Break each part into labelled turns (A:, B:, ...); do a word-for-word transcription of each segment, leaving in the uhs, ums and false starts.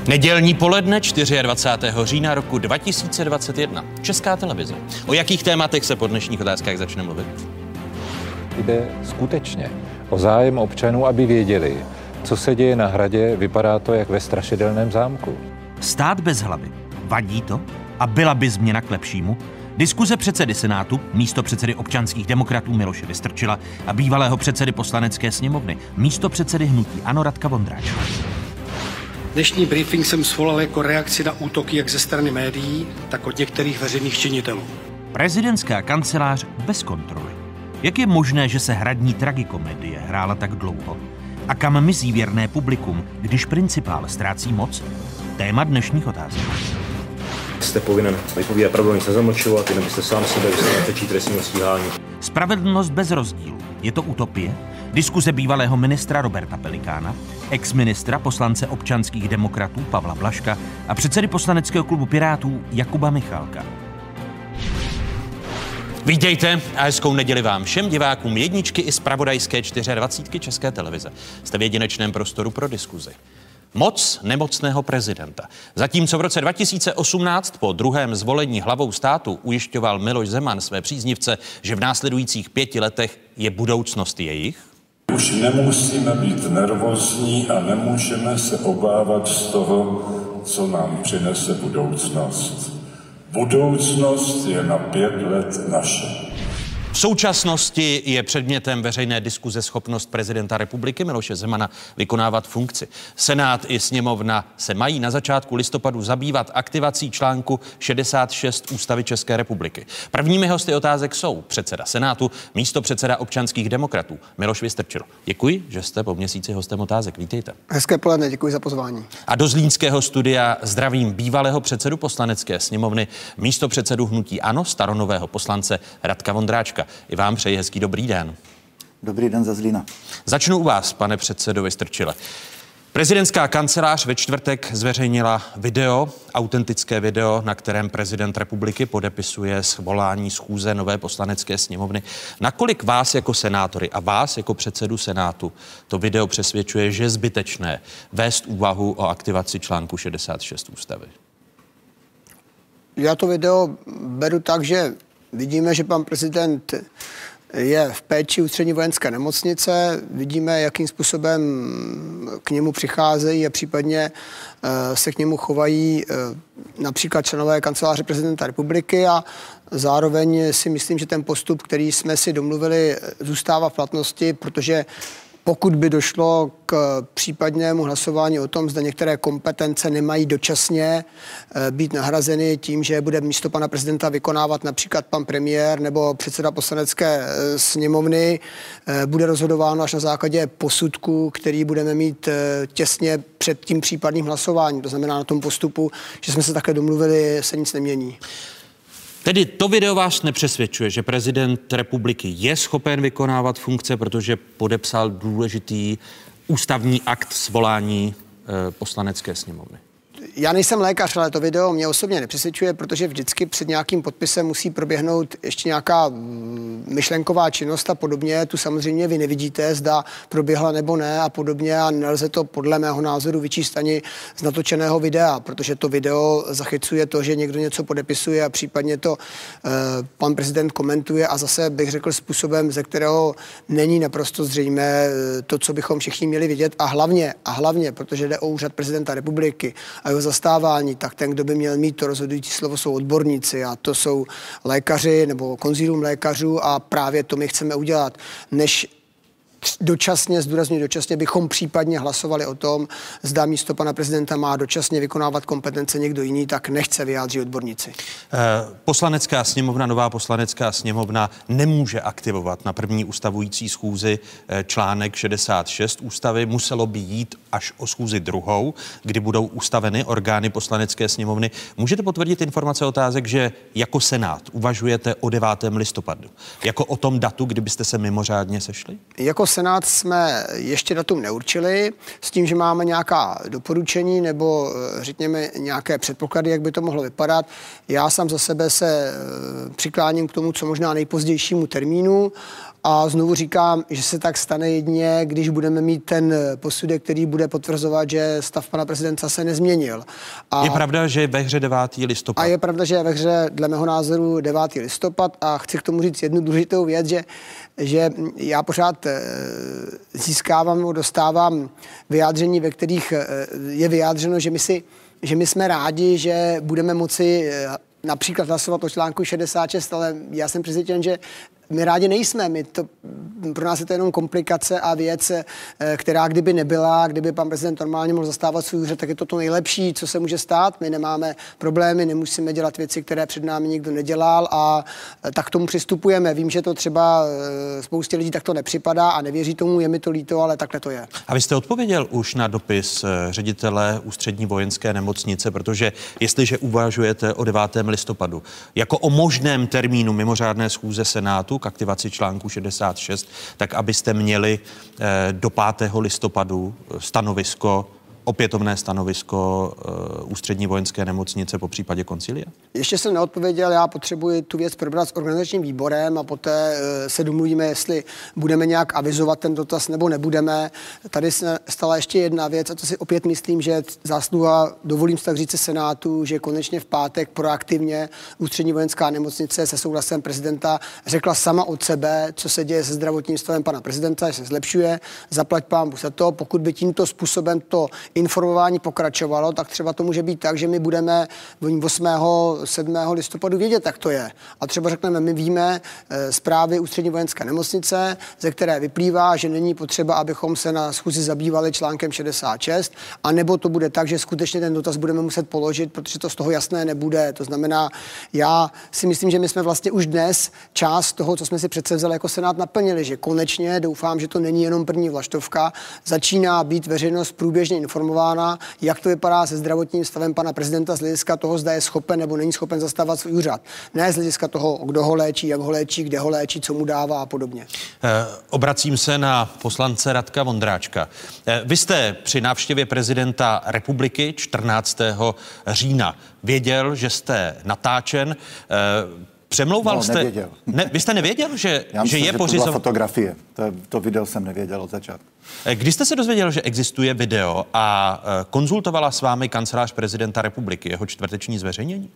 A: Nedělní poledne dvacátého čtvrtého října roku dva tisíce dvacet jedna. Česká televize. O jakých tématech se po dnešních otázkách začne mluvit?
B: Jde skutečně o zájem občanů, aby věděli, co se děje na Hradě. Vypadá to jak ve strašidelném zámku.
C: Stát bez hlavy. Vadí to? A byla by změna k lepšímu? Diskuze předsedy Senátu, místo předsedy občanských demokratů Miloše Vystrčila a bývalého předsedy Poslanecké sněmovny, místo předsedy hnutí ANO Radka Vondráčka.
D: Dnešní briefing jsem svolal jako reakci na útoky jak ze strany médií, tak od některých veřejných činitelů.
C: Prezidentská kancelář bez kontroly. Jak je možné, že se hradní tragikomedie hrála tak dlouho? A kam mizí věrné publikum, když principál ztrácí moc? Téma dnešních otázek.
E: Jste povinen vypovídat pravdu, nic nezamlčovat, jenom byste sám sebe vystavil řečí trestního stíhání.
C: Spravedlnost bez rozdílu. Je to utopie? Diskuze bývalého ministra Roberta Pelikána, ex-ministra poslance občanských demokratů Pavla Blažka a předsedy poslaneckého klubu Pirátů Jakuba Michálka.
A: Vítejte a hezkou neděli vám všem divákům jedničky i zpravodajské dvacítky čtyřky České televize. Jste v jedinečném prostoru pro diskuzi. Moc nemocného prezidenta. Zatímco v roce dva tisíce osmnáct po druhém zvolení hlavou státu ujišťoval Miloš Zeman své příznivce, že v následujících pěti letech je budoucnost jejich,
F: už nemusíme být nervózní a nemůžeme se obávat z toho, co nám přinese budoucnost. Budoucnost je na pět let naše.
A: v současnosti je předmětem veřejné diskuze schopnost prezidenta republiky Miloše Zemana vykonávat funkci. Senát i sněmovna se mají na začátku listopadu zabývat aktivací článku šedesát šest Ústavy České republiky. Prvními hosty otázek jsou předseda Senátu, místopředseda občanských demokratů Miloš Vystrčil. Děkuji, že jste po měsíci hostem otázek. Vítejte.
G: Hezké poledne, děkuji za pozvání.
A: A do zlínského studia zdravím bývalého předsedu Poslanecké sněmovny, místopředsedu hnutí ANO, staronového poslance Radka Vondráčka. I vám přeji hezký dobrý den.
H: Dobrý den ze Zlína.
A: Začnu u vás, pane předsedo Vystrčile. Prezidentská kancelář ve čtvrtek zveřejnila video, autentické video, na kterém prezident republiky podepisuje svolání schůze nové Poslanecké sněmovny. Nakolik vás jako senátory a vás jako předsedu Senátu to video přesvědčuje, že je zbytečné vést úvahu o aktivaci článku šedesát šest ústavy?
G: Já to video beru tak, že vidíme, že pan prezident je v péči ústřední vojenské nemocnice, vidíme, jakým způsobem k němu přicházejí a případně se k němu chovají například členové kanceláře prezidenta republiky a zároveň si myslím, že ten postup, který jsme si domluvili, zůstává v platnosti, protože pokud by došlo k případnému hlasování o tom, zda některé kompetence nemají dočasně být nahrazeny tím, že bude místo pana prezidenta vykonávat například pan premiér nebo předseda Poslanecké sněmovny, bude rozhodováno až na základě posudku, který budeme mít těsně před tím případným hlasováním. To znamená na tom postupu, že jsme se také domluvili, se nic nemění.
A: Tedy to video vás nepřesvědčuje, že prezident republiky je schopen vykonávat funkce, protože podepsal důležitý ústavní akt svolání e, Poslanecké sněmovny?
G: Já nejsem lékař, ale to video mě osobně nepřesvědčuje, protože vždycky před nějakým podpisem musí proběhnout ještě nějaká myšlenková činnost a podobně. Tu samozřejmě vy nevidíte, zda proběhla nebo ne a podobně a nelze to podle mého názoru vyčíst ani z natočeného videa, protože to video zachycuje to, že někdo něco podepisuje a případně to eh, pan prezident komentuje a zase bych řekl způsobem, ze kterého není naprosto zřejmé to, co bychom všichni měli vidět a hlavně, a hlavně, protože jde o úřad prezidenta republiky a jeho zastávání, tak ten, kdo by měl mít to rozhodující slovo, jsou odborníci a to jsou lékaři nebo konzílium lékařů a právě to my chceme udělat, než dočasně, zdůrazňuji dočasně, bychom případně hlasovali o tom, zda místo pana prezidenta má dočasně vykonávat kompetence někdo jiný, tak nechce vyjádřit odborníci.
A: Poslanecká sněmovna, nová Poslanecká sněmovna nemůže aktivovat na první ustavující schůzi článek šedesát šest ústavy. Muselo by jít až o schůzi druhou, kdy budou ustaveny orgány Poslanecké sněmovny. Můžete potvrdit informace otázek, že jako Senát uvažujete o devátém listopadu? Jako o tom datu, kdybyste se mimořádně sešli?
G: Jako Senát jsme ještě datum neurčili, s tím, že máme nějaká doporučení nebo řekněme nějaké předpoklady, jak by to mohlo vypadat. Já sám za sebe se přikláním k tomu, co možná nejpozdějšímu termínu. A znovu říkám, že se tak stane jedině, když budeme mít ten posudek, který bude potvrzovat, že stav pana prezidenta se nezměnil. A
A: je pravda, že je ve hře devátého listopadu.
G: A je pravda, že je ve hře dle mého názoru devátého listopad a chci k tomu říct jednu důležitou věc, že, že já pořád získávám, dostávám vyjádření, ve kterých je vyjádřeno, že my, si, že my jsme rádi, že budeme moci například hlasovat o článku šedesát šest, ale já jsem přesvědčen, že my rádi nejsme, my to, pro nás je to jenom komplikace a věc, která kdyby nebyla, kdyby pan prezident normálně mohl zastávat svůj úřad, tak je to to nejlepší, co se může stát. My nemáme problémy, nemusíme dělat věci, které před námi nikdo nedělal a tak k tomu přistupujeme. Vím, že to třeba spoustě lidí takto nepřipadá a nevěří tomu, je mi to líto, ale takhle to je.
A: A vy jste odpověděl už na dopis ředitele Ústřední vojenské nemocnice, protože jestliže uvažujete o devátém listopadu jako o možném termínu mimořádné schůze Senátu k aktivaci článku šedesát šest, tak abyste měli eh, do pátého listopadu stanovisko, opětovné stanovisko uh, Ústřední vojenské nemocnice po případě koncilia?
G: Ještě jsem neodpověděl, já potřebuji tu věc probrat s organizačním výborem a poté uh, se domluvíme, jestli budeme nějak avizovat ten dotaz nebo nebudeme. Tady se stala ještě jedna věc a to si opět myslím, že zásluha, dovolím si tak říct, Senátu, že konečně v pátek proaktivně Ústřední vojenská nemocnice se souhlasem prezidenta řekla sama od sebe, co se děje se zdravotním stavem pana prezidenta, že se zlepšuje, zaplať pánbůh za to. Pokud by tímto způsobem to informování pokračovalo, tak třeba to může být tak, že my budeme osmého sedmého listopadu vědět, jak to je. A třeba řekneme, my víme e, zprávy Ústřední vojenské nemocnice, ze které vyplývá, že není potřeba, abychom se na schůzi zabývali článkem šedesát šest, anebo to bude tak, že skutečně ten dotaz budeme muset položit, protože to z toho jasné nebude. To znamená, já si myslím, že my jsme vlastně už dnes část toho, co jsme si předsevzali jako Senát, naplnili, že konečně, doufám, že to není jenom první vlaštovka, začíná být veřejnost průběžně informována, jak to vypadá se zdravotním stavem pana prezidenta z hlediska toho, zda je schopen nebo není schopen zastávat svůj úřad. Ne z hlediska toho, kdo ho léčí, jak ho léčí, kde ho léčí, co mu dává a podobně.
A: Eh, obracím se na poslance Radka Vondráčka. Eh, vy jste při návštěvě prezidenta republiky čtrnáctého října věděl, že jste natáčen. Eh, Přemlouval
H: no,
A: jste...
H: Nevěděl.
A: Ne, vy jste nevěděl, že,
H: Já myslím,
A: že je
H: že
A: pořizov...
H: to byla fotografie. To, to video jsem nevěděl od začátku.
A: Kdy jste se dozvěděl, že existuje video a konzultovala s vámi kancelář prezidenta republiky jeho čtvrteční zveřejnění?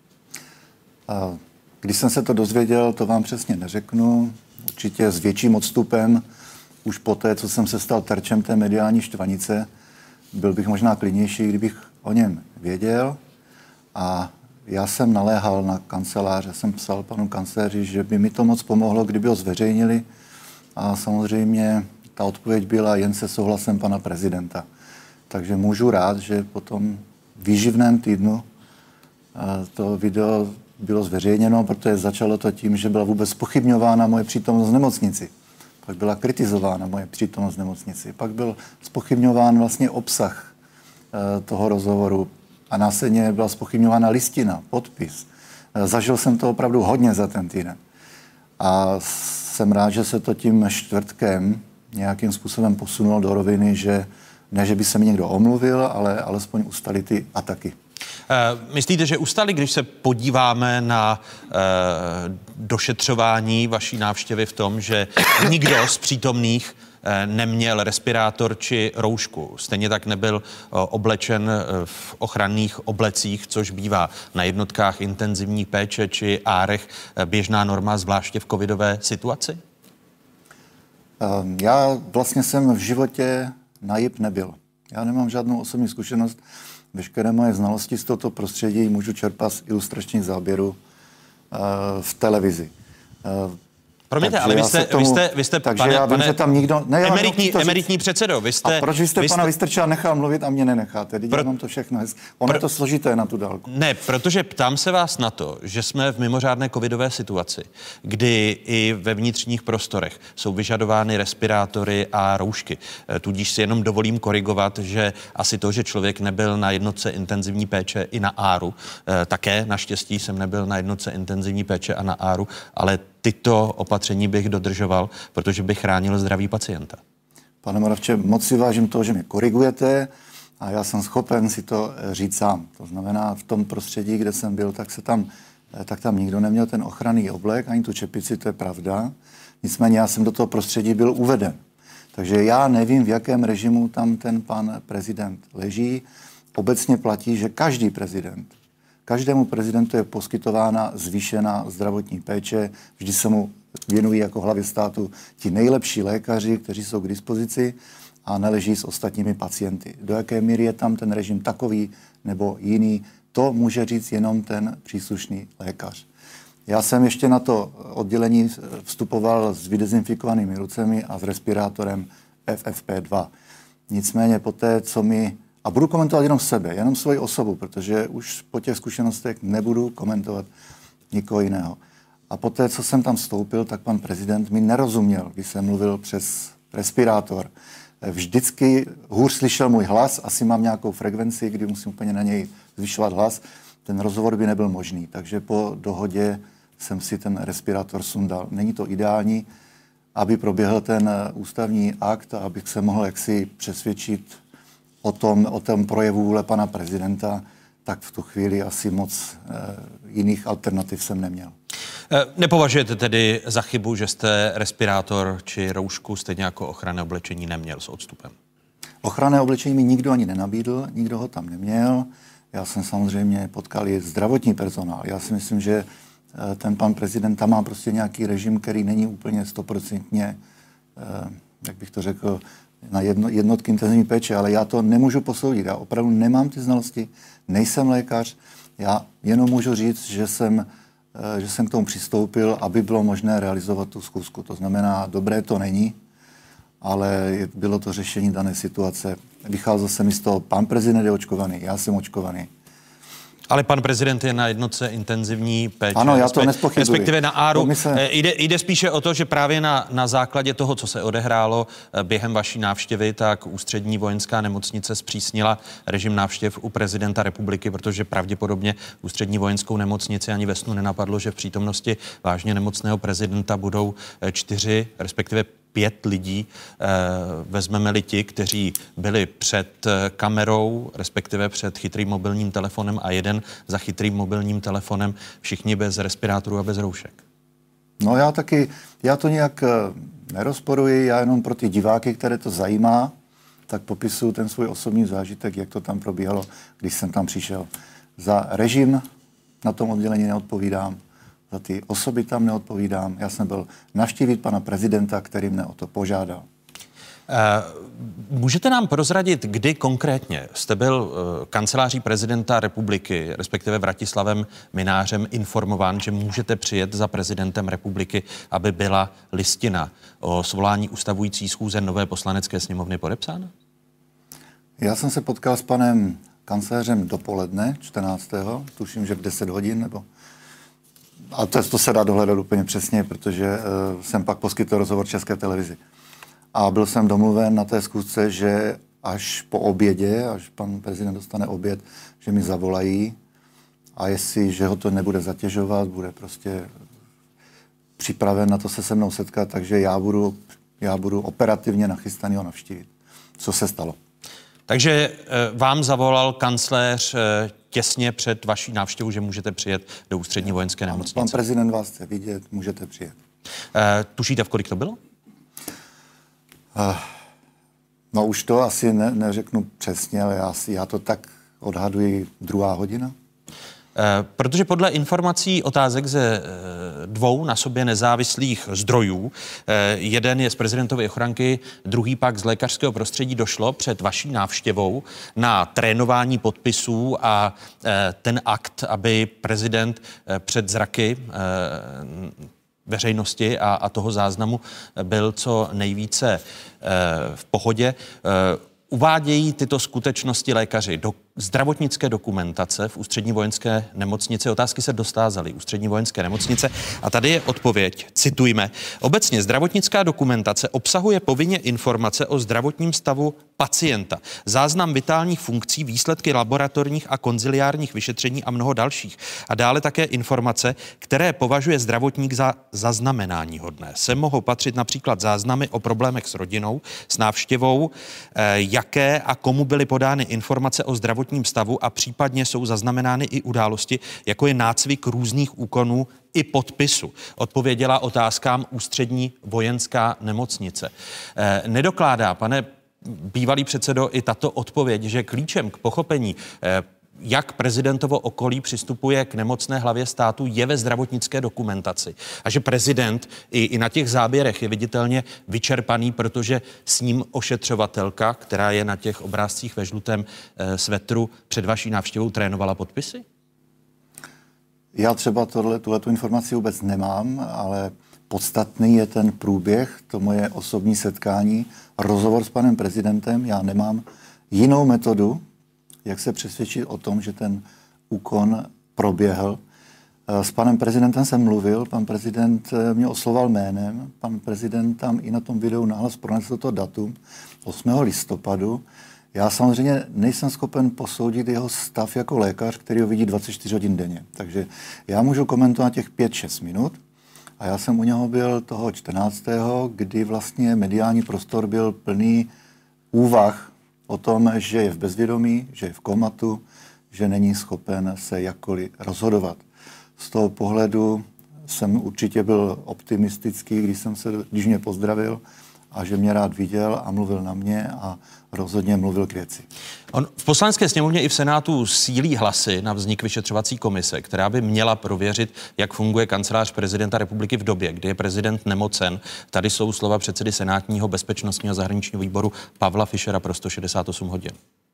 H: Když jsem se to dozvěděl, to vám přesně neřeknu. Určitě s větším odstupem. Už poté, co jsem se stal terčem té mediální štvanice, byl bych možná klidnější, kdybych o něm věděl. A já jsem naléhal na kancelář, já jsem psal panu kancléři, že by mi to moc pomohlo, kdyby ho zveřejnili. A samozřejmě ta odpověď byla jen se souhlasem pana prezidenta. Takže můžu rád, že po tom výživném týdnu to video bylo zveřejněno, protože začalo to tím, že byla vůbec zpochybňována moje přítomnost v nemocnici. Pak byla kritizována moje přítomnost v nemocnici. Pak byl zpochybňován vlastně obsah toho rozhovoru. A následně byla zpochybňována listina, podpis. Zažil jsem to opravdu hodně za ten týden. A jsem rád, že se to tím čtvrtkem nějakým způsobem posunulo do roviny, že ne, že by se mi někdo omluvil, ale alespoň ustaly ty ataky.
A: Uh, myslíte, že ustali, když se podíváme na uh, došetřování vaší návštěvy v tom, že nikdo z přítomných neměl respirátor či roušku. Stejně tak nebyl oblečen v ochranných oblecích, což bývá na jednotkách intenzivní péče či árech běžná norma, zvláště v covidové situaci?
H: Já vlastně jsem v životě na jip nebyl. Já nemám žádnou osobní zkušenost. Veškeré moje znalosti z tohoto prostředí můžu čerpat z ilustračních záběrů v televizi.
A: Promiňte, ale vy jste, tomu, vy jste, vy jste
H: takže
A: pane,
H: já vím,
A: pane
H: že tam nikdo... Ne,
A: emeritní, emeritní předsedo, vy jste...
H: A proč vy jste
A: vy
H: pana
A: jste,
H: Vystrčila nechal mluvit a mě nenecháte? Teď Pro, já mám to všechno hezky. Ono je to složité na tu dálku.
A: Ne, protože ptám se vás na to, že jsme v mimořádné covidové situaci, kdy i ve vnitřních prostorech jsou vyžadovány respirátory a roušky. Tudíž si jenom dovolím korigovat, že asi to, že člověk nebyl na jednotce intenzivní péče i na áru, také naštěstí jsem nebyl na jednotce intenzivní péče a na áru, ale tyto opatření bych dodržoval, protože bych chránil zdraví pacienta.
H: Pane Moravče, moc si vážím toho, že mě korigujete a já jsem schopen si to říct sám. To znamená, v tom prostředí, kde jsem byl, tak se tam, tak tam nikdo neměl ten ochranný oblek, ani tu čepici, to je pravda. Nicméně já jsem do toho prostředí byl uveden. Takže já nevím, v jakém režimu tam ten pan prezident leží. Obecně platí, že každý prezident, každému prezidentu je poskytována zvýšená zdravotní péče, vždy se mu věnují jako hlavě státu ti nejlepší lékaři, kteří jsou k dispozici a neleží s ostatními pacienty. Do jaké míry je tam ten režim takový nebo jiný, to může říct jenom ten příslušný lékař. Já jsem ještě na to oddělení vstupoval s vydezinfikovanými rucemi a s respirátorem F F P dva. Nicméně po té, co mi... A budu komentovat jenom sebe, jenom svoji osobu, protože už po těch zkušenostech nebudu komentovat nikoho jiného. A poté, co jsem tam vstoupil, tak pan prezident mi nerozuměl, když jsem mluvil přes respirátor. Vždycky hůř slyšel můj hlas, asi mám nějakou frekvenci, kdy musím úplně na něj zvyšovat hlas. Ten rozhovor by nebyl možný, takže po dohodě jsem si ten respirátor sundal. Není to ideální, aby proběhl ten ústavní akt a abych se mohl jaksi přesvědčit o tom, o tom projevu vůle pana prezidenta, tak v tu chvíli asi moc e, jiných alternativ jsem neměl.
A: Nepovažujete tedy za chybu, že jste respirátor či roušku, stejně jako ochranné oblečení, neměl s odstupem?
H: Ochranné oblečení mi nikdo ani nenabídl, nikdo ho tam neměl. Já jsem samozřejmě potkal i zdravotní personál. Já si myslím, že ten pan prezident tam má prostě nějaký režim, který není úplně stoprocentně, jak bych to řekl, na jedno, jednotky intenzivní péče, ale já to nemůžu posoudit. Já opravdu nemám ty znalosti, nejsem lékař, já jenom můžu říct, že jsem, že jsem k tomu přistoupil, aby bylo možné realizovat tu zkusku. To znamená, dobré to není, ale bylo to řešení dané situace. Vycházel jsem mi z toho, pan prezident je očkovaný, já jsem očkovaný.
A: Ale pan prezident je na jednotce intenzivní péče.
H: Ano, já to nezpochybnuji.
A: Respektive na áru.
H: Se...
A: Jde, jde spíše o to, že právě na, na základě toho, co se odehrálo během vaší návštěvy, tak Ústřední vojenská nemocnice zpřísnila režim návštěv u prezidenta republiky, protože pravděpodobně Ústřední vojenskou nemocnici ani ve snu nenapadlo, že v přítomnosti vážně nemocného prezidenta budou čtyři, respektive pět lidí. Vezmeme-li ti, kteří byli před kamerou, respektive před chytrým mobilním telefonem a jeden za chytrým mobilním telefonem, všichni bez respirátorů a bez roušek.
H: No já taky, já to nějak nerozporuji, já jenom pro ty diváky, které to zajímá, tak popisuju ten svůj osobní zážitek, jak to tam probíhalo, když jsem tam přišel. Za režim na tom oddělení neodpovídám, za ty osoby tam neodpovídám. Já jsem byl navštívit pana prezidenta, který mne o to požádal.
A: Uh, můžete nám prozradit, kdy konkrétně jste byl uh, kanceláří prezidenta republiky, respektive Vratislavem Mynářem, informován, že můžete přijet za prezidentem republiky, aby byla listina o svolání ustavující schůze nové poslanecké sněmovny podepsána?
H: Já jsem se potkal s panem kancléřem dopoledne, čtrnáctého tuším, že v deset hodin, nebo... A to, to se dá dohledat úplně přesně, protože uh, jsem pak poskytl rozhovor České televizi. A byl jsem domluven na té schůzce, že až po obědě, až pan prezident dostane oběd, že mi zavolají a jestli, že ho to nebude zatěžovat, bude prostě připraven na to se se mnou setkat, takže já budu, já budu operativně nachystaný ho navštívit. Co se stalo?
A: Takže vám zavolal kancléř těsně před vaší návštěvou, že můžete přijet do Ústřední vojenské nemocnice.
H: Pan prezident vás chce vidět, můžete přijet.
A: E, tušíte, v kolik to bylo?
H: Uh, no už to asi ne, neřeknu přesně, ale já, já to tak odhaduji druhá hodina.
A: E, protože podle informací otázek ze e, dvou na sobě nezávislých zdrojů, e, jeden je z prezidentovy ochranky, druhý pak z lékařského prostředí, došlo před vaší návštěvou na trénování podpisů a e, ten akt, aby prezident e, před zraky e, veřejnosti a, a toho záznamu byl co nejvíce e, v pohodě. E, uvádějí tyto skutečnosti lékaři. Do, zdravotnické dokumentace v Ústřední vojenské nemocnici. Otázky se dostázaly Ústřední vojenské nemocnice a tady je odpověď, citujme. Obecně zdravotnická dokumentace obsahuje povinně informace o zdravotním stavu pacienta, záznam vitálních funkcí, výsledky laboratorních a konziliárních vyšetření a mnoho dalších. A dále také informace, které považuje zdravotník za zaznamenání hodné. Sem mohou patřit například záznamy o problémech s rodinou, s návštěvou, eh, jaké a komu byly podány informace o zdravotním stavu a případně jsou zaznamenány i události, jako je nácvik různých úkonů i podpisu. Odpověděla otázkám Ústřední vojenská nemocnice. Eh, nedokládá, pane bývalý předsedo, i tato odpověď, že klíčem k pochopení, eh, jak prezidentovo okolí přistupuje k nemocné hlavě státu, je ve zdravotnické dokumentaci. A že prezident i, i na těch záběrech je viditelně vyčerpaný, protože s ním ošetřovatelka, která je na těch obrázcích ve žlutém eh, svetru, před vaší návštěvou trénovala podpisy?
H: Já třeba tohle, tuhletu informaci vůbec nemám, ale podstatný je ten průběh, to moje osobní setkání, rozhovor s panem prezidentem. Já nemám jinou metodu, jak se přesvědčit o tom, že ten úkon proběhl. S panem prezidentem jsem mluvil, pan prezident mě osloval jménem, pan prezident tam i na tom videu nahlas pronesl to datum osmého listopadu. Já samozřejmě nejsem schopen posoudit jeho stav jako lékař, který ho vidí dvacet čtyři hodin denně. Takže já můžu komentovat těch pět šest minut. A já jsem u něho byl toho čtrnáctého kdy vlastně mediální prostor byl plný úvah o tom, že je v bezvědomí, že je v komatu, že není schopen se jakkoliv rozhodovat. Z toho pohledu jsem určitě byl optimistický, když, jsem se, když mě pozdravil a že mě rád viděl a mluvil na mě a rozhodně mluvil k věci.
A: On v Poslanecké sněmovně i v Senátu sílí hlasy na vznik vyšetřovací komise, která by měla prověřit, jak funguje kancelář prezidenta republiky v době, kdy je prezident nemocen. Tady jsou slova předsedy Senátního bezpečnostního a zahraničního výboru Pavla Fischera pro sto šedesát osm hodin.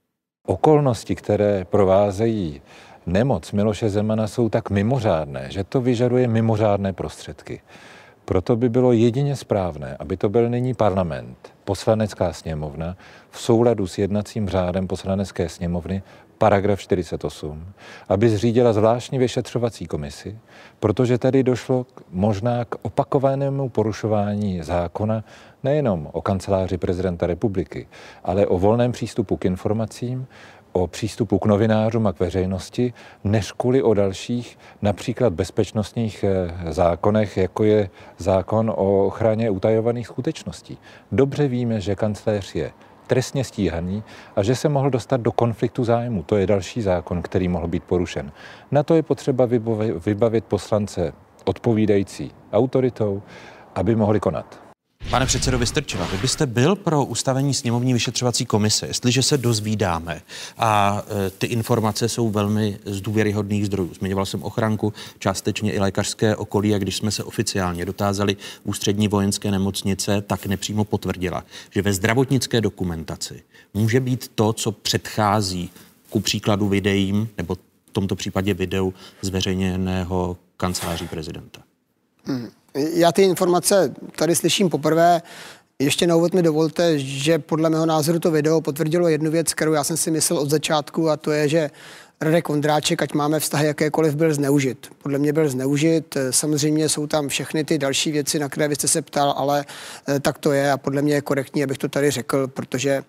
B: Okolnosti, které provázejí nemoc Miloše Zemana, jsou tak mimořádné, že to vyžaduje mimořádné prostředky. Proto by bylo jedině správné, aby to byl nyní parlament, Poslanecká sněmovna, v souladu s jednacím řádem Poslanecké sněmovny, paragraf čtyřicet osm, aby zřídila zvláštní vyšetřovací komisi, protože tady došlo k, možná k opakovanému porušování zákona nejenom o kanceláři prezidenta republiky, ale o volném přístupu k informacím, o přístupu k novinářům a k veřejnosti, než kvůli o dalších, například bezpečnostních zákonech, jako je zákon o ochraně utajovaných skutečností. Dobře víme, že kancléř je trestně stíhaný a že se mohl dostat do konfliktu zájmu. To je další zákon, který mohl být porušen. Na to je potřeba vybavit poslance odpovídající autoritou, aby mohli konat.
A: Pane předsedo Vystrčila, vy byste byl pro ustavení sněmovní vyšetřovací komise, jestliže se dozvídáme a e, ty informace jsou velmi z důvěryhodných zdrojů. Zmiňoval jsem ochranku, částečně i lékařské okolí, a když jsme se oficiálně dotázali Ústřední vojenské nemocnice, tak nepřímo potvrdila, že ve zdravotnické dokumentaci může být to, co předchází ku příkladu videím, nebo v tomto případě videu zveřejněného kanceláří prezidenta.
G: Hmm. Já ty informace tady slyším poprvé. Ještě na úvod mi dovolte, že podle mého názoru to video potvrdilo jednu věc, kterou já jsem si myslel od začátku, a to je, že Radek Vondráček, ať máme vztahy jakékoliv, byl zneužit. Podle mě byl zneužit. Samozřejmě jsou tam všechny ty další věci, na které vy jste se ptal, ale tak to je a podle mě je korektní, abych to tady řekl, protože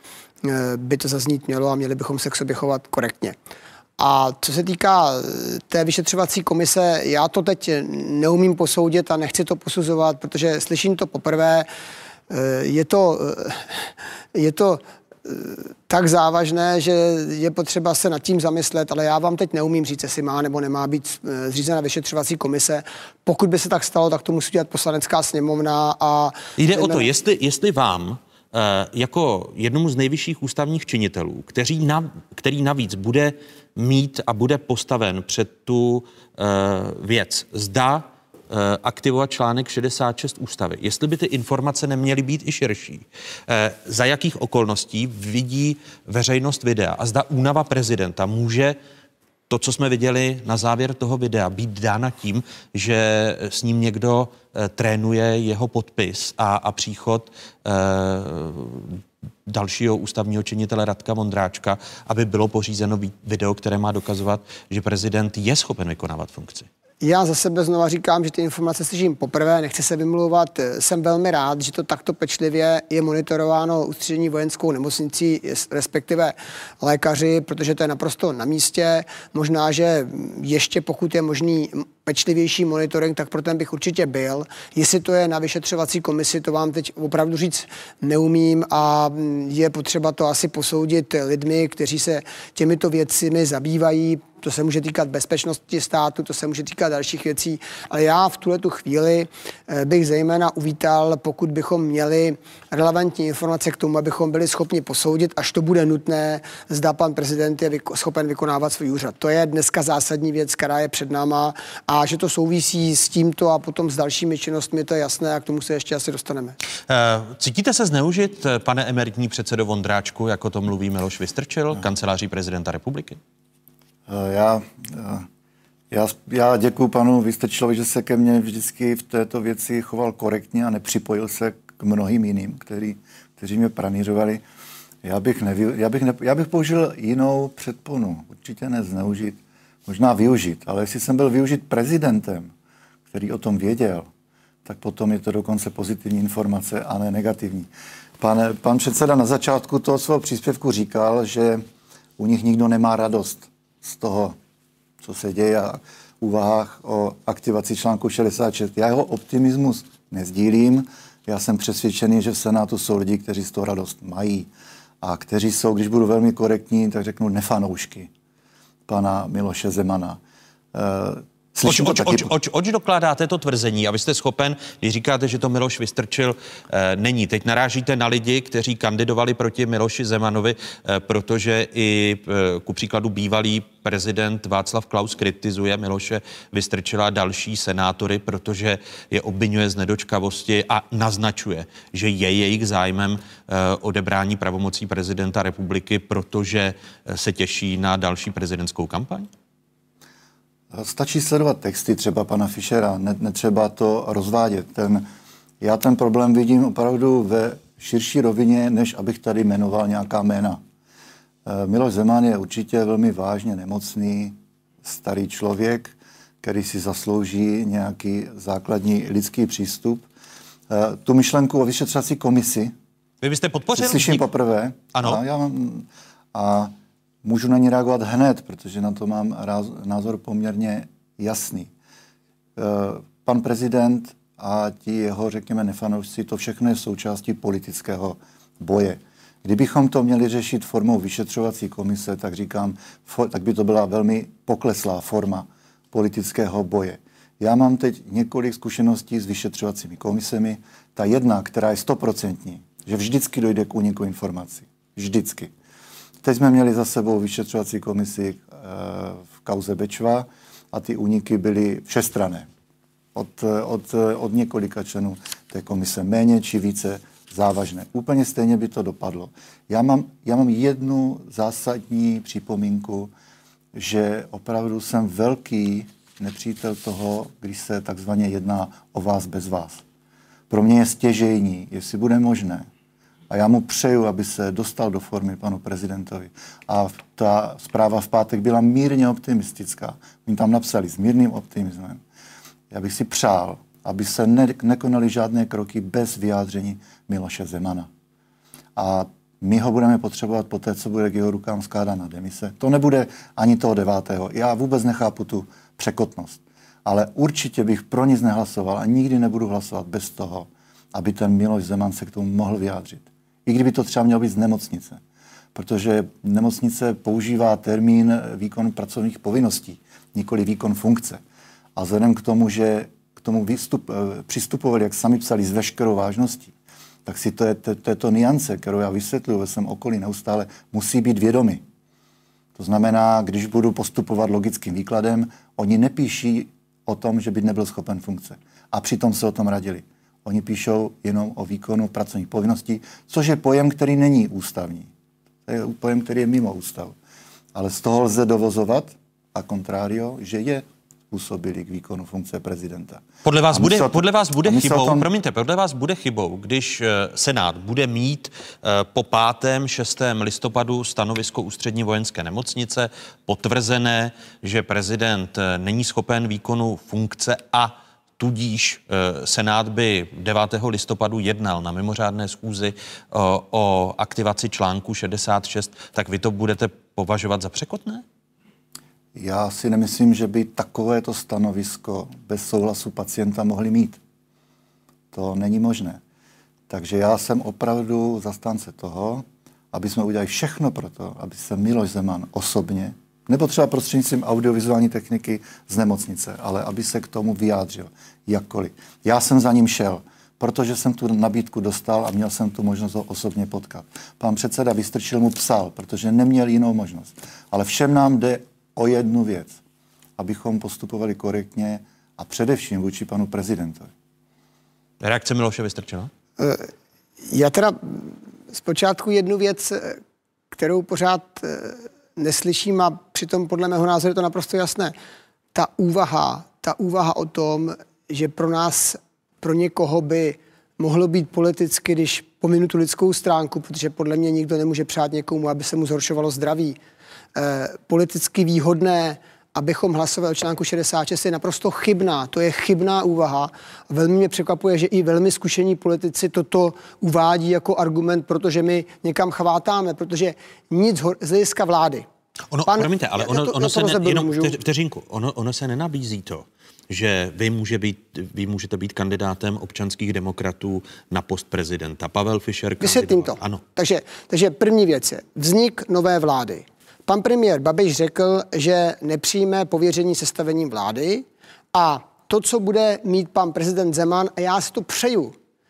G: by to zaznít mělo a měli bychom se k sobě chovat korektně. A co se týká té vyšetřovací komise, já to teď neumím posoudit a nechci to posuzovat, protože slyším to poprvé. Je to, je to tak závažné, že je potřeba se nad tím zamyslet, ale já vám teď neumím říct, jestli má nebo nemá být zřízena vyšetřovací komise. Pokud by se tak stalo, tak to musí dělat Poslanecká sněmovna. A
A: jde o to, jestli, jestli vám jako jednomu z nejvyšších ústavních činitelů, který, na, který navíc bude mít a bude postaven před tu uh, věc, zda uh, aktivovat článek šedesát šest ústavy, jestli by ty informace neměly být i širší, uh, za jakých okolností vidí veřejnost videa a zda únava prezidenta může to, co jsme viděli na závěr toho videa, být dána tím, že s ním někdo uh, trénuje jeho podpis a, a příchod uh, dalšího ústavního činitele Radka Vondráčka, aby bylo pořízeno video, které má dokazovat, že prezident je schopen vykonávat funkci?
G: Já za sebe znova říkám, že ty informace slyším poprvé, nechci se vymlouvat. Jsem velmi rád, že to takto pečlivě je monitorováno ústřední vojenskou nemocnicí, respektive lékaři, protože to je naprosto na místě. Možná, že ještě pokud je možný pečlivější monitoring, tak pro ten bych určitě byl. Jestli to je na vyšetřovací komisi, to vám teď opravdu říct neumím a je potřeba to asi posoudit lidmi, kteří se těmito věcmi zabývají. To se může týkat bezpečnosti státu, to se může týkat dalších věcí, ale já v tuhletu chvíli bych zejména uvítal, pokud bychom měli relevantní informace k tomu, abychom byli schopni posoudit, až to bude nutné, zda pan prezident je vyko- schopen vykonávat svůj úřad. To je dneska zásadní věc, která je před náma a že to souvisí s tímto a potom s dalšími činnostmi, to je jasné a k tomu se ještě asi dostaneme.
A: Cítíte se zneužit, pane emeritní předsedo Vondráčku, jako to mluví Miloš Vystrčil, kanceláří prezidenta republiky?
H: Já, já, já děkuji panu Vystrčilovi, že se ke mně vždycky v této věci choval korektně a nepřipojil se k mnohým jiným, který, kteří mě pranířovali. Já bych, nevy, já, bych ne, já bych použil jinou předponu, určitě nezneužít, možná využít, ale jestli jsem byl využit prezidentem, který o tom věděl, tak potom je to dokonce pozitivní informace a ne negativní. Pan, pan předseda na začátku toho svého příspěvku říkal, že u nich nikdo nemá radost z toho, co se děje a úvahách o aktivaci článku šedesát šest. Já jeho optimismus nezdílím. Já jsem přesvědčený, že v Senátu jsou lidi, kteří z toho radost mají a kteří jsou, když budu velmi korektní, tak řeknu nefanoušky pana Miloše Zemana.
A: Oč, oč, oč, oč, oč dokládáte to tvrzení a vy jste schopen, když říkáte, že to Miloš Vystrčil eh, není. Teď narážíte na lidi, kteří kandidovali proti Miloši Zemanovi, eh, protože i eh, ku příkladu bývalý prezident Václav Klaus kritizuje Miloše Vystrčila a další senátory, protože je obviňuje z nedočkavosti a naznačuje, že je jejich zájmem eh, odebrání pravomocí prezidenta republiky, protože se těší na další prezidentskou kampaň?
H: Stačí sledovat texty třeba pana Fischera, netřeba to rozvádět. Ten, já ten problém vidím opravdu ve širší rovině, než abych tady jmenoval nějaká jména. Miloš Zeman je určitě velmi vážně nemocný, starý člověk, který si zaslouží nějaký základní lidský přístup. Tu myšlenku o vyšetřovací komisi
A: Vy byste podpořil?
H: Slyším poprvé.
A: Ano.
H: A, já mám, a můžu na ní reagovat hned, protože na to mám ráz, názor poměrně jasný. Pan prezident a ti jeho, řekněme, nefanoušci, to všechno je součástí politického boje. Kdybychom to měli řešit formou vyšetřovací komise, tak říkám, for, tak by to byla velmi pokleslá forma politického boje. Já mám teď několik zkušeností s vyšetřovacími komisemi. Ta jedna, která je stoprocentní, že vždycky dojde k úniku informací. Vždycky. Teď jsme měli za sebou vyšetřovací komisi e, v kauze Bečva a ty úniky byly všestranné. Od, od, od několika členů té komise méně či více závažné. Úplně stejně by to dopadlo. Já mám, já mám jednu zásadní připomínku, že opravdu jsem velký nepřítel toho, když se takzvaně jedná o vás bez vás. Pro mě je stěžejní, jestli bude možné. A já mu přeju, aby se dostal do formy panu prezidentovi. A ta zpráva v pátek byla mírně optimistická. Oni tam napsali s mírným optimismem. Já bych si přál, aby se ne- nekonaly žádné kroky bez vyjádření Miloše Zemana. A my ho budeme potřebovat po té, co bude k jeho rukám skládána demise. To nebude ani toho devátého. Já vůbec nechápu tu překotnost. Ale určitě bych pro nic nehlasoval a nikdy nebudu hlasovat bez toho, aby ten Miloš Zeman se k tomu mohl vyjádřit. I kdyby to třeba mělo být z nemocnice. Protože nemocnice používá termín výkon pracovních povinností, nikoli výkon funkce. A vzhledem k tomu, že k tomu výstup, přistupovali, jak sami psali, s veškerou vážností, tak si to je této niance, kterou já vysvětluji ve svém okolí neustále, musí být vědomi. To znamená, když budu postupovat logickým výkladem, oni nepíší o tom, že by nebyl schopen funkce. A přitom se o tom radili. Oni píšou jenom o výkonu pracovních povinností, což je pojem, který není ústavní. To je pojem, který je mimo ústavu. Ale z toho lze dovozovat, a contrario, že je nepřizpůsobili k výkonu funkce prezidenta.
A: Podle vás bude, to, podle vás bude chybou,
H: tom...
A: promiňte, podle vás bude chybou, když Senát bude mít po pátém šestém listopadu stanovisko Ústřední vojenské nemocnice potvrzené, že prezident není schopen výkonu funkce a tudíž Senát by devátého listopadu jednal na mimořádné schůzi o, o aktivaci článku šedesát šest, tak vy to budete považovat za překotné?
H: Já si nemyslím, že by takovéto stanovisko bez souhlasu pacienta mohli mít. To není možné. Takže já jsem opravdu zastánce toho, aby jsme udělali všechno pro to, aby se Miloš Zeman osobně, nebo třeba prostřednictvím audiovizuální techniky z nemocnice, ale aby se k tomu vyjádřil jakkoliv. Já jsem za ním šel, protože jsem tu nabídku dostal a měl jsem tu možnost ho osobně potkat. Pan předseda Vystrčil mu psal, protože neměl jinou možnost. Ale všem nám jde o jednu věc, abychom postupovali korektně a především vůči panu prezidentovi.
A: Reakce Miloše Vystrčila?
G: Já teda zpočátku jednu věc, kterou pořád neslyším a přitom podle mého názoru je to naprosto jasné. Ta úvaha, ta úvaha o tom, že pro nás, pro někoho by mohlo být politicky, když pominu tu lidskou stránku, protože podle mě nikdo nemůže přát někomu, aby se mu zhoršovalo zdraví, eh, politicky výhodné, abychom hlasovali o článku šedesát šest, je naprosto chybná. To je chybná úvaha. Velmi mě překvapuje, že i velmi zkušení politici toto uvádí jako argument, protože my někam chvátáme, protože nic hor- z hlediska vlády.
A: Ono,
G: Pan,
A: promiňte, ale ono,
G: to,
A: ono se
G: ne,
A: ne, jenom vteř, vteřinku, ono, ono se nenabízí to, že vy, může být, vy můžete být kandidátem občanských demokratů na post prezidenta. Pavel Fischer
G: Vysvětlím to.
A: Ano.
G: Takže, takže první věc je vznik nové vlády. Pan premiér Babiš řekl, že nepřijme pověření sestavením vlády a to, co bude mít pan prezident Zeman, a já si to přeju,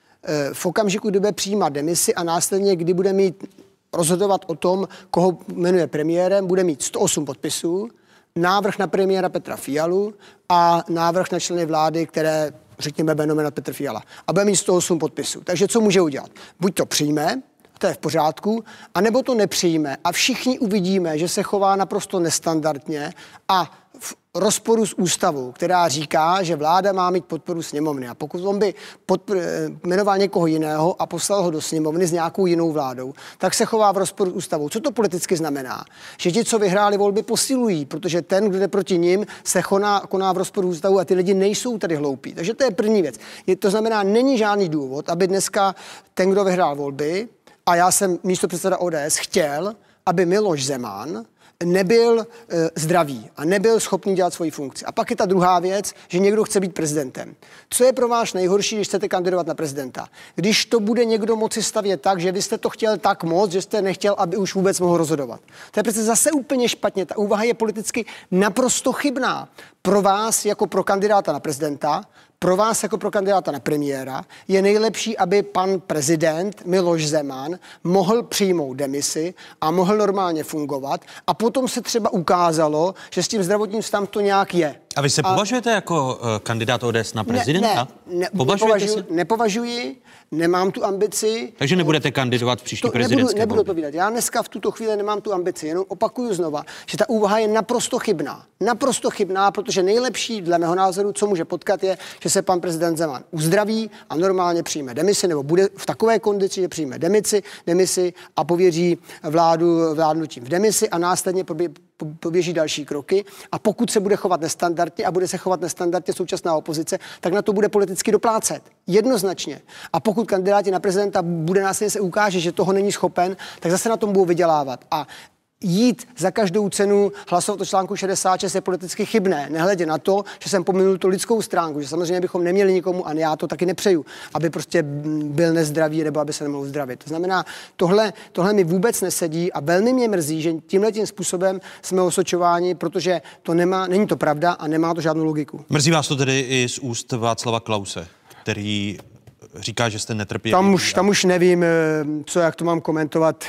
G: v okamžiku, kdy bude přijímat demisi a následně, kdy bude mít rozhodovat o tom, koho jmenuje premiérem, bude mít sto osm podpisů, návrh na premiéra Petra Fialu a návrh na členy vlády, které, řekněme, bude nominovat Petr Fiala. A bude mít sto osm podpisů. Takže co může udělat? Buď to přijme, to je v pořádku, anebo to nepřijme a všichni uvidíme, že se chová naprosto nestandardně a v rozporu s ústavou, která říká, že vláda má mít podporu sněmovny. A pokud on by podpor, jmenoval někoho jiného a poslal ho do sněmovny s nějakou jinou vládou, tak se chová v rozporu s ústavou. Co to politicky znamená? Že ti, co vyhráli volby, posilují, protože ten, kdo jde proti nim, se koná, koná v rozporu s ústavou a ty lidi nejsou tady hloupí. Takže to je první věc. Je, to znamená, není žádný důvod, aby dneska ten, kdo vyhrál volby, a já jsem místopředseda O D S, chtěl, aby Miloš Zeman nebyl e, zdravý a nebyl schopný dělat svoji funkci. A pak je ta druhá věc, že někdo chce být prezidentem. Co je pro vás nejhorší, když chcete kandidovat na prezidenta? Když to bude někdo moci stavět tak, že vy jste to chtěl tak moc, že jste nechtěl, aby už vůbec mohl rozhodovat. To je přece zase úplně špatně. Ta úvaha je politicky naprosto chybná. Pro vás jako pro kandidáta na prezidenta, pro vás jako pro kandidáta na premiéra je nejlepší, aby pan prezident Miloš Zeman mohl přijmout demisi a mohl normálně fungovat a potom se třeba ukázalo, že s tím zdravotním stavem to nějak je.
A: A vy se a... považujete jako uh, kandidát O D S na prezidenta?
G: Ne, ne,
A: nepovažuji,
G: nepovažuji, nemám tu ambici.
A: Takže nebudete kandidovat v příští prezidentské
G: Nebudu, nebudu to vydat. Já dneska v tuto chvíli nemám tu ambici, jenom opakuju znova, že ta úvaha je naprosto chybná. Naprosto chybná, protože nejlepší dle mého názoru, co může potkat, je, že se pan prezident Zeman uzdraví a normálně přijme demisi, nebo bude v takové kondici, že přijme demisi, demisi a pověří vládu vládnutím v demisi a následně pobě, poběží další kroky. A pokud se bude chovat nestandardně a bude se chovat nestandardně současná opozice, tak na to bude politicky doplácet. Jednoznačně. A pokud kandidáti na prezidenta bude následně se ukáže, že toho není schopen, tak zase na tom budou vydělávat. A jít za každou cenu hlasovat o článku šedesát šest je politicky chybné. Nehledě na to, že jsem pominul tu lidskou stránku, že samozřejmě bychom neměli nikomu, a já to taky nepřeju, aby prostě byl nezdravý nebo aby se nemohl zdravit. To znamená, tohle, tohle mi vůbec nesedí a velmi mě mrzí, že tímhletím způsobem jsme osočováni, protože to nemá, není to pravda a nemá to žádnou logiku.
A: Mrzí vás to tedy i z úst Václava Klause, který říká, že jste netrpělivý.
G: Tam už, tam už nevím, co, jak to mám komentovat.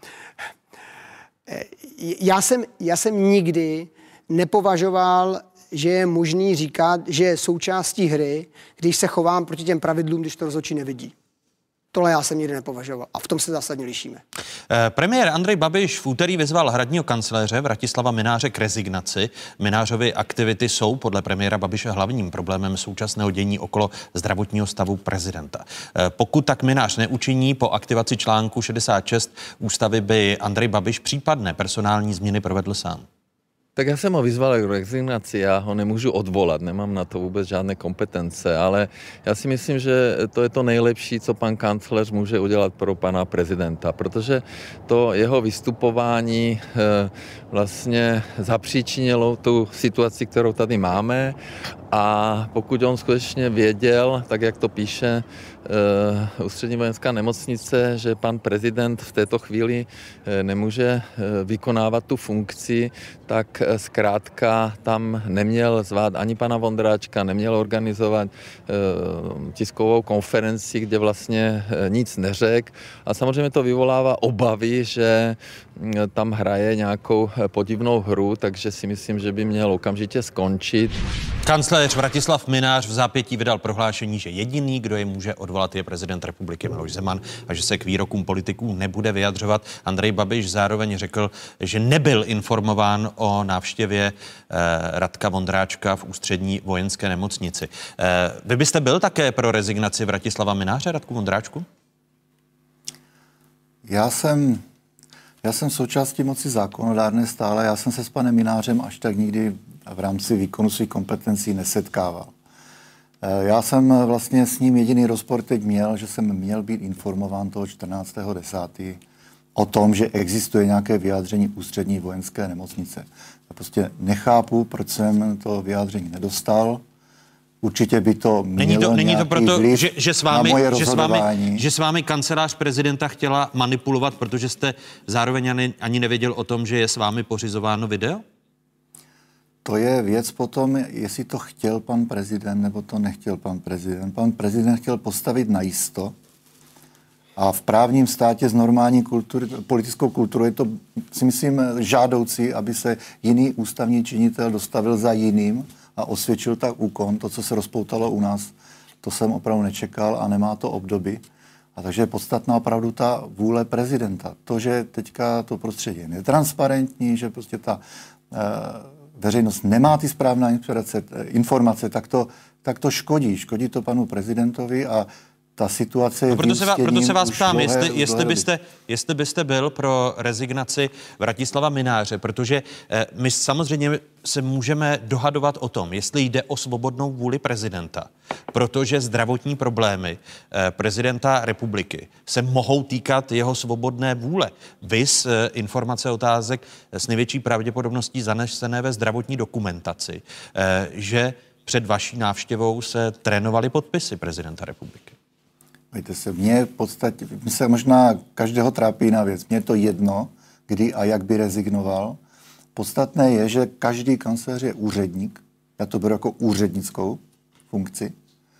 G: Já jsem, já jsem nikdy nepovažoval, že je možný říkat, že je součástí hry, když se chovám proti těm pravidlům, když to rozhodčí nevidí. Tohle já jsem nikdy nepovažoval a v tom se zásadně lišíme.
A: Premiér Andrej Babiš v úterý vyzval hradního kancléře Vratislava Mynáře k rezignaci. Mynářovy aktivity jsou podle premiéra Babiše hlavním problémem současného dění okolo zdravotního stavu prezidenta. Pokud tak Mynář neučiní, po aktivaci článku šedesát šest ústavy by Andrej Babiš případné personální změny provedl sám.
I: Tak já jsem ho vyzval k rezignaci, já ho nemůžu odvolat, nemám na to vůbec žádné kompetence, ale já si myslím, že to je to nejlepší, co pan kancléř může udělat pro pana prezidenta, protože to jeho vystupování vlastně zapříčinilo tu situaci, kterou tady máme, a pokud on skutečně věděl, tak jak to píše uh, Ústřední vojenská nemocnice, že pan prezident v této chvíli uh, nemůže uh, vykonávat tu funkci, tak uh, zkrátka tam neměl zvát ani pana Vondráčka, neměl organizovat uh, tiskovou konferenci, kde vlastně uh, nic neřekl. A samozřejmě to vyvolává obavy, že uh, tam hraje nějakou uh, podivnou hru, takže si myslím, že by měl okamžitě skončit.
A: Kancléř Vratislav Mynář v zápětí vydal prohlášení, že jediný, kdo je může odvolat, je prezident republiky Miloš Zeman a že se k výrokům politiků nebude vyjadřovat. Andrej Babiš zároveň řekl, že nebyl informován o návštěvě eh, Radka Vondráčka v Ústřední vojenské nemocnici. Eh, vy byste byl také pro rezignaci Vratislava Mynáře, Radku Vondráčku?
H: Já jsem, já jsem součástí moci zákonodárné stále. Já jsem se s panem Mynářem až tak nikdy v rámci výkonu svých kompetencí nesetkával. Já jsem vlastně s ním jediný rozpor teď měl, že jsem měl být informován toho čtrnáctého desátého o tom, že existuje nějaké vyjádření Ústřední vojenské nemocnice. Já prostě nechápu, proč jsem to vyjádření nedostal. Určitě by to mělo
A: není to, není to proto,
H: vliv
A: že, že, s vámi,
H: na moje
A: že, s vámi,
H: rozhodování.
A: že s vámi kancelář prezidenta chtěla manipulovat, protože jste zároveň ani, ani nevěděl o tom, že je s vámi pořizováno video?
H: To je věc potom, jestli to chtěl pan prezident, nebo to nechtěl pan prezident. Pan prezident chtěl postavit najisto a v právním státě s normální kultur, politickou kulturou je to, si myslím, žádoucí, aby se jiný ústavní činitel dostavil za jiným a osvědčil tak úkon. To, co se rozpoutalo u nás, to jsem opravdu nečekal a nemá to obdoby. A takže je podstatná opravdu ta vůle prezidenta. To, že teďka to prostředí je netransparentní, že prostě ta uh, veřejnost nemá ty správná inspirace, informace, tak to, tak to škodí. Škodí to panu prezidentovi a ta situace je...
A: No, proto, se vás, proto se vás ptám,
H: dlouhé,
A: jestli, jestli, byste, jestli byste byl pro rezignaci Vratislava Mynáře, protože eh, my samozřejmě se můžeme dohadovat o tom, jestli jde o svobodnou vůli prezidenta, protože zdravotní problémy eh, prezidenta republiky se mohou týkat jeho svobodné vůle. Vys eh, informace otázek s největší pravděpodobností zanesené ve zdravotní dokumentaci, eh, že před vaší návštěvou se trénovaly podpisy prezidenta republiky.
H: Víte se, mě v podstatě, my se možná každého trápí jiná věc. Mně je to jedno, kdy a jak by rezignoval. Podstatné je, že každý kancléř je úředník. Já to beru jako úřednickou funkci.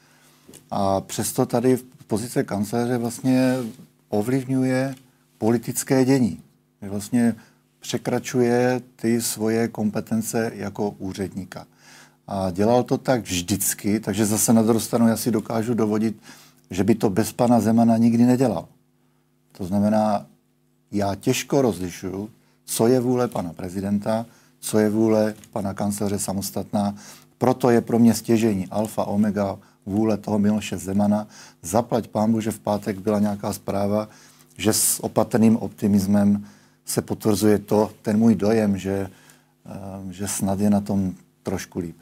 H: A přesto tady v pozici kancléře vlastně ovlivňuje politické dění. Vlastně překračuje ty svoje kompetence jako úředníka. A dělal to tak vždycky, takže zase na druhou stranu já si dokážu dovodit, že by to bez pana Zemana nikdy nedělal. To znamená, já těžko rozlišuju, co je vůle pana prezidenta, co je vůle pana kancléře samostatná. Proto je pro mě stěžení alfa omega vůle toho Miloše Zemana. Zaplať pánbu, že v pátek byla nějaká zpráva, že s opatrným optimismem se potvrzuje to, ten můj dojem, že, že snad je na tom trošku líp.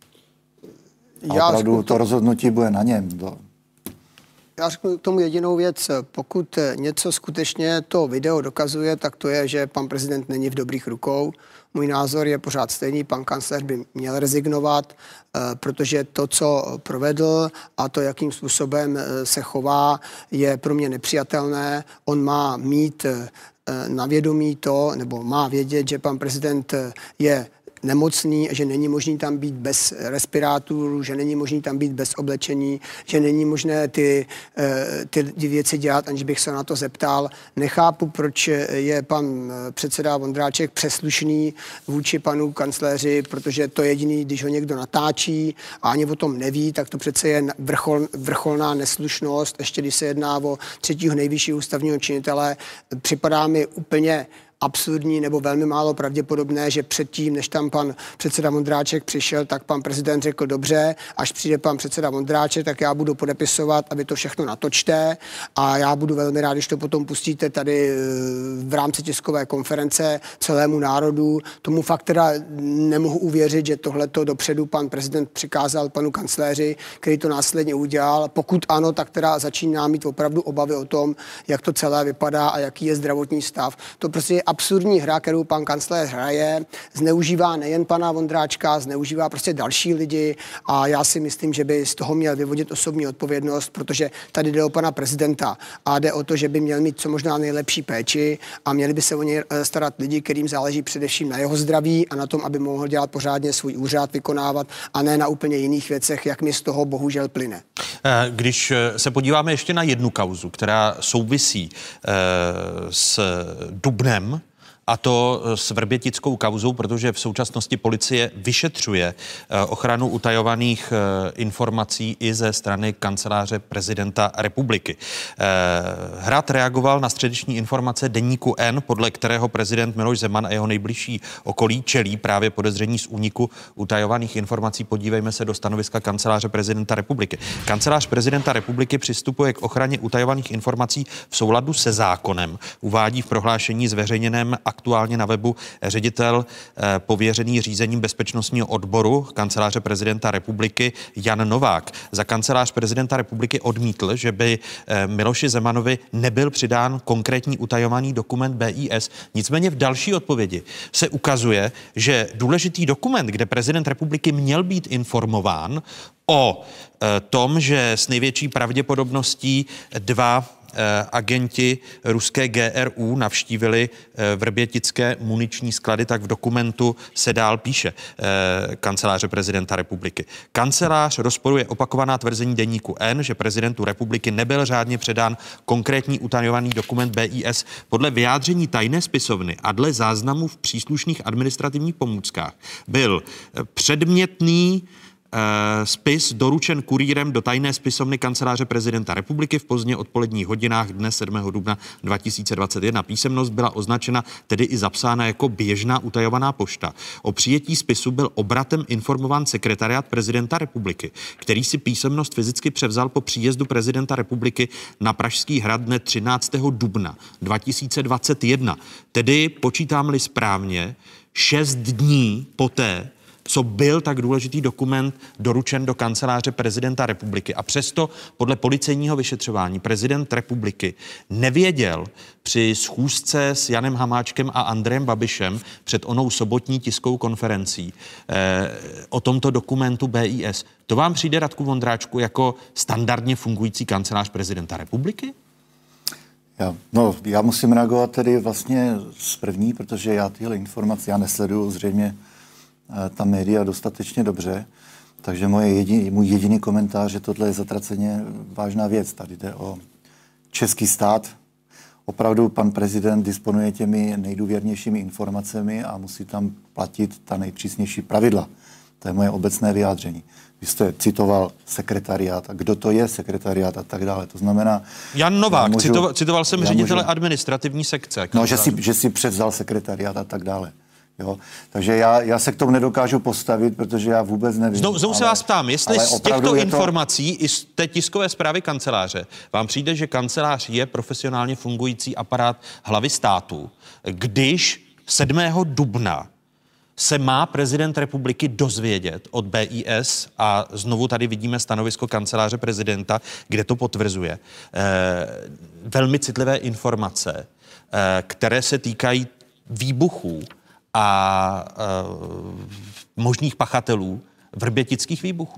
H: A
G: Já
H: opravdu
G: to...
H: to rozhodnutí bude na něm. Do...
G: Já řeknu k tomu jedinou věc. Pokud něco skutečně to video dokazuje, tak to je, že pan prezident není v dobrých rukou. Můj názor je pořád stejný. Pan kancléř by měl rezignovat, protože to, co provedl a to, jakým způsobem se chová, je pro mě nepřijatelné. On má mít na vědomí to, nebo má vědět, že pan prezident je nemocný, že není možný tam být bez respirátorů, že není možný tam být bez oblečení, že není možné ty, ty věci dělat, aniž bych se na to zeptal. Nechápu, proč je pan předseda Vondráček přeslušný vůči panu kancléři, protože to jediný, když ho někdo natáčí a ani o tom neví, tak to přece je vrchol, vrcholná neslušnost. Ještě když se jedná o třetího nejvyššího ústavního činitele, připadá mi úplně absurdní nebo velmi málo pravděpodobné, že předtím, než tam pan předseda Vondráček přišel, tak pan prezident řekl dobře, až přijde pan předseda Vondráček, tak já budu podepisovat, aby to všechno natočte a já budu velmi rád, když to potom pustíte tady v rámci tiskové konference celému národu. Tomu fakt teda nemohu uvěřit, že tohleto dopředu pan prezident přikázal panu kancléři, který to následně udělal. Pokud ano, tak teda začíná mít opravdu obavy o tom, jak to celé vypadá a jaký je zdravotní stav. To prostě je absurdní hra, kterou pan kancléř hraje, zneužívá nejen pana Vondráčka, zneužívá prostě další lidi a já si myslím, že by z toho měl vyvodit osobní odpovědnost, protože tady jde o pana prezidenta a jde o to, že by měl mít co možná nejlepší péči a měli by se o něj starat lidi, kterým záleží především na jeho zdraví a na tom, aby mohl dělat pořádně svůj úřad, vykonávat a ne na úplně jiných věcech, jak mi z toho bohužel plyne.
A: Když se podíváme ještě na jednu kauzu, která souvisí s dubnem, a to s vrbětickou kauzou, protože v současnosti policie vyšetřuje ochranu utajovaných informací i ze strany kanceláře prezidenta republiky. Hrad reagoval na středeční informace deníku N, podle kterého prezident Miloš Zeman a jeho nejbližší okolí čelí právě podezření z úniku utajovaných informací. Podívejme se do stanoviska kanceláře prezidenta republiky. Kancelář prezidenta republiky přistupuje k ochraně utajovaných informací v souladu se zákonem. Uvádí v prohlášení zveřejněném aktuálně na webu ředitel eh, pověřený řízením bezpečnostního odboru kanceláře prezidenta republiky Jan Novák. Za kancelář prezidenta republiky odmítl, že by eh, Miloši Zemanovi nebyl přidán konkrétní utajovaný dokument B I S. Nicméně v další odpovědi se ukazuje, že důležitý dokument, kde prezident republiky měl být informován o eh, tom, že s největší pravděpodobností dva agenti ruské G R U navštívili vrbětické muniční sklady, tak v dokumentu se dál píše kanceláře prezidenta republiky. Kancelář rozporuje opakovaná tvrzení deníku N, že prezidentu republiky nebyl řádně předán konkrétní utajovaný dokument B I S. Podle vyjádření tajné spisovny a dle záznamů v příslušných administrativních pomůckách byl předmětný spis doručen kurýrem do tajné spisovny kanceláře prezidenta republiky v pozdně odpoledních hodinách dne sedmého dubna dva tisíce dvacet jedna. Písemnost byla označena, tedy i zapsána jako běžná utajovaná pošta. O přijetí spisu byl obratem informován sekretariát prezidenta republiky, který si písemnost fyzicky převzal po příjezdu prezidenta republiky na Pražský hrad dne třináctého dubna dva tisíce dvacet jedna. Tedy, počítám-li správně, šest dní poté, co byl tak důležitý dokument doručen do kanceláře prezidenta republiky. A přesto podle policejního vyšetřování prezident republiky nevěděl při schůzce s Janem Hamáčkem a Andrejem Babišem před onou sobotní tiskovou konferencí eh, o tomto dokumentu B I S. To vám přijde, Radku Vondráčku, jako standardně fungující kancelář prezidenta republiky?
H: Já, no, já musím reagovat tedy vlastně z první, protože já tyhle informace, já nesleduju zřejmě ta média dostatečně dobře, takže moje jediný, můj jediný komentář, že tohle je zatraceně vážná věc. Tady jde o český stát. Opravdu pan prezident disponuje těmi nejdůvěrnějšími informacemi a musí tam platit ta nejpřísnější pravidla. To je moje obecné vyjádření. Vy jste citoval sekretariát a kdo to je sekretariát a tak dále. To znamená...
A: Jan Novák, můžu, citoval, citoval jsem ředitele můžu, administrativní sekce.
H: No, že si, že si převzal sekretariát a tak dále. Jo? Takže já, já se k tomu nedokážu postavit, protože já vůbec nevím.
A: Znovu, znovu se vás ptám, jestli z těchto informací
H: to...
A: i z té tiskové zprávy kanceláře vám přijde, že kancelář je profesionálně fungující aparát hlavy státu, když sedmého dubna se má prezident republiky dozvědět od B I S, a znovu tady vidíme stanovisko kanceláře prezidenta, kde to potvrzuje, eh, velmi citlivé informace, eh, které se týkají výbuchů a uh, možných pachatelů vrbětických výbuchů.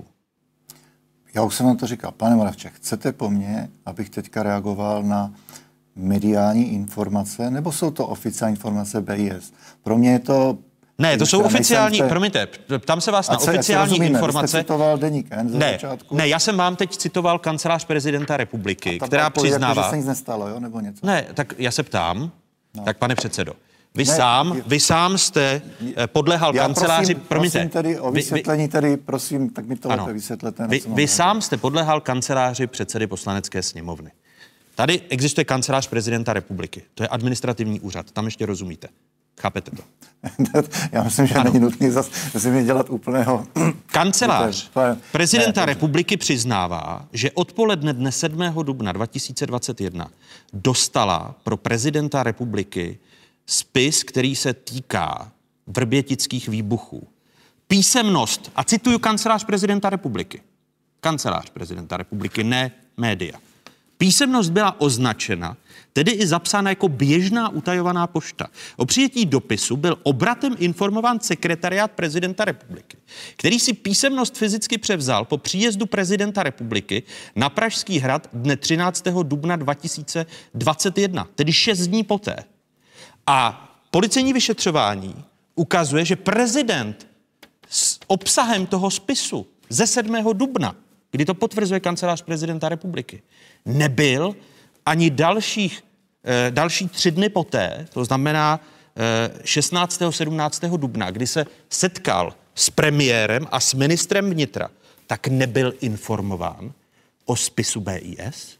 H: Já už jsem vám to říkal. Pane Moravče, chcete po mně, abych teďka reagoval na mediální informace, nebo jsou to oficiální informace B I S? Pro mě je to
A: Ne, to jsou
H: Já
A: oficiální,
H: te...
A: promiňte, ptám se vás na
H: co,
A: oficiální informace.
H: Vy jste citoval Deník N ze
A: ne,
H: začátku.
A: ne, já jsem vám teď citoval kancelář prezidenta republiky,
H: a
A: která přiznává...
H: Jako, že se nic nestalo, jo, nebo něco?
A: Ne, tak já se ptám, no. tak pane předsedo, vy,
H: ne,
A: sám, vy sám jste podlehal
H: já
A: kanceláři...
H: Prosím,
A: promiňte,
H: prosím tedy o vysvětlení, vy, tedy prosím, tak mi to lépe vysvětlete.
A: Vy, vy sám jste podlehal kanceláři předsedy Poslanecké sněmovny. Tady existuje kancelář prezidenta republiky. To je administrativní úřad. Tam ještě rozumíte. Chápete to?
H: Já myslím, že ano. Není nutný zase si mě dělat úplného...
A: Kancelář prezidenta ne, republiky přiznává, že odpoledne dne sedmého dubna dva tisíce dvacet jedna dostala pro prezidenta republiky spis, který se týká vrbětických výbuchů. Písemnost, a cituju kancelář prezidenta republiky. Kancelář prezidenta republiky, ne média. Písemnost byla označena, tedy i zapsána jako běžná utajovaná pošta. O přijetí dopisu byl obratem informován sekretariát prezidenta republiky, který si písemnost fyzicky převzal po příjezdu prezidenta republiky na Pražský hrad dne třináctého dubna dva tisíce dvacet jedna, tedy šest dní poté. A policejní vyšetřování ukazuje, že prezident s obsahem toho spisu ze sedmého dubna, kdy to potvrzuje kancelář prezidenta republiky, nebyl ani dalších, eh, další tři dny poté, to znamená eh, šestnáctého sedmnáctého dubna, kdy se setkal s premiérem a s ministrem vnitra, tak nebyl informován o spisu B I S?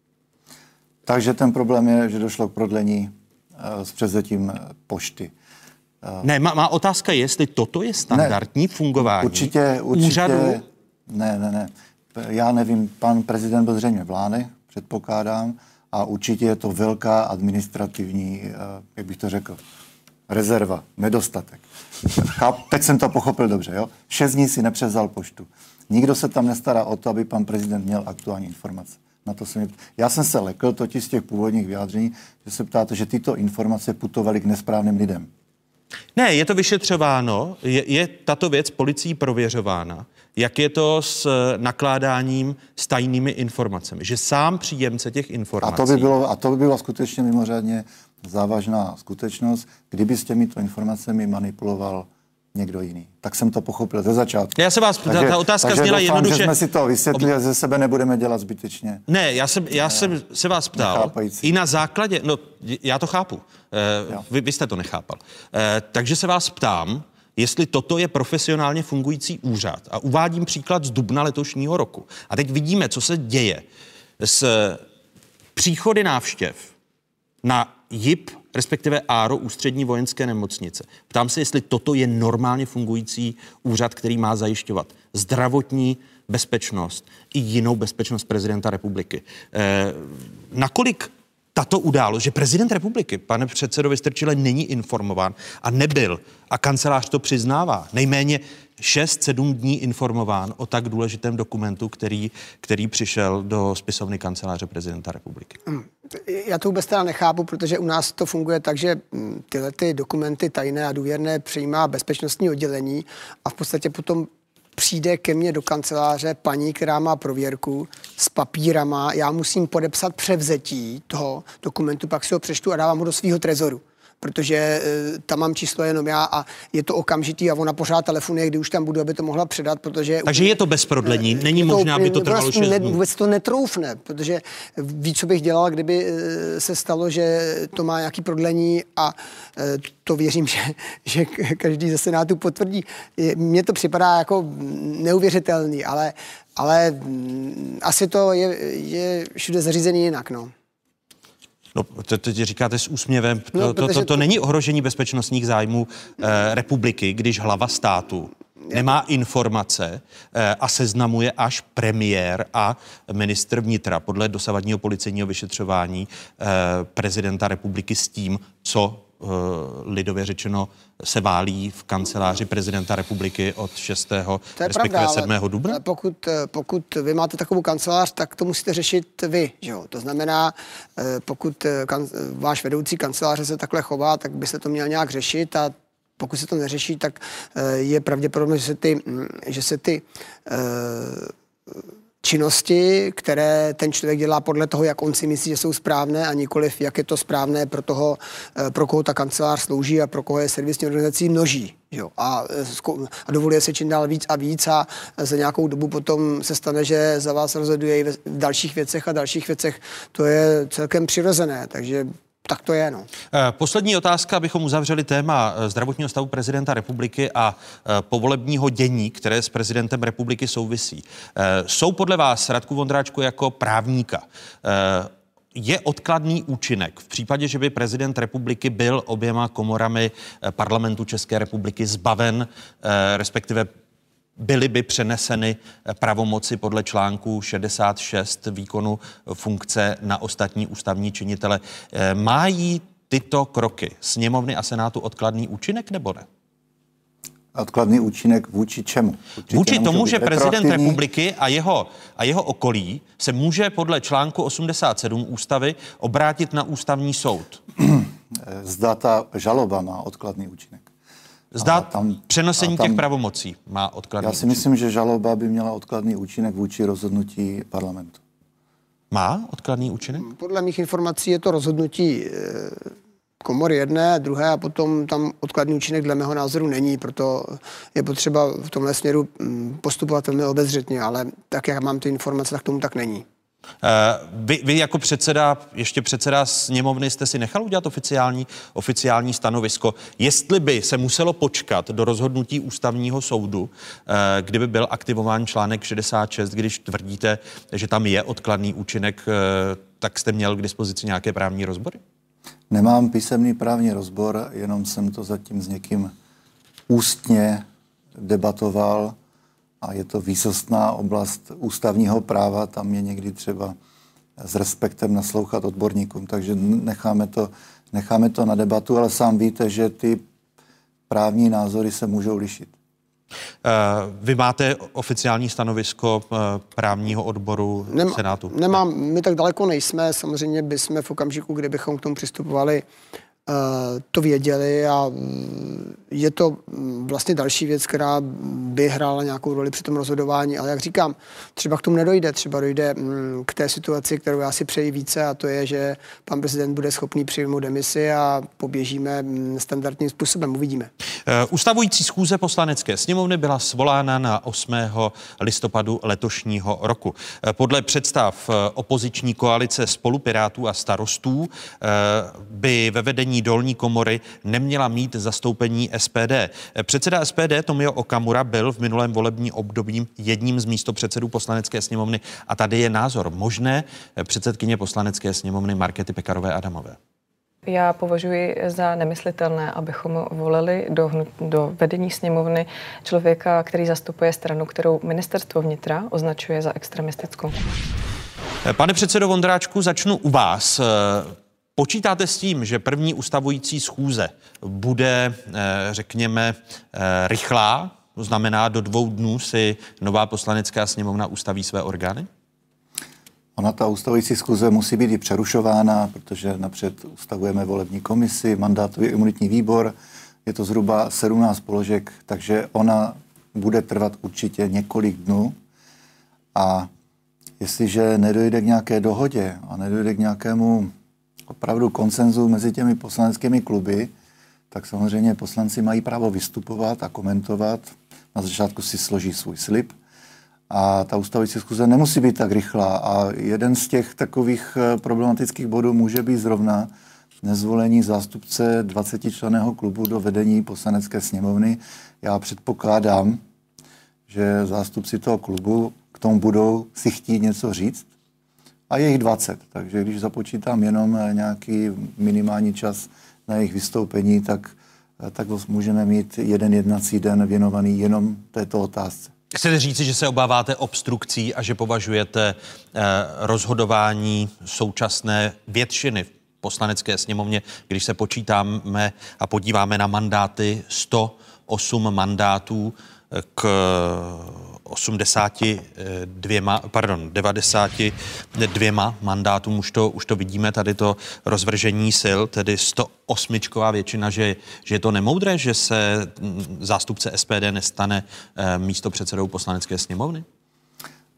H: Takže ten problém je, že došlo k prodlení uh, s převzetím pošty.
A: Uh, ne, má, má otázka je, jestli toto je standardní ne, fungování
H: určitě, určitě,
A: úřadu?
H: Ne, ne, ne. Já nevím, pan prezident byl zřejmě vlády, předpokládám, a určitě je to velká administrativní, jak bych to řekl, rezerva, nedostatek. Cháp, teď jsem to pochopil dobře, jo? Šest dní si nepřevzal poštu. Nikdo se tam nestará o to, aby pan prezident měl aktuální informace. Na to jsem... Já jsem se lekl totiž z těch původních vyjádření, že se ptáte, že tyto informace putovaly k nesprávným lidem.
A: Ne, je to vyšetřováno, je, je tato věc policií prověřována. Jak je to s nakládáním s tajnými informacemi? Že sám příjemce těch informací...
H: A to by bylo, a to by byla skutečně mimořádně závažná skutečnost, kdyby s těmito informacemi manipuloval někdo jiný. Tak jsem to pochopil ze začátku.
A: Já se vás, takže, ta otázka zněla jednoduše...
H: že jsme si to vysvětlili, ob... ze sebe nebudeme dělat zbytečně.
A: Ne, já jsem, já jsem se vás ptal, nechápající. I na základě, no já to chápu, e, vy, vy jste to nechápal. E, takže se vás ptám, jestli toto je profesionálně fungující úřad. A uvádím příklad z dubna letošního roku. A teď vidíme, co se děje s příchody návštěv na J I P, respektive ARO, Ústřední vojenské nemocnice. Ptám se, jestli toto je normálně fungující úřad, který má zajišťovat zdravotní bezpečnost i jinou bezpečnost prezidenta republiky. E, nakolik tato událost, že prezident republiky, pane předsedo Vystrčile, není informován a nebyl, a kancelář to přiznává, nejméně šest sedm dní informován o tak důležitém dokumentu, který, který přišel do spisovny kanceláře prezidenta republiky.
G: Já to vůbec teda nechápu, protože u nás to funguje tak, že tyhle ty dokumenty tajné a důvěrné přijímá bezpečnostní oddělení a v podstatě potom přijde ke mně do kanceláře paní, která má prověrku s papírama, já musím podepsat převzetí toho dokumentu, pak si ho přečtu a dávám ho do svého trezoru, protože e, tam mám číslo jenom já a je to okamžitý a ona pořád telefonuje, kdy už tam budu, aby to mohla předat, protože...
A: Takže je to bez prodlení, není možné, aby to trvalo šest dnů.
G: Vůbec to netroufne, protože ví, co bych dělal, kdyby e, se stalo, že to má nějaký prodlení a e, to věřím, že, že každý ze Senátu potvrdí. Mně to připadá jako neuvěřitelný, ale, ale m, asi to je, je všude zařízený jinak, no.
A: No, to, to říkáte s úsměvem. To,
G: no,
A: to, to, to, to není ohrožení bezpečnostních zájmů eh, republiky, když hlava státu nemá informace eh, a seznamuje až premiér a ministr vnitra podle dosavadního policejního vyšetřování eh, prezidenta republiky s tím, co eh, lidově řečeno se válí v kanceláři prezidenta republiky od šestého respektive sedmého dubna?
G: Pokud, pokud vy máte takovou kancelář, tak to musíte řešit vy. Že jo? To znamená, pokud kan, váš vedoucí kanceláře se takhle chová, tak byste to měl nějak řešit a pokud se to neřeší, tak je pravděpodobné, že se ty, že se ty činnosti, které ten člověk dělá podle toho, jak on si myslí, že jsou správné a nikoliv, jak je to správné pro toho, pro koho ta kancelář slouží a pro koho je servisní organizací množí. Jo? A, a dovoluje se čím dál víc a víc a za nějakou dobu potom se stane, že za vás rozhoduje i v dalších věcech a dalších věcech. To je celkem přirozené, takže tak to je, no.
A: Poslední otázka, abychom uzavřeli téma zdravotního stavu prezidenta republiky a povolebního dění, které s prezidentem republiky souvisí. Jsou podle vás, Radku Vondráčku, jako právníka, je odkladný účinek v případě, že by prezident republiky byl oběma komorami parlamentu České republiky zbaven, respektive byly by přeneseny pravomoci podle článku šedesát šest výkonu funkce na ostatní ústavní činitele. Mají tyto kroky sněmovny a senátu odkladný účinek nebo ne?
H: Odkladný účinek vůči čemu? Určitě
A: vůči tomu, že prezident
H: retroaktivní...
A: republiky a jeho, a jeho okolí se může podle článku osmdesát sedm ústavy obrátit na ústavní soud.
H: Zda ta žaloba má odkladný účinek.
A: Zda tam, přenesení tam, těch pravomocí má odkladný
H: Já si
A: účinek.
H: myslím, že žaloba by měla odkladný účinek vůči rozhodnutí parlamentu.
A: Má odkladný účinek?
G: Podle mých informací je to rozhodnutí komory jedné, druhé a potom tam odkladný účinek dle mého názoru není, proto je potřeba v tomhle směru postupovat velmi obezřetně, ale tak, jak mám ty informace, tak tomu tak není.
A: Uh, vy, vy jako předseda, ještě předseda sněmovny jste si nechal udělat oficiální, oficiální stanovisko. Jestli by se muselo počkat do rozhodnutí ústavního soudu, uh, kdyby byl aktivován článek šedesát šest, když tvrdíte, že tam je odkladný účinek, uh, tak jste měl k dispozici nějaké právní rozbory?
H: Nemám písemný právní rozbor, jenom jsem to zatím s někým ústně debatoval. A je to výsostná oblast ústavního práva, tam je někdy třeba s respektem naslouchat odborníkům, takže necháme to, necháme to na debatu, ale sám víte, že ty právní názory se můžou lišit.
A: Vy máte oficiální stanovisko právního odboru
G: Nemá,
A: Senátu?
G: Nemám, my tak daleko nejsme, samozřejmě bychom v okamžiku, kdybychom k tomu přistupovali, to věděli a je to vlastně další věc, která by hrála nějakou roli při tom rozhodování, ale jak říkám, třeba k tomu nedojde, třeba dojde k té situaci, kterou já si přeji více a to je, že pan prezident bude schopný přijmout demisi a poběžíme standardním způsobem, uvidíme.
A: Ustavující schůze poslanecké sněmovny byla svolána na osmého listopadu letošního roku. Podle představ opoziční koalice Spolu Pirátů a Starostů by ve vedení dolní komory neměla mít zastoupení S P D. Předseda S P D Tomio Okamura byl v minulém volebním období jedním z místopředsedů poslanecké sněmovny a tady je názor možné předsedkyně poslanecké sněmovny Markéty Pekarové Adamové.
J: Já považuji za nemyslitelné, abychom volili do, do vedení sněmovny člověka, který zastupuje stranu, kterou ministerstvo vnitra označuje za extremistickou.
A: Pane předsedo Vondráčku, začnu u vás. Počítáte s tím, že první ustavující schůze bude, řekněme, rychlá? To znamená, do dvou dnů si nová poslanecká sněmovna ustaví své orgány?
H: Ona, ta ustavující schůze musí být i přerušována, protože napřed ustavujeme volební komisi, mandátový imunitní výbor, je to zhruba sedmnáct položek, takže ona bude trvat určitě několik dnů a jestliže nedojde k nějaké dohodě a nedojde k nějakému opravdu konsenzu mezi těmi poslaneckými kluby, tak samozřejmě poslanci mají právo vystupovat a komentovat. Na začátku si složí svůj slib a ta ustavující schůze nemusí být tak rychlá. A jeden z těch takových problematických bodů může být zrovna nezvolení zástupce dvacetičlenného klubu do vedení poslanecké sněmovny. Já předpokládám, že zástupci toho klubu k tomu budou si chtít něco říct. A je jich dvacet, takže když započítám jenom nějaký minimální čas na jejich vystoupení, tak, tak můžeme mít jeden jednací den věnovaný jenom této otázce.
A: Chcete říci, že se obáváte obstrukcí a že považujete eh, rozhodování současné většiny v poslanecké sněmovně, když se počítáme a podíváme na mandáty, sto osm mandátů k osmdesáti dvěma, pardon, devadesáti dvěma mandátům, už to, už to vidíme, tady to rozvržení sil, tedy sto osmičková většina, že, že je to nemoudré, že se zástupce S P D nestane místopředsedou poslanecké sněmovny?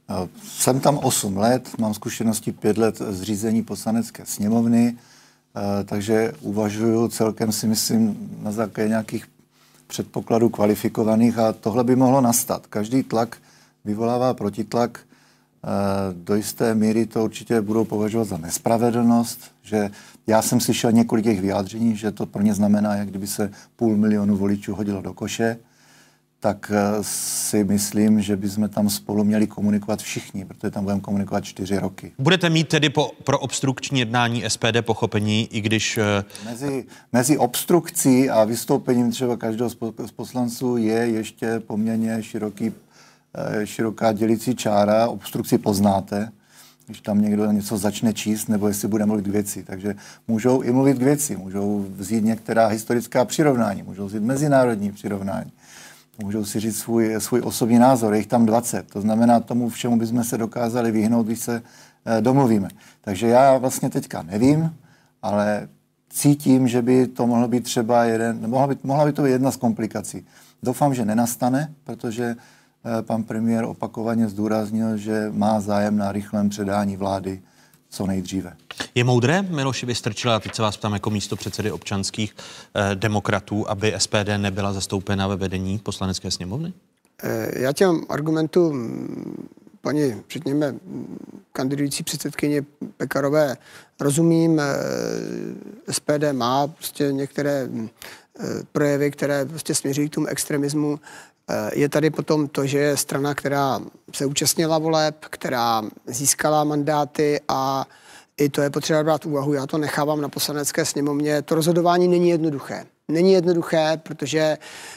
H: Jsem tam osm let, mám zkušenosti pět let z řízení poslanecké sněmovny, takže uvažuju celkem, si myslím, na základě nějakých předpokladů kvalifikovaných a tohle by mohlo nastat. Každý tlak vyvolává protitlak. Do jisté míry to určitě budou považovat za nespravedlnost, že já jsem slyšel několik těch vyjádření, že to pro ně znamená, jak kdyby se půl milionu voličů hodilo do koše, tak si myslím, že bychom tam spolu měli komunikovat všichni, protože tam budeme komunikovat čtyři roky.
A: Budete mít tedy po, pro obstrukční jednání S P D pochopení, i když...
H: Mezi, mezi obstrukcí a vystoupením třeba každého z poslanců je ještě poměrně široký, široká dělicí čára. Obstrukci poznáte, když tam někdo něco začne číst, nebo jestli bude mluvit k věci. Takže můžou i mluvit k věci, můžou vzít některá historická přirovnání, můžou vzít mezinárodní přirovnání. Můžou si říct svůj, svůj osobní názor, je jich tam dvacet. To znamená, tomu všemu bychom se dokázali vyhnout, když se e, domluvíme. Takže já vlastně teďka nevím, ale cítím, že by to mohlo být třeba jeden, mohla by, mohla by to být jedna z komplikací. Doufám, že nenastane, protože e, pan premiér opakovaně zdůraznil, že má zájem na rychlém předání vlády co nejdříve.
A: Je moudré, Miloši Vystrčila, a teď se vás ptám jako místopředsedy občanských eh, demokratů, aby S P D nebyla zastoupena ve vedení poslanecké sněmovny?
G: Eh, já těm argumentům paní, řekněme, kandidující předsedkyně Pekarové rozumím. Eh, S P D má prostě některé eh, projevy, které prostě směřují k tomu extremismu. Eh, je tady potom to, že je strana, která se účastnila voleb, která získala mandáty a i to je potřeba brát v úvahu. Já to nechávám na poslanecké sněmovně. To rozhodování není jednoduché. Není jednoduché, protože e,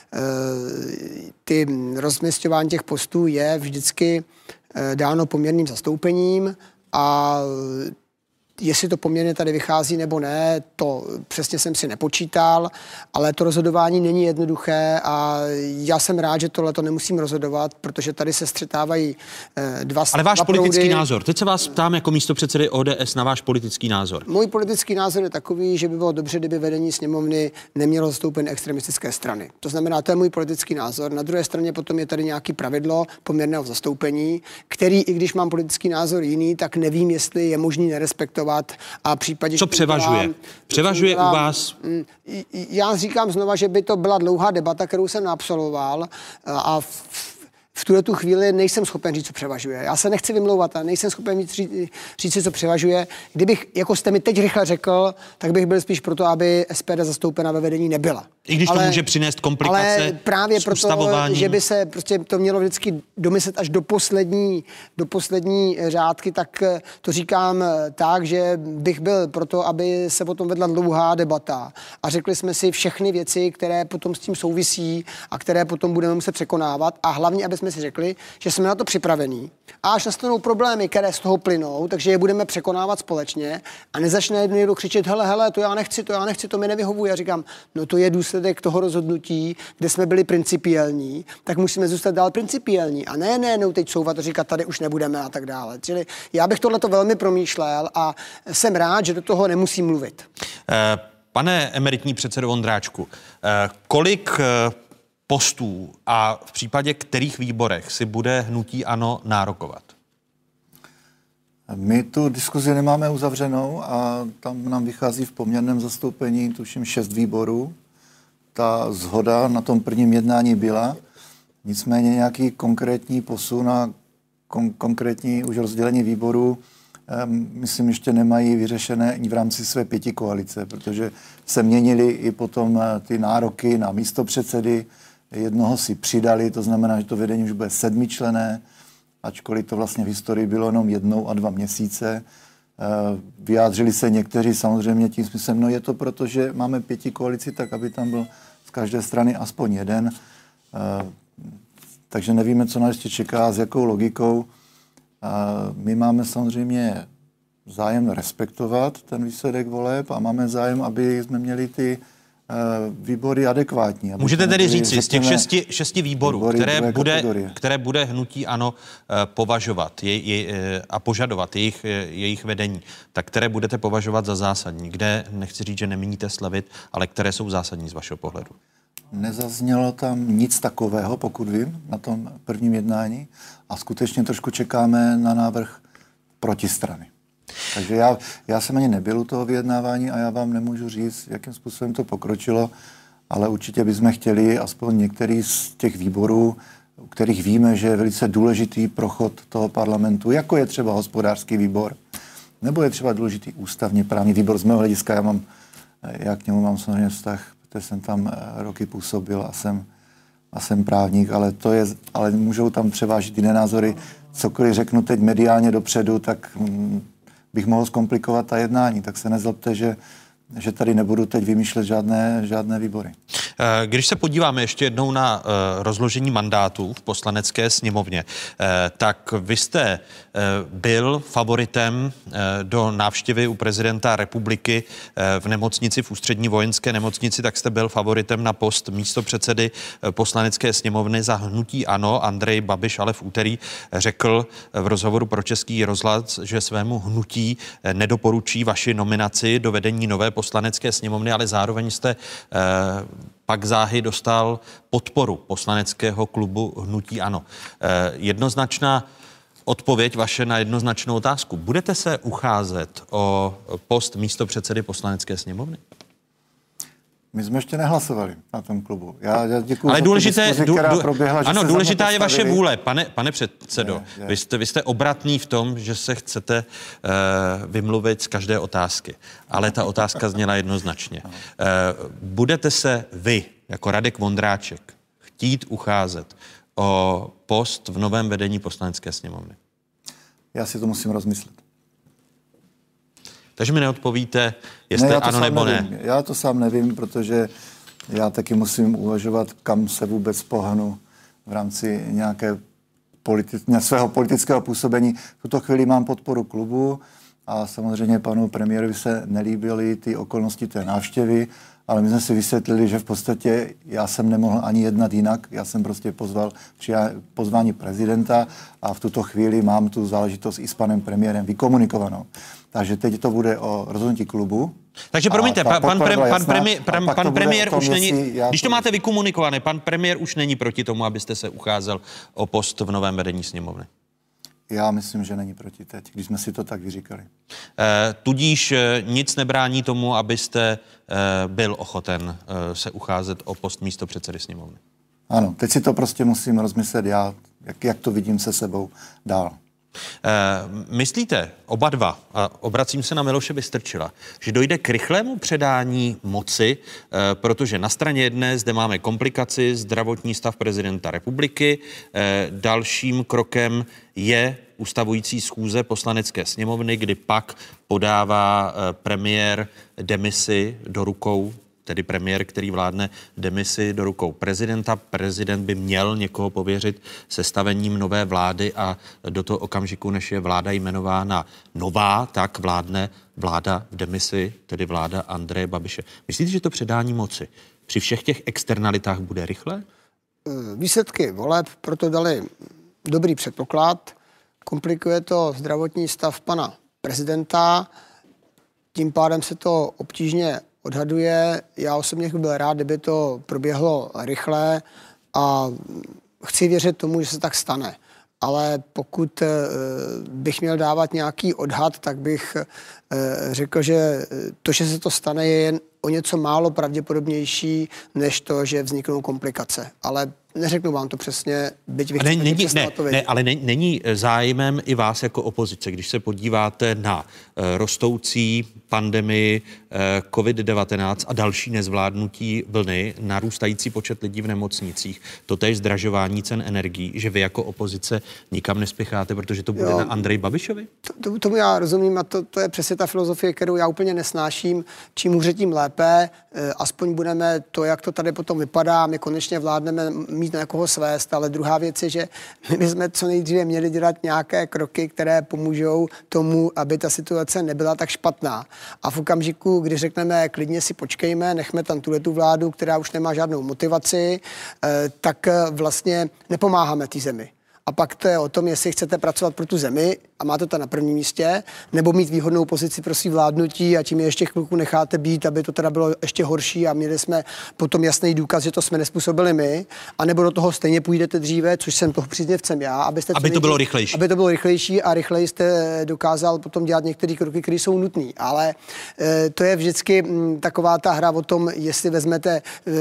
G: ty rozměstňování těch postů je vždycky e, dáno poměrným zastoupením a jestli to poměrně tady vychází nebo ne, to přesně jsem si nepočítal, ale to rozhodování není jednoduché a já jsem rád, že tohle to nemusím rozhodovat, protože tady se střetávají eh, dva
A: Ale váš
G: dva
A: politický
G: proudy.
A: názor. Teď se vás ptám jako místopředsedy O D S na váš politický názor.
G: Můj politický názor je takový, že by bylo dobře, kdyby vedení sněmovny nemělo zastoupené extremistické strany. To znamená, to je můj politický názor. Na druhé straně potom je tady nějaký pravidlo poměrného zastoupení, který, i když mám politický názor jiný, tak nevím, jestli je možný nerespektovat. A v případě,
A: co převažuje? Dělám, převažuje dělám, u vás?
G: Já říkám znova, že by to byla dlouhá debata, kterou jsem absolvoval a v, v tuhle tu chvíli nejsem schopen říct, co převažuje. Já se nechci vymlouvat a nejsem schopen říct, říct, co převažuje. Kdybych, jako jste mi teď rychle řekl, tak bych byl spíš proto, aby S P D zastoupena ve vedení nebyla.
A: I když
G: ale,
A: to může přinést komplikace
G: ale právě
A: s
G: proto, že by se prostě to mělo vždycky domyslet až do poslední, do poslední řádky, tak to říkám tak, že bych byl proto, aby se potom vedla dlouhá debata a řekli jsme si všechny věci, které potom s tím souvisí a které potom budeme muset překonávat a hlavně, aby jsme si řekli, že jsme na to připravení a až nastanou problémy, které z toho plynou, takže je budeme překonávat společně a nezačne někdo křičet, hele, hele, to já nechci, to já nechci, to mi nevyhovuje. Já říkám, no to je důsledek toho rozhodnutí, kde jsme byli principiální, tak musíme zůstat dál principiální a ne, ne, no teď souvat a říkat, tady už nebudeme a tak dále. Čili já bych tohleto velmi promýšlel a jsem rád, že do toho nemusím mluvit.
A: Eh, pane emeritní předsedo Vondráčku, eh, kolik eh, postů a v případě kterých výborech si bude hnutí ANO nárokovat?
H: My tu diskuzi nemáme uzavřenou a tam nám vychází v poměrném zastoupení, tuším, šest výborů. Ta shoda na tom prvním jednání byla, nicméně nějaký konkrétní posun a kon- konkrétní už rozdělení výborů um, myslím, ještě nemají vyřešené i v rámci své pěti koalice, protože se měnily i potom ty nároky na místopředsedy, jednoho si přidali, to znamená, že to vedení už bude sedmičlenné, ačkoliv to vlastně v historii bylo jenom jednou a dva měsíce. Vyjádřili se někteří samozřejmě tím smyslem, no je to proto, že máme pěti koalici, tak aby tam byl z každé strany aspoň jeden. Takže nevíme, co nás ještě čeká, s jakou logikou. My máme samozřejmě zájem respektovat ten výsledek voleb a máme zájem, aby jsme měli ty výbory adekvátní.
A: Můžete tedy říct si, z těch šesti, šesti výborů, výbory které, bude, které bude hnutí ANO považovat je, je, a požadovat jejich, jejich vedení, tak které budete považovat za zásadní? Kde, nechci říct, že nemíníte slavit, ale které jsou zásadní z vašeho pohledu?
H: Nezaznělo tam nic takového, pokud vím, na tom prvním jednání a skutečně trošku čekáme na návrh protistrany. Takže já, já jsem ani nebyl u toho vyjednávání a já vám nemůžu říct, jakým způsobem to pokročilo, ale určitě bychom chtěli aspoň některý z těch výborů, u kterých víme, že je velice důležitý prochod toho parlamentu, jako je třeba hospodářský výbor, nebo je třeba důležitý ústavně právní výbor. Z mého hlediska já mám, já k němu mám samozřejmě vztah, protože jsem tam roky působil a jsem, a jsem právník, ale to je, ale můžou tam převážit jiné názory. Cokoliv řeknu teď mediálně dopředu, tak hm, bych mohl zkomplikovat ta jednání, tak se nezlobte, že že tady nebudu teď vymýšlet žádné, žádné výbory.
A: Když se podíváme ještě jednou na uh, rozložení mandátů v Poslanecké sněmovně, uh, tak vy jste uh, byl favoritem uh, do návštěvy u prezidenta republiky uh, v nemocnici, v ústřední vojenské nemocnici, tak jste byl favoritem na post místopředsedy uh, Poslanecké sněmovny za hnutí ANO. Andrej Babiš ale v úterý řekl v rozhovoru pro Český rozhlas, že svému hnutí uh, nedoporučí vaši nominaci do vedení nové Poslanecké sněmovny, ale zároveň jste eh, pak záhy dostal podporu poslaneckého klubu hnutí ANO. Eh, jednoznačná odpověď vaše na jednoznačnou otázku. Budete se ucházet o post místopředsedy Poslanecké sněmovny?
H: My jsme ještě nehlasovali na tom klubu. Já, já děkuju
A: Ale
H: za
A: důležité,
H: diskuzi,
A: dů, dů,
H: proběhla,
A: ano, důležitá je vaše vůle, pane, pane předsedo.
H: Je, je.
A: Vy, jste, vy jste obratný v tom, že se chcete uh, vymluvit z každé otázky. Ale ta otázka zněla jednoznačně. Uh, budete se vy, jako Radek Vondráček, chtít ucházet o post v novém vedení Poslanecké sněmovny?
H: Já si to musím rozmyslet.
A: Takže mi neodpovíte, jestli
H: ne,
A: ano nebo
H: nevím.
A: ne.
H: Já to sám nevím, protože já taky musím uvažovat, kam se vůbec pohnu v rámci nějaké politi- svého politického působení. V tuto chvíli mám podporu klubu a samozřejmě panu premiérovi se nelíbily ty okolnosti té návštěvy, ale my jsme si vysvětlili, že v podstatě já jsem nemohl ani jednat jinak. Já jsem prostě pozval přijá- pozvání prezidenta a v tuto chvíli mám tu záležitost i s panem premiérem vykomunikovanou. Takže teď to bude o rozhodnutí klubu.
A: Takže promiňte, pan, pan, pre, pan, premiér, pan, pan premiér
H: tom,
A: už není, když to
H: to
A: máte vykomunikované, pan premiér už není proti tomu, abyste se ucházel o post v novém vedení sněmovny.
H: Já myslím, že není proti teď, když jsme si to tak vyříkali.
A: E, tudíž e, nic nebrání tomu, abyste e, byl ochoten e, se ucházet o post místopředsedy sněmovny.
H: Ano, teď si to prostě musím rozmyslet já, jak, jak to vidím se sebou dál.
A: E, myslíte oba dva, a obracím se na Miloše Vystrčila, že dojde k rychlému předání moci, e, protože na straně jedné zde máme komplikaci, zdravotní stav prezidenta republiky, e, dalším krokem je ustavující schůze Poslanecké sněmovny, kdy pak podává e, premiér demisi do rukou, tedy premiér, který vládne demisi do rukou prezidenta. Prezident by měl někoho pověřit sestavením nové vlády a do toho okamžiku, než je vláda jmenována nová, tak vládne vláda v demisi, tedy vláda Andreje Babiše. Myslíte, že to předání moci při všech těch externalitách bude rychle?
G: Výsledky voleb proto dali dobrý předpoklad. Komplikuje to zdravotní stav pana prezidenta, tím pádem se to obtížně odhaduje. Já osobně bych byl rád, kdyby to proběhlo rychle a chci věřit tomu, že se tak stane. Ale pokud bych měl dávat nějaký odhad, tak bych řekl, že to, že se to stane, je jen o něco málo pravděpodobnější, než to, že vzniknou komplikace. Ale neřeknu vám to přesně, byť bych
A: ne, není,
G: přesně
A: ne,
G: to
A: ne, ale ne, není zájmem i vás jako opozice, když se podíváte na uh, rostoucí pandemii uh, covid devatenáct a další nezvládnutí vlny, narůstající počet lidí v nemocnicích, totéž zdražování cen energií, že vy jako opozice nikam nespěcháte, protože to bude jo, na Andreji Babišovi?
G: To, to, tomu já rozumím a to, to je přesně ta filozofie, kterou já úplně nesnáším. Čím hůře, tím lépe. Uh, aspoň budeme to, jak to tady potom vypadá, my konečně vládneme mít na koho svést, ale druhá věc je, že my bychom co nejdříve měli dělat nějaké kroky, které pomůžou tomu, aby ta situace nebyla tak špatná. A v okamžiku, kdy řekneme, klidně si počkejme, nechme tam tuhletu vládu, která už nemá žádnou motivaci, tak vlastně nepomáháme té zemi. A pak to je o tom, jestli chcete pracovat pro tu zemi, a máte to na prvním místě, nebo mít výhodnou pozici pro svý vládnutí a tím je ještě chvilku necháte být, aby to teda bylo ještě horší a měli jsme potom jasný důkaz, že to jsme nespůsobili my, a nebo do toho stejně půjdete dříve, což jsem toho příznivcem já, abyste
A: aby to bylo rychlejší.
G: Aby to bylo rychlejší a rychleji jste dokázal potom dělat některé kroky, které jsou nutné. Ale e, to je vždycky m, taková ta hra o tom, jestli vezmete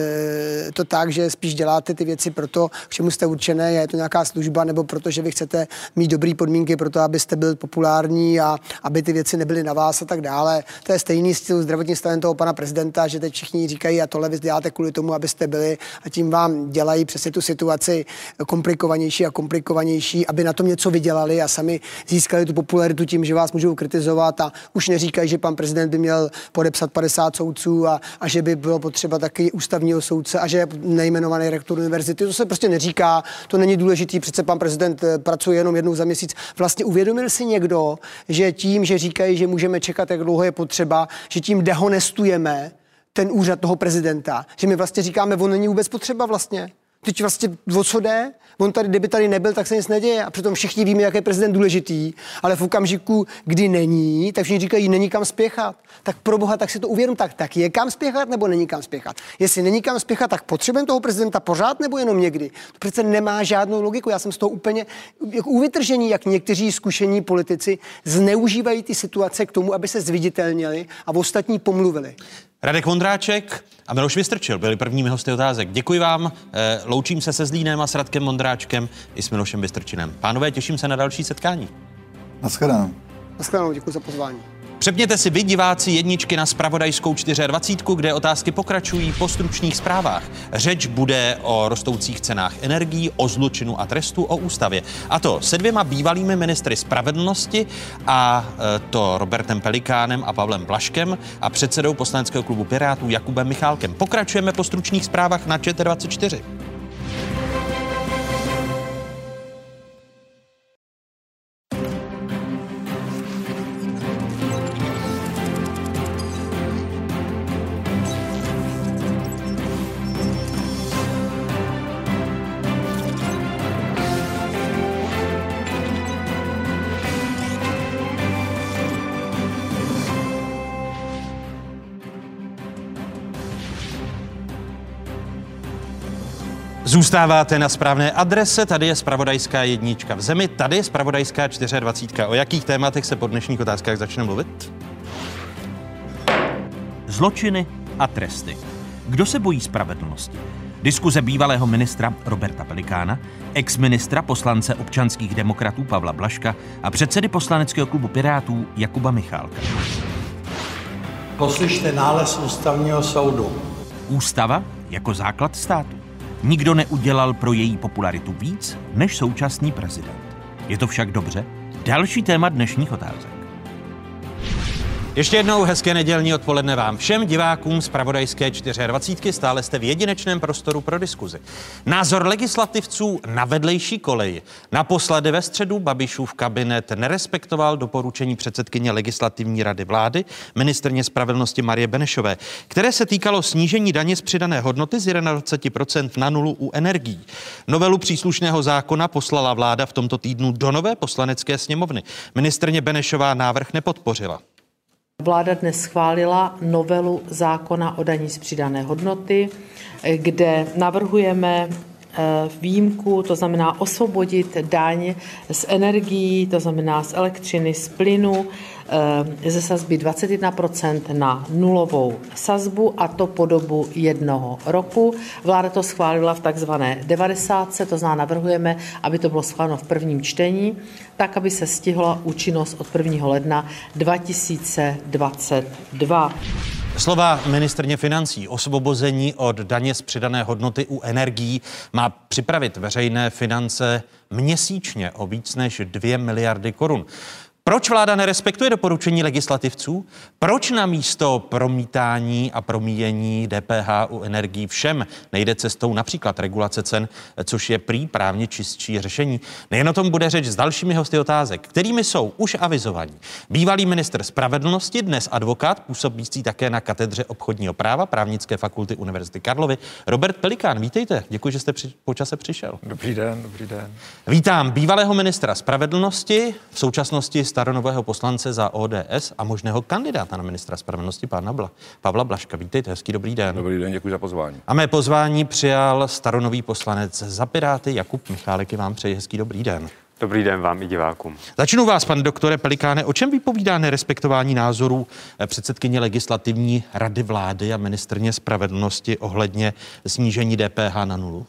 G: e, to tak, že spíš děláte ty věci pro to, k čemu jste určené, je to nějaká služba, nebo protože vy chcete mít dobré podmínky pro to, abyste byl populární a aby ty věci nebyly na vás a tak dále. To je stejný styl zdravotní stavem toho pana prezidenta, že teď všichni říkají, a tohle vy děláte kvůli tomu, abyste byli, a tím vám dělají přesně tu situaci komplikovanější a komplikovanější, aby na tom něco vydělali a sami získali tu popularitu tím, že vás můžou kritizovat, a už neříkají, že pan prezident by měl podepsat padesát soudců a, a že by bylo potřeba taky ústavního soudce a že je nejmenovaný rektor univerzity. To se prostě neříká, to není důležitý, přece pan prezident pracuje jenom jednou za měsíc. Vlastně uvědomil si někdo, že tím, že říkají, že můžeme čekat, jak dlouho je potřeba, že tím dehonestujeme ten úřad toho prezidenta, že my vlastně říkáme, on není vůbec potřeba vlastně. Teď vlastně o co jde? On tady, kdyby tady nebyl, tak se nic neděje. A přitom všichni víme, jak je prezident důležitý, ale v okamžiku, kdy není, tak všichni říkají, není kam spěchat. Tak pro boha, tak si to uvědom, tak, tak je kam spěchat nebo není kam spěchat. Jestli není kam spěchat, tak potřebujeme toho prezidenta pořád nebo jenom někdy. To přece nemá žádnou logiku. Já jsem z toho úplně jako uvytržení, jak někteří zkušení politici zneužívají ty situace k tomu, aby se zviditelnili a ostatní pomluvili.
A: Radek Vondráček a Miloš Vystrčil byli prvními hosty otázek. Děkuji vám, loučím se se Zlínem a s Radkem Vondráčkem i s Milošem Vystrčinem. Pánové, těším se na další setkání.
H: Naschledanou.
G: Naschledanou, děkuji za pozvání.
A: Přepněte si vy, diváci, jedničky na Zpravodajskou dvacet čtyři, kde otázky pokračují po stručných zprávách. Řeč bude o rostoucích cenách energií, o zločinu a trestu, o ústavě. A to se dvěma bývalými ministry spravedlnosti, a to Robertem Pelikánem a Pavlem Blažkem a předsedou poslaneckého klubu Pirátů Jakubem Michálkem. Pokračujeme po stručných zprávách na ČT dvacet čtyři. Zůstáváte na správné adrese, tady je Zpravodajská jednička v zemi, tady je Zpravodajská dvacet čtyři. O jakých tématech se po dnešních otázkách začne mluvit?
C: Zločiny a tresty. Kdo se bojí spravedlnosti? Diskuze bývalého ministra Roberta Pelikána, ex-ministra poslance občanských demokratů Pavla Blažka a předsedy poslaneckého klubu Pirátů Jakuba Michálka.
K: Poslyšte nález ústavního soudu.
C: Ústava jako základ státu. Nikdo neudělal pro její popularitu víc než současný prezident. Je to však dobře? Další téma dnešních otázek.
A: Ještě jednou hezké nedělní odpoledne vám všem divákům Zpravodajské dvacet čtyři. Stále jste v jedinečném prostoru pro diskuzi. Názor legislativců na vedlejší koleji. Naposledy ve středu Babišův kabinet nerespektoval doporučení předsedkyně Legislativní rady vlády, ministryně spravedlnosti Marie Benešové, které se týkalo snížení daně z přidané hodnoty z dvacet jedna procent na nulu u energií. Novelu příslušného zákona poslala vláda v tomto týdnu do nové poslanecké sněmovny. Ministryně Benešová návrh nepodpořila.
L: Vláda dnes schválila novelu zákona o dani z přidané hodnoty, kde navrhujeme výjimku, to znamená osvobodit daň z energií, to znamená z elektřiny, z plynu, ze sazby dvacet jedna procent na nulovou sazbu, a to po dobu jednoho roku. Vláda to schválila v takzvané devadesátce, to znamená navrhujeme, aby to bylo schváleno v prvním čtení, tak, aby se stihla účinnost od prvního ledna dva tisíce dvacet dva.
A: Slova ministryně financí osvobození od daně z přidané hodnoty u energií má připravit veřejné finance měsíčně o víc než dvě miliardy korun. Proč vláda nerespektuje doporučení legislativců? Proč na místo promítání a promíjení D P H u energií všem nejde cestou například regulace cen, což je prý právně čistší řešení? Nejen o tom bude řeč s dalšími hosty otázek, kterými jsou už avizovaní bývalý ministr spravedlnosti, dnes advokát, působící také na katedře obchodního práva Právnické fakulty Univerzity Karlovy, Robert Pelikán. Vítejte, děkuji, že jste při, po čase přišel.
B: Dobrý den, dobrý den.
A: Vítám bývalého ministra spravedlnosti, v současnosti staronového poslance za O D S a možného kandidáta na ministra spravedlnosti pana Bla, Pavla Blažka. Vítejte, hezký dobrý den.
M: Dobrý den, děkuji za pozvání.
A: A mé pozvání přijal staronový poslanec za Piráty Jakub Michálek. Vám přeji hezký dobrý den.
N: Dobrý den vám i divákům.
A: Začnu vás, pane doktore Pelikáne, o čem vypovídá nerespektování názorů předsedkyně legislativní rady vlády a ministryně spravedlnosti ohledně snížení D P H na nulu?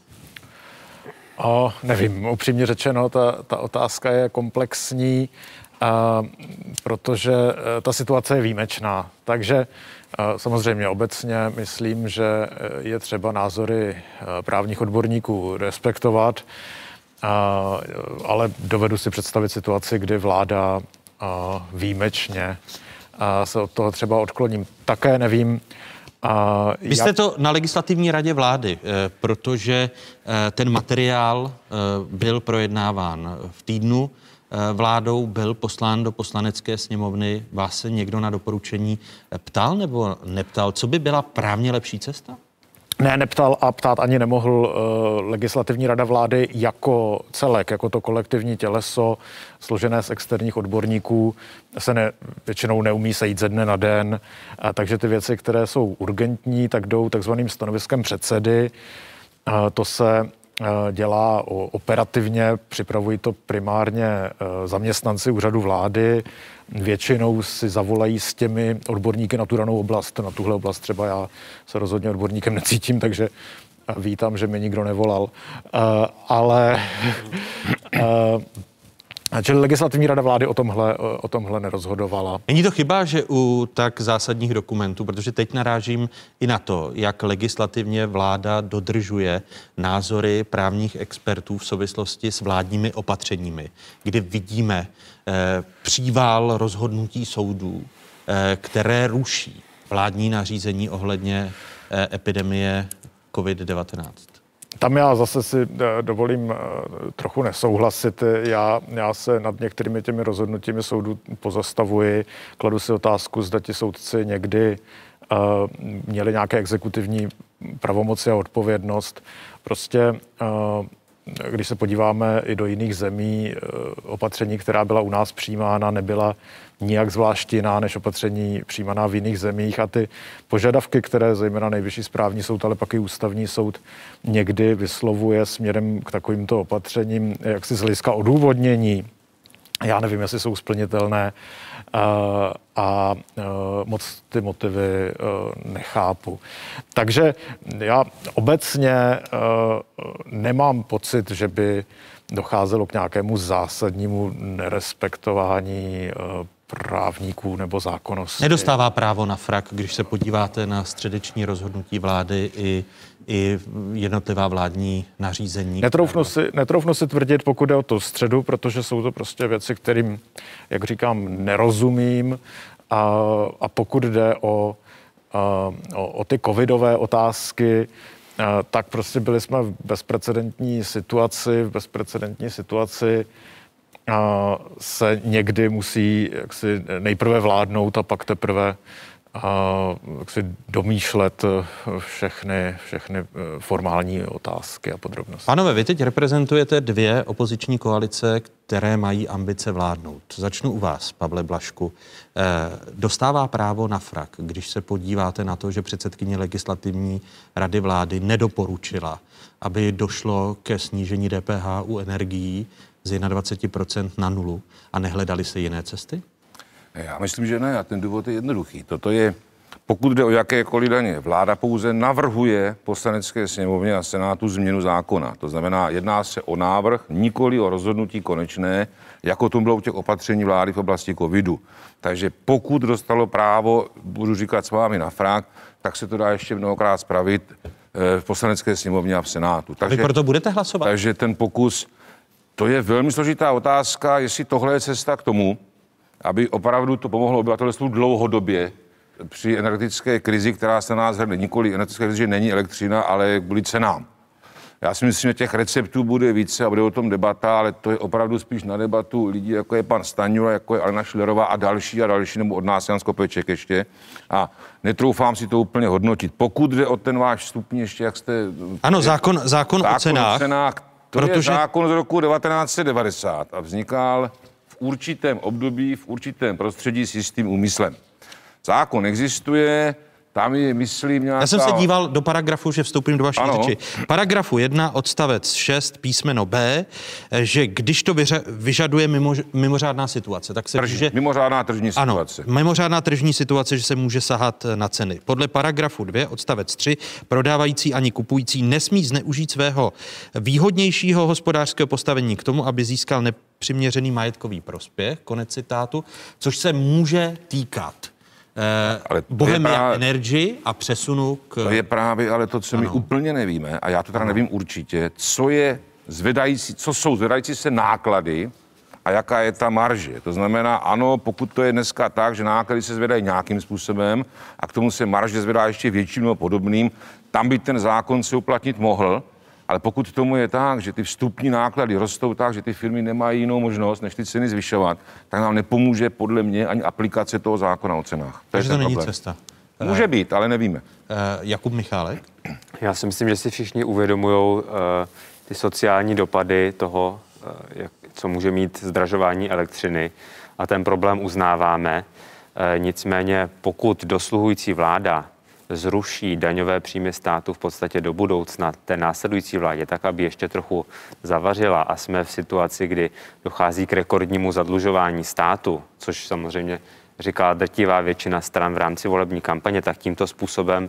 B: O, nevím, upřímně řečeno, ta, ta otázka je komplexní, a, protože ta situace je výjimečná. Takže a, samozřejmě obecně myslím, že je třeba názory právních odborníků respektovat, a, ale dovedu si představit situaci, kdy vláda a, výjimečně a, se od toho třeba odkloním. Také nevím. A
A: Vy jste jak... to na legislativní radě vlády, protože ten materiál byl projednáván v týdnu, vládou byl poslán do poslanecké sněmovny. Vás se někdo na doporučení ptal nebo neptal? Co by byla právně lepší cesta?
B: Ne, neptal a ptát ani nemohl. Uh, legislativní rada vlády jako celek, jako to kolektivní těleso složené z externích odborníků se ne, většinou neumí sejít ze dne na den, uh, takže ty věci, které jsou urgentní, tak jdou takzvaným stanoviskem předsedy. Uh, to se dělá operativně, připravují to primárně zaměstnanci úřadu vlády. Většinou si zavolají s těmi odborníky na tu danou oblast. Na tuhle oblast třeba já se rozhodně odborníkem necítím, takže vítám, že mi nikdo nevolal. Ale čili legislativní rada vlády o tomhle, o tomhle nerozhodovala.
A: Není to chyba, že u tak zásadních dokumentů, protože teď narážím i na to, jak legislativně vláda dodržuje názory právních expertů v souvislosti s vládními opatřeními, kdy vidíme eh, příval rozhodnutí soudů, eh, které ruší vládní nařízení ohledně eh, epidemie covid devatenáct.
B: Tam já zase si dovolím trochu nesouhlasit. Já, já se nad některými těmi rozhodnutími soudu pozastavuji. Kladu si otázku, zda ti soudci někdy uh, měli nějaké exekutivní pravomoci a odpovědnost. Prostě uh, když se podíváme i do jiných zemí, opatření, která byla u nás přijímána, nebyla nijak zvlášť jiná než opatření přijímaná v jiných zemích a ty požadavky, které zejména Nejvyšší správní soud, ale pak i Ústavní soud někdy vyslovuje směrem k takovýmto opatřením, jak si z hlediska odůvodnění, já nevím, jestli jsou splnitelné a, a moc ty motivy nechápu. Takže já obecně nemám pocit, že by docházelo k nějakému zásadnímu nerespektování právníků nebo zákonnosti.
A: Nedostává právo na frak, když se podíváte na středeční rozhodnutí vlády i, i jednotlivá vládní nařízení.
B: Netroufnu si, netroufnu si tvrdit, pokud jde o tu středu, protože jsou to prostě věci, kterým, jak říkám, nerozumím. A, a pokud jde o, o, o ty covidové otázky, tak prostě byli jsme v bezprecedentní situaci, v bezprecedentní situaci se někdy musí jaksi nejprve vládnout a pak teprve jaksi domýšlet všechny, všechny formální otázky a podrobnosti.
A: Pánové, vy teď reprezentujete dvě opoziční koalice, které mají ambice vládnout. Začnu u vás, Pavle Blažku. Dostává právo na frak, když se podíváte na to, že předsedkyně legislativní rady vlády nedoporučila, aby došlo ke snížení D P H u energií z dvacet jedna procent na nulu a nehledali se jiné cesty?
M: Já myslím, že ne a ten důvod je jednoduchý. Toto je, pokud jde o jakékoliv daně, vláda pouze navrhuje Poslanecké sněmovně a Senátu změnu zákona. To znamená, jedná se o návrh, nikoli o rozhodnutí konečné, jako to bylo u těch opatření vlády v oblasti covidu. Takže pokud dostalo právo, budu říkat s vámi na frak, tak se to dá ještě mnohokrát spravit v Poslanecké sněmovně a v Senátu. Takže,
A: vy proto budete hlasovat?
M: Takže ten pokus, to je velmi složitá otázka, jestli tohle je cesta k tomu, aby opravdu to pomohlo obyvatelstvu dlouhodobě při energetické krizi, která se nás hrne. Nikoli energetické krizi, že není elektřina, ale kvůli cenám. Já si myslím, že těch receptů bude více a bude o tom debata, ale to je opravdu spíš na debatu lidí, jako je pan Stanjura, jako je Alena Schillerová a další a další, nebo od nás Jan Skopeček ještě. A netroufám si to úplně hodnotit. Pokud jde o ten váš stupň ještě, jak jste...
A: Ano, zákon, zákon, zákon o cenách.
M: O cenách to protože... je zákon z roku devatenáct set devadesát a vznikal v určitém období, v určitém prostředí s jistým úmyslem. Zákon existuje, tam je, myslím, nějaká...
A: Já jsem se díval do paragrafu, že vstoupím do vaší
M: ano.
A: řeči. Paragrafu jedna, odstavec šest, písmeno B, že když to vyře, vyžaduje mimo, mimořádná situace, tak se...
M: Tržní,
A: že,
M: mimořádná tržní situace.
A: Ano, mimořádná tržní situace, že se může sahat na ceny. Podle paragrafu dva, odstavec tři, prodávající ani kupující nesmí zneužít svého výhodnějšího hospodářského postavení k tomu, aby získal nepřiměřený majetkový prospěch, konec citátu, což se může týkat
M: Ale
A: Bohemia
M: právě,
A: Energy a přesunu k...
M: To je právě ale to, co ano. my úplně nevíme, a já to teda ano. nevím určitě, co je zvedající, co jsou zvedající se náklady a jaká je ta marže. To znamená, ano, pokud to je dneska tak, že náklady se zvedají nějakým způsobem a k tomu se marže zvedá ještě větším nebo podobným, tam by ten zákon se uplatnit mohl. Ale pokud tomu je tak, že ty vstupní náklady rostou tak, že ty firmy nemají jinou možnost, než ty ceny zvyšovat, tak nám nepomůže podle mě ani aplikace toho zákona o cenách. To
A: Takže
M: je
A: to není
M: problém.
A: cesta.
M: Může být, ale nevíme.
A: Uh, Jakub Michálek?
N: Já si myslím, že si všichni uvědomují uh, ty sociální dopady toho, uh, jak, co může mít zdražování elektřiny a ten problém uznáváme. Uh, nicméně pokud dosluhující vláda zruší daňové příjmy státu v podstatě do budoucna té následující vládě, tak aby ještě trochu zavařila a jsme v situaci, kdy dochází k rekordnímu zadlužování státu, což samozřejmě říká drtivá většina stran v rámci volební kampaně, tak tímto způsobem,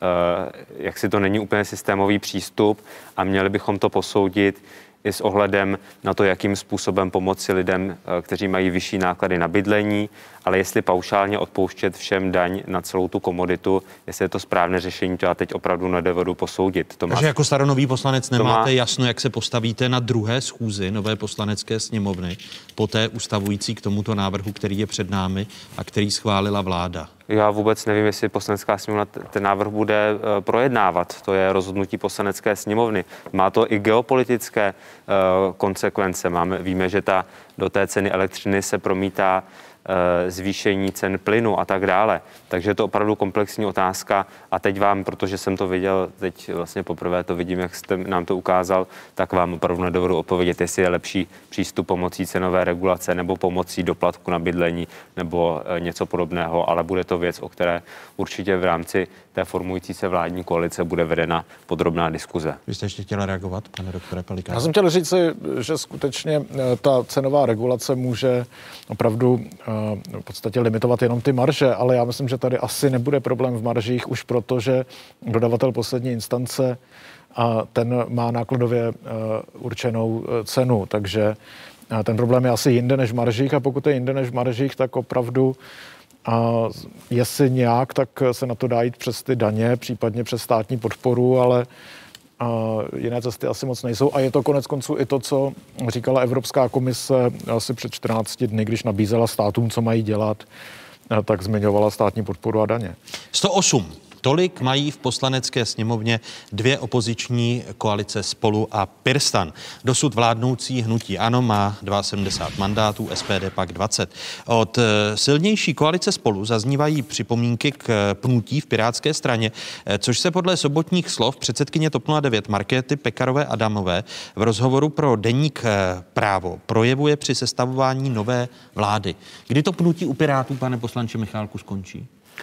N: jak si to není úplně systémový přístup a měli bychom to posoudit i s ohledem na to, jakým způsobem pomoci lidem, kteří mají vyšší náklady na bydlení, ale jestli paušálně odpouštět všem daň na celou tu komoditu, jestli je to správné řešení, to já teď opravdu nedovedu posoudit. To má...
A: Takže jako staronový poslanec nemáte
N: má...
A: jasno, jak se postavíte na druhé schůzi nové poslanecké sněmovny, poté ustavující k tomuto návrhu, který je před námi a který schválila vláda.
N: Já vůbec nevím, jestli poslanecká sněmovna ten návrh bude uh, projednávat. To je rozhodnutí poslanecké sněmovny. Má to i geopolitické uh, konsekvence. Máme, víme, že ta, do té ceny elektřiny se promítá zvýšení cen plynu a tak dále. Takže je to opravdu komplexní otázka a teď vám, protože jsem to viděl, teď vlastně poprvé to vidím, jak jste nám to ukázal, tak vám opravdu nedovedu odpovědět, jestli je lepší přístup pomocí cenové regulace nebo pomocí doplatku na bydlení nebo něco podobného, ale bude to věc, o které určitě v rámci té formující se vládní koalice bude vedena podrobná diskuze.
A: Vy jste ještě chtěla reagovat, pane doktore Pelikáne?
O: Já jsem chtěl říct si, že skutečně ta cenová regulace může opravdu v podstatě limitovat jenom ty marže, ale já myslím, že tady asi nebude problém v maržích už proto, že dodavatel poslední instance a ten má nákladově určenou cenu, takže ten problém je asi jinde než v maržích a pokud je jinde než v maržích, tak opravdu a jestli nějak, tak se na to dá jít přes ty daně, případně přes státní podporu, ale a jiné cesty asi moc nejsou. A je to konec konců i to, co říkala Evropská komise asi před čtrnácti dny, když nabízela státům, co mají dělat, tak zmiňovala státní podporu a daně.
A: sto osm. Tolik mají v poslanecké sněmovně dvě opoziční koalice Spolu a PirSTAN. Dosud vládnoucí hnutí ANO má sedmdesát dva mandátů, S P D pak dvacet. Od silnější koalice Spolu zaznívají připomínky k pnutí v Pirátské straně, což se podle sobotních slov předsedkyně TOP nula devět Markéty Pekarové Adamové v rozhovoru pro deník Právo projevuje při sestavování nové vlády. Kdy to pnutí u Pirátů, pane poslanče Michálku, skončí?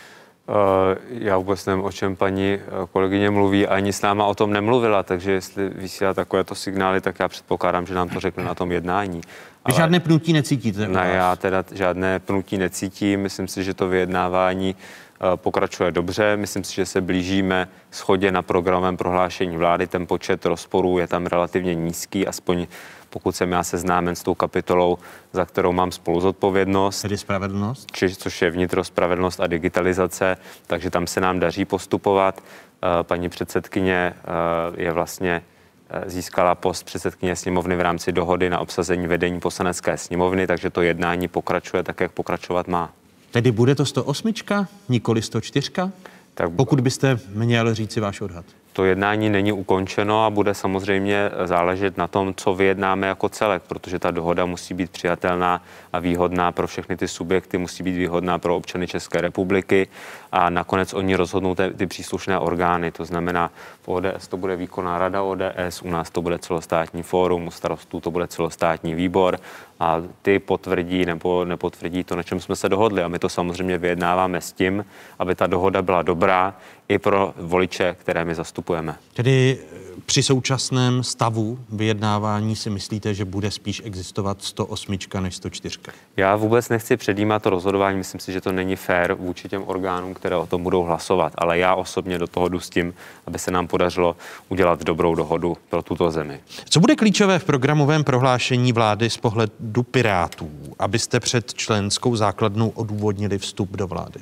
N: Já vůbec nevím, o čem paní kolegyně mluví, ani s náma o tom nemluvila, takže jestli vysílá takovéto signály, tak já předpokládám, že nám to řekne na tom jednání.
A: Vy
N: Ale...
A: žádné pnutí necítíte?
N: Ne, já teda žádné pnutí necítím, myslím si, že to vyjednávání pokračuje dobře, myslím si, že se blížíme shodě na programovém prohlášení vlády, ten počet rozporů je tam relativně nízký, aspoň pokud jsem já seznámen s tou kapitolou, za kterou mám spoluzodpovědnost.
A: Tedy spravedlnost?
N: Či, což je vnitro, spravedlnost a digitalizace, takže tam se nám daří postupovat. Paní předsedkyně je vlastně získala post předsedkyně sněmovny v rámci dohody na obsazení vedení poslanecké sněmovny, takže to jednání pokračuje tak, jak pokračovat má.
A: Tedy bude to sto osm, nikoli sto čtyři? Tak pokud byste měl říci váš odhad.
N: To jednání není ukončeno a bude samozřejmě záležet na tom, co vyjednáme jako celek, protože ta dohoda musí být přijatelná a výhodná pro všechny ty subjekty, musí být výhodná pro občany České republiky a nakonec oni rozhodnou ty, ty příslušné orgány. To znamená, v O D S to bude výkonná rada O D S, u nás to bude celostátní fórum, u starostů to bude celostátní výbor a ty potvrdí nebo nepotvrdí to, na čem jsme se dohodli. A my to samozřejmě vyjednáváme s tím, aby ta dohoda byla dobrá i pro voliče, které my zastupujeme.
A: Tedy při současném stavu vyjednávání si myslíte, že bude spíš existovat sto osm než sto čtyři?
N: Já vůbec nechci předjímat to rozhodování, myslím si, že to není fér vůči těm orgánům, které o tom budou hlasovat, ale já osobně do toho jdu s tím, aby se nám podařilo udělat dobrou dohodu pro tuto zemi.
A: Co bude klíčové v programovém prohlášení vlády z pohledu Pirátů, abyste před členskou základnou odůvodnili vstup do vlády?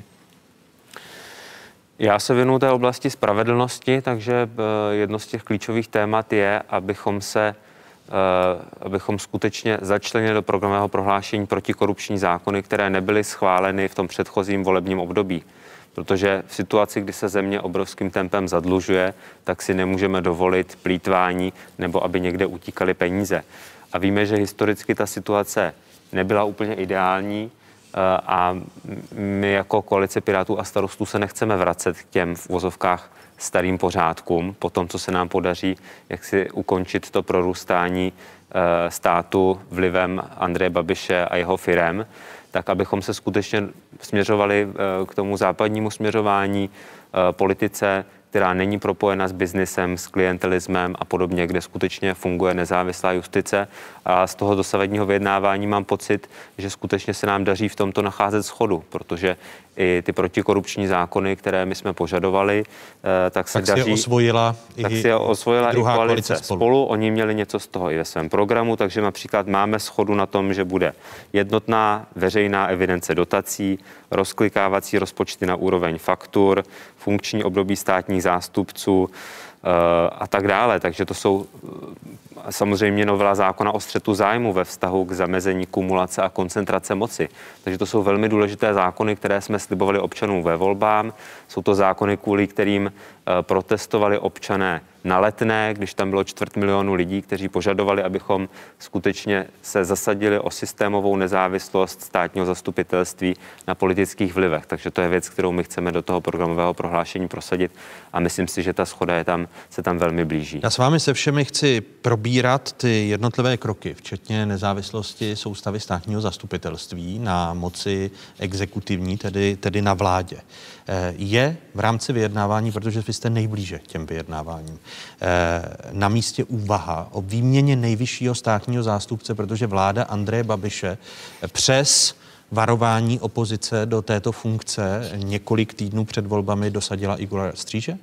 N: Já se věnuju té oblasti spravedlnosti, takže jedno z těch klíčových témat je, abychom se, abychom skutečně začlenili do programového prohlášení protikorupční zákony, které nebyly schváleny v tom předchozím volebním období. Protože v situaci, kdy se země obrovským tempem zadlužuje, tak si nemůžeme dovolit plýtvání nebo aby někde utíkaly peníze. A víme, že historicky ta situace nebyla úplně ideální, a my jako koalice Pirátů a starostů se nechceme vracet k těm v uvozovkách starým pořádkům, po tom, co se nám podaří, jak si ukončit to prorůstání státu vlivem Andreje Babiše a jeho firem, tak abychom se skutečně směřovali k tomu západnímu směřování politice, která není propojena s biznisem, s klientelismem a podobně, kde skutečně funguje nezávislá justice. A z toho dosavadního vyjednávání mám pocit, že skutečně se nám daří v tomto nacházet shodu, protože i ty protikorupční zákony, které my jsme požadovali, tak se
A: tak
N: daří.
A: Si je osvojila
N: tak i si je osvojila i koalice, koalice
A: spolu.
N: spolu. Oni měli něco z toho i ve svém programu, takže například máme shodu na tom, že bude jednotná veřejná evidence dotací, rozklikávací rozpočty na úroveň faktur, funkční období státních zástupců a tak dále. Takže to jsou samozřejmě novela zákona o střetu zájmu ve vztahu k zamezení kumulace a koncentrace moci. Takže to jsou velmi důležité zákony, které jsme slibovali občanům ve volbám. Jsou to zákony, kvůli kterým protestovali občané na Letné, když tam bylo čtvrt milionu lidí, kteří požadovali, abychom skutečně se zasadili o systémovou nezávislost státního zastupitelství na politických vlivech. Takže to je věc, kterou my chceme do toho programového prohlášení prosadit a myslím si, že ta shoda je tam, se tam velmi blíží.
A: Já s vámi se všemi chci probírat ty jednotlivé kroky, včetně nezávislosti soustavy státního zastupitelství na moci exekutivní, tedy, tedy na vládě. Je v rámci vyjednávání, protože vy jste nejblíže těm vyjednáváním, na místě úvaha o výměně nejvyššího státního zástupce, protože vláda Andreje Babiše přes varování opozice do této funkce několik týdnů před volbami dosadila Igora Stříže?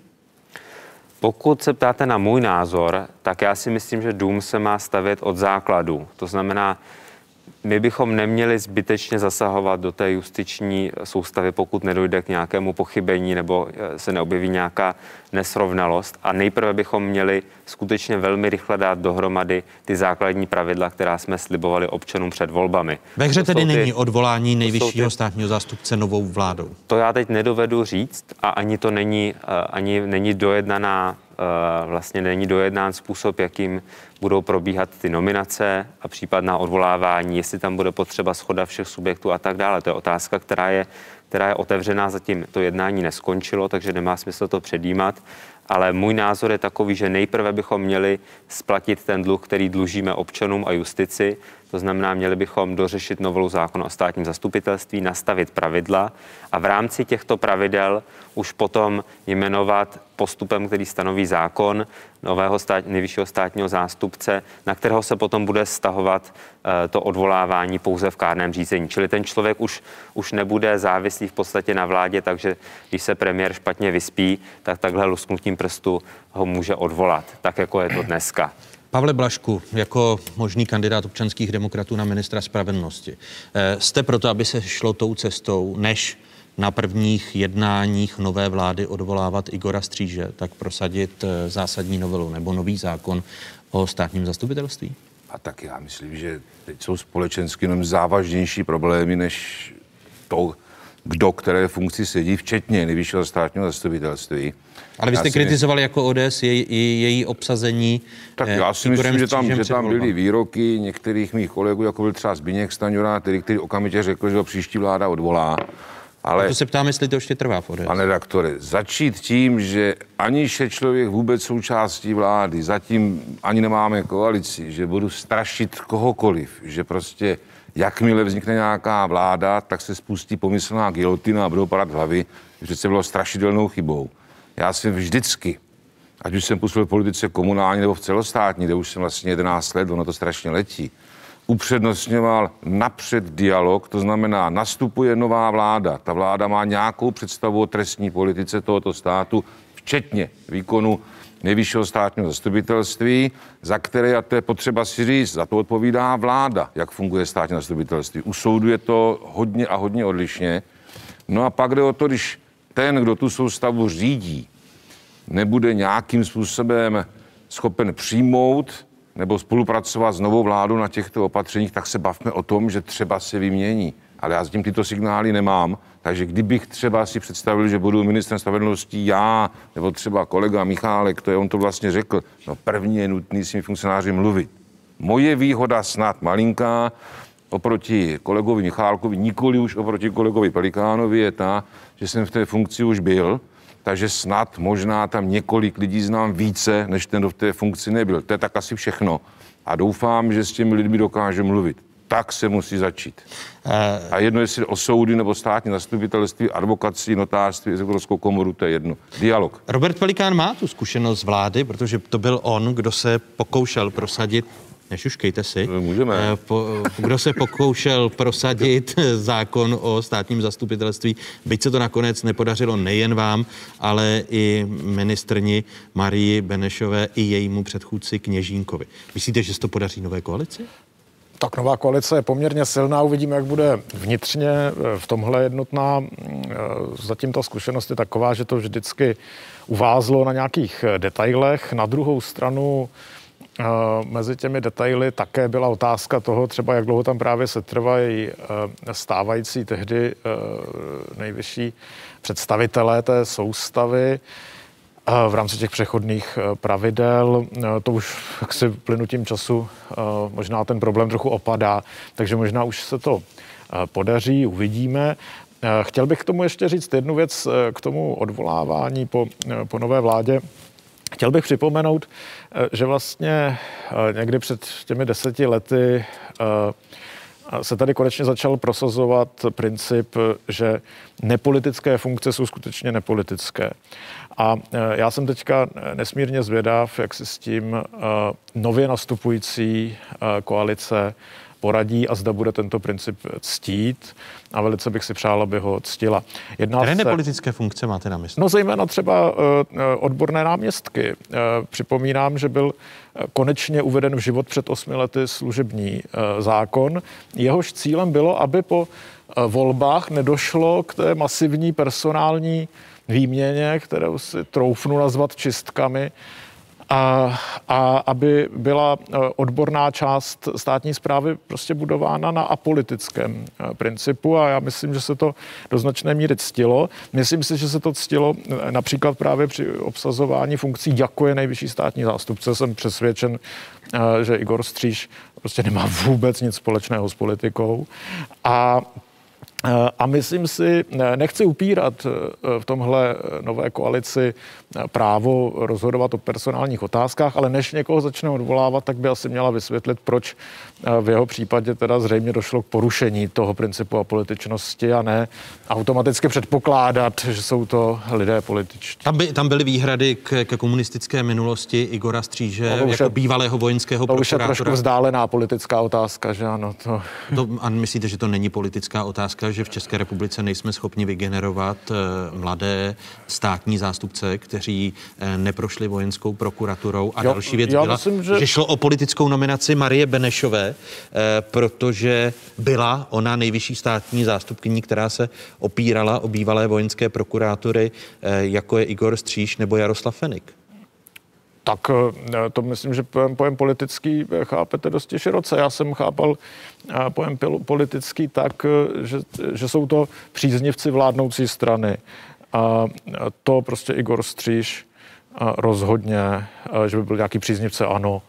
N: Pokud se ptáte na můj názor, tak já si myslím, že dům se má stavět od základu. To znamená, my bychom neměli zbytečně zasahovat do té justiční soustavy, pokud nedojde k nějakému pochybení nebo se neobjeví nějaká nesrovnalost. A nejprve bychom měli skutečně velmi rychle dát dohromady ty základní pravidla, která jsme slibovali občanům před volbami.
A: Ve hře tedy
N: ty,
A: není odvolání nejvyššího
N: ty,
A: státního zástupce novou vládou?
N: To já teď nedovedu říct a ani to není, ani není dojednaná vlastně není dojednán způsob, jakým budou probíhat ty nominace a případná odvolávání, jestli tam bude potřeba shoda všech subjektů a tak dále. To je otázka, která je, která je otevřená, zatím to jednání neskončilo, takže nemá smysl to předjímat. Ale můj názor je takový, že nejprve bychom měli splatit ten dluh, který dlužíme občanům a justici. To znamená, měli bychom dořešit novelu zákona o státním zastupitelství, nastavit pravidla a v rámci těchto pravidel už potom jmenovat postupem, který stanoví zákon, nového stát, nejvyššího státního zástupce, na kterého se potom bude vztahovat e, to odvolávání pouze v kárném řízení. Čili ten člověk už, už nebude závislý v podstatě na vládě, takže když se premiér špatně vyspí, tak takhle lusknutím prstu ho může odvolat, tak jako je to dneska.
A: Pavle Blažku, jako možný kandidát občanských demokratů na ministra spravedlnosti, jste proto, aby se šlo tou cestou, než na prvních jednáních nové vlády odvolávat Igora Stříže, tak prosadit zásadní novelu nebo nový zákon o státním zastupitelství?
M: A tak já myslím, že teď jsou společensky jenom závažnější problémy, než to, kdo které funkci sedí, včetně nejvyššího státního zastupitelství.
A: Ale vy jste
M: já
A: kritizovali jako O D S její, její obsazení.
M: Tak já si myslím, že tam, že tam byly výroky některých mých kolegů, jako byl třeba Zbyněk Stanjura, který, který okamžitě řekl, že ho příští vláda odvolá. Ale
A: to se ptám, jestli to ještě trvá v O D S.
M: Pane redaktore, začít tím, že aniž je člověk vůbec součástí vlády, zatím ani nemáme koalici, že budu strašit kohokoliv, že prostě jakmile vznikne nějaká vláda, tak se spustí pomyslná gilotina a budou padat hlavy, že se bylo strašidelnou chybou. Já jsem vždycky, ať už jsem působil v politice komunální nebo v celostátní, kde už jsem vlastně jedenáct let, ono to strašně letí, upřednostňoval napřed dialog, to znamená, nastupuje nová vláda. Ta vláda má nějakou představu o trestní politice tohoto státu, včetně výkonu nejvyššího státního zastupitelství, za které, a to je potřeba si říct, za to odpovídá vláda, jak funguje státní zastupitelství. U soudu je to hodně a hodně odlišně. No a pak jde o to, když ten, kdo tu soustavu řídí, nebude nějakým způsobem schopen přijmout nebo spolupracovat s novou vládou na těchto opatřeních, tak se bavme o tom, že třeba se vymění. Ale já zatím tyto signály nemám, takže kdybych třeba si představil, že budu ministrem spravedlnosti já, nebo třeba kolega Michálek, to je, on to vlastně řekl, no první je nutný s těmi funkcionáři mluvit. Moje výhoda snad malinká oproti kolegovi Michálkovi, nikoli už oproti kolegovi Pelikánovi, je ta, že jsem v té funkci už byl, takže snad možná tam několik lidí znám více, než ten, kdo v té funkci nebyl. To je tak asi všechno. A doufám, že s těmi lidmi dokáže mluvit. Tak se musí začít. A jedno, jestli o soudy nebo státní zastupitelství, advokací, notářství, exekutorskou komoru, to je jedno. Dialog.
A: Robert Pelikán má tu zkušenost z vlády, protože to byl on, kdo se pokoušel prosadit, nešuškejte si,
M: můžeme.
A: Po, kdo se pokoušel prosadit zákon o státním zastupitelství, byť se to nakonec nepodařilo nejen vám, ale i ministrni Marii Benešové i jejímu předchůdci Kněžínkovi. Myslíte, že se to podaří nové koalici?
O: Tak nová koalice je poměrně silná, uvidíme, jak bude vnitřně v tomhle jednotná. Zatím ta zkušenost je taková, že to vždycky uvázlo na nějakých detailech. Na druhou stranu mezi těmi detaily také byla otázka toho, třeba jak dlouho tam právě setrvají stávající tehdy nejvyšší představitelé té soustavy v rámci těch přechodných pravidel. To už si plynutím času možná ten problém trochu opadá, takže možná už se to podaří, uvidíme. Chtěl bych k tomu ještě říct jednu věc k tomu odvolávání po, po nové vládě. Chtěl bych připomenout, že vlastně někdy před těmi deseti lety se tady konečně začal prosazovat princip, že nepolitické funkce jsou skutečně nepolitické. A já jsem teďka nesmírně zvědav, jak si s tím nově nastupující koalice poradí a zda bude tento princip ctít a velice bych si přál, aby ho ctila.
A: Jedná Které se... nepolitické funkce máte na mysli?
O: No zejména třeba uh, odborné náměstky. Uh, připomínám, že byl konečně uveden v život před osmi lety služební uh, zákon. Jehož cílem bylo, aby po uh, volbách nedošlo k té masivní personální výměně, kterou si troufnu nazvat čistkami, A, a aby byla odborná část státní správy prostě budována na apolitickém principu a já myslím, že se to do značné míry ctilo. Myslím si, že se to ctilo například právě při obsazování funkcí, jako je nejvyšší státní zástupce. Jsem přesvědčen, že Igor Stříž prostě nemá vůbec nic společného s politikou a A myslím si, nechci upírat v tomhle nové koalici právo rozhodovat o personálních otázkách, ale než někoho začne odvolávat, tak by asi měla vysvětlit, proč v jeho případě teda zřejmě došlo k porušení toho principu apolitičnosti a ne automaticky předpokládat, že jsou to lidé političtí.
A: Tam, by, tam byly výhrady k, k komunistické minulosti Igora Stříže no jako je, bývalého vojenského
O: to
A: prokurátora.
O: To už je trošku vzdálená politická otázka, že ano. To...
A: To, a myslíte, že to není politická otázka, pravda, že v České republice nejsme schopni vygenerovat mladé státní zástupce, kteří neprošli vojenskou prokuraturou. A
O: jo,
A: další věc byla, myslím, že... že šlo o politickou nominaci Marie Benešové, protože byla ona nejvyšší státní zástupkyní, která se opírala o bývalé vojenské prokurátory, jako je Igor Stříž nebo Jaroslav Fenik.
O: Tak to myslím, že pojem, pojem politický chápete dosti široce. Já jsem chápal pojem politický tak, že, že jsou to příznivci vládnoucí strany. A to prostě Igor Stříž rozhodně, že by byl nějaký příznivce, ano,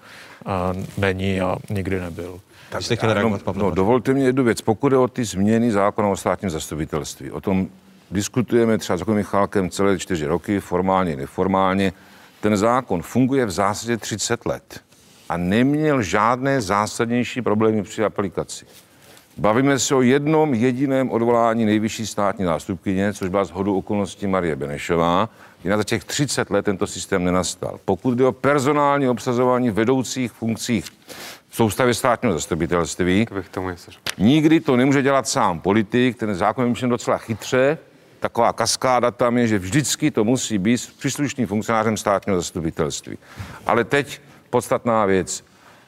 O: není a nikdy nebyl.
M: Tak jste chtěli reagovat, Pavle? No, dovolte mi jednu věc. Pokud je o ty změny zákona o státním zastupitelství, o tom diskutujeme třeba s Michálkem celé čtyři roky, formálně, neformálně. Ten zákon funguje v zásadě třicet let a neměl žádné zásadnější problémy při aplikaci. Bavíme se o jednom jediném odvolání nejvyšší státní zástupkyně, což byla shodou okolností Marie Benešová, kdy na těch třicet let tento systém nenastal. Pokud jde o personální obsazování vedoucích funkcí v soustavě státního zastupitelství, nikdy to nemůže dělat sám politik, ten zákon je myšlen docela chytře. Taková kaskáda tam je, že vždycky to musí být s příslušným funkcionářem státního zastupitelství. Ale teď podstatná věc.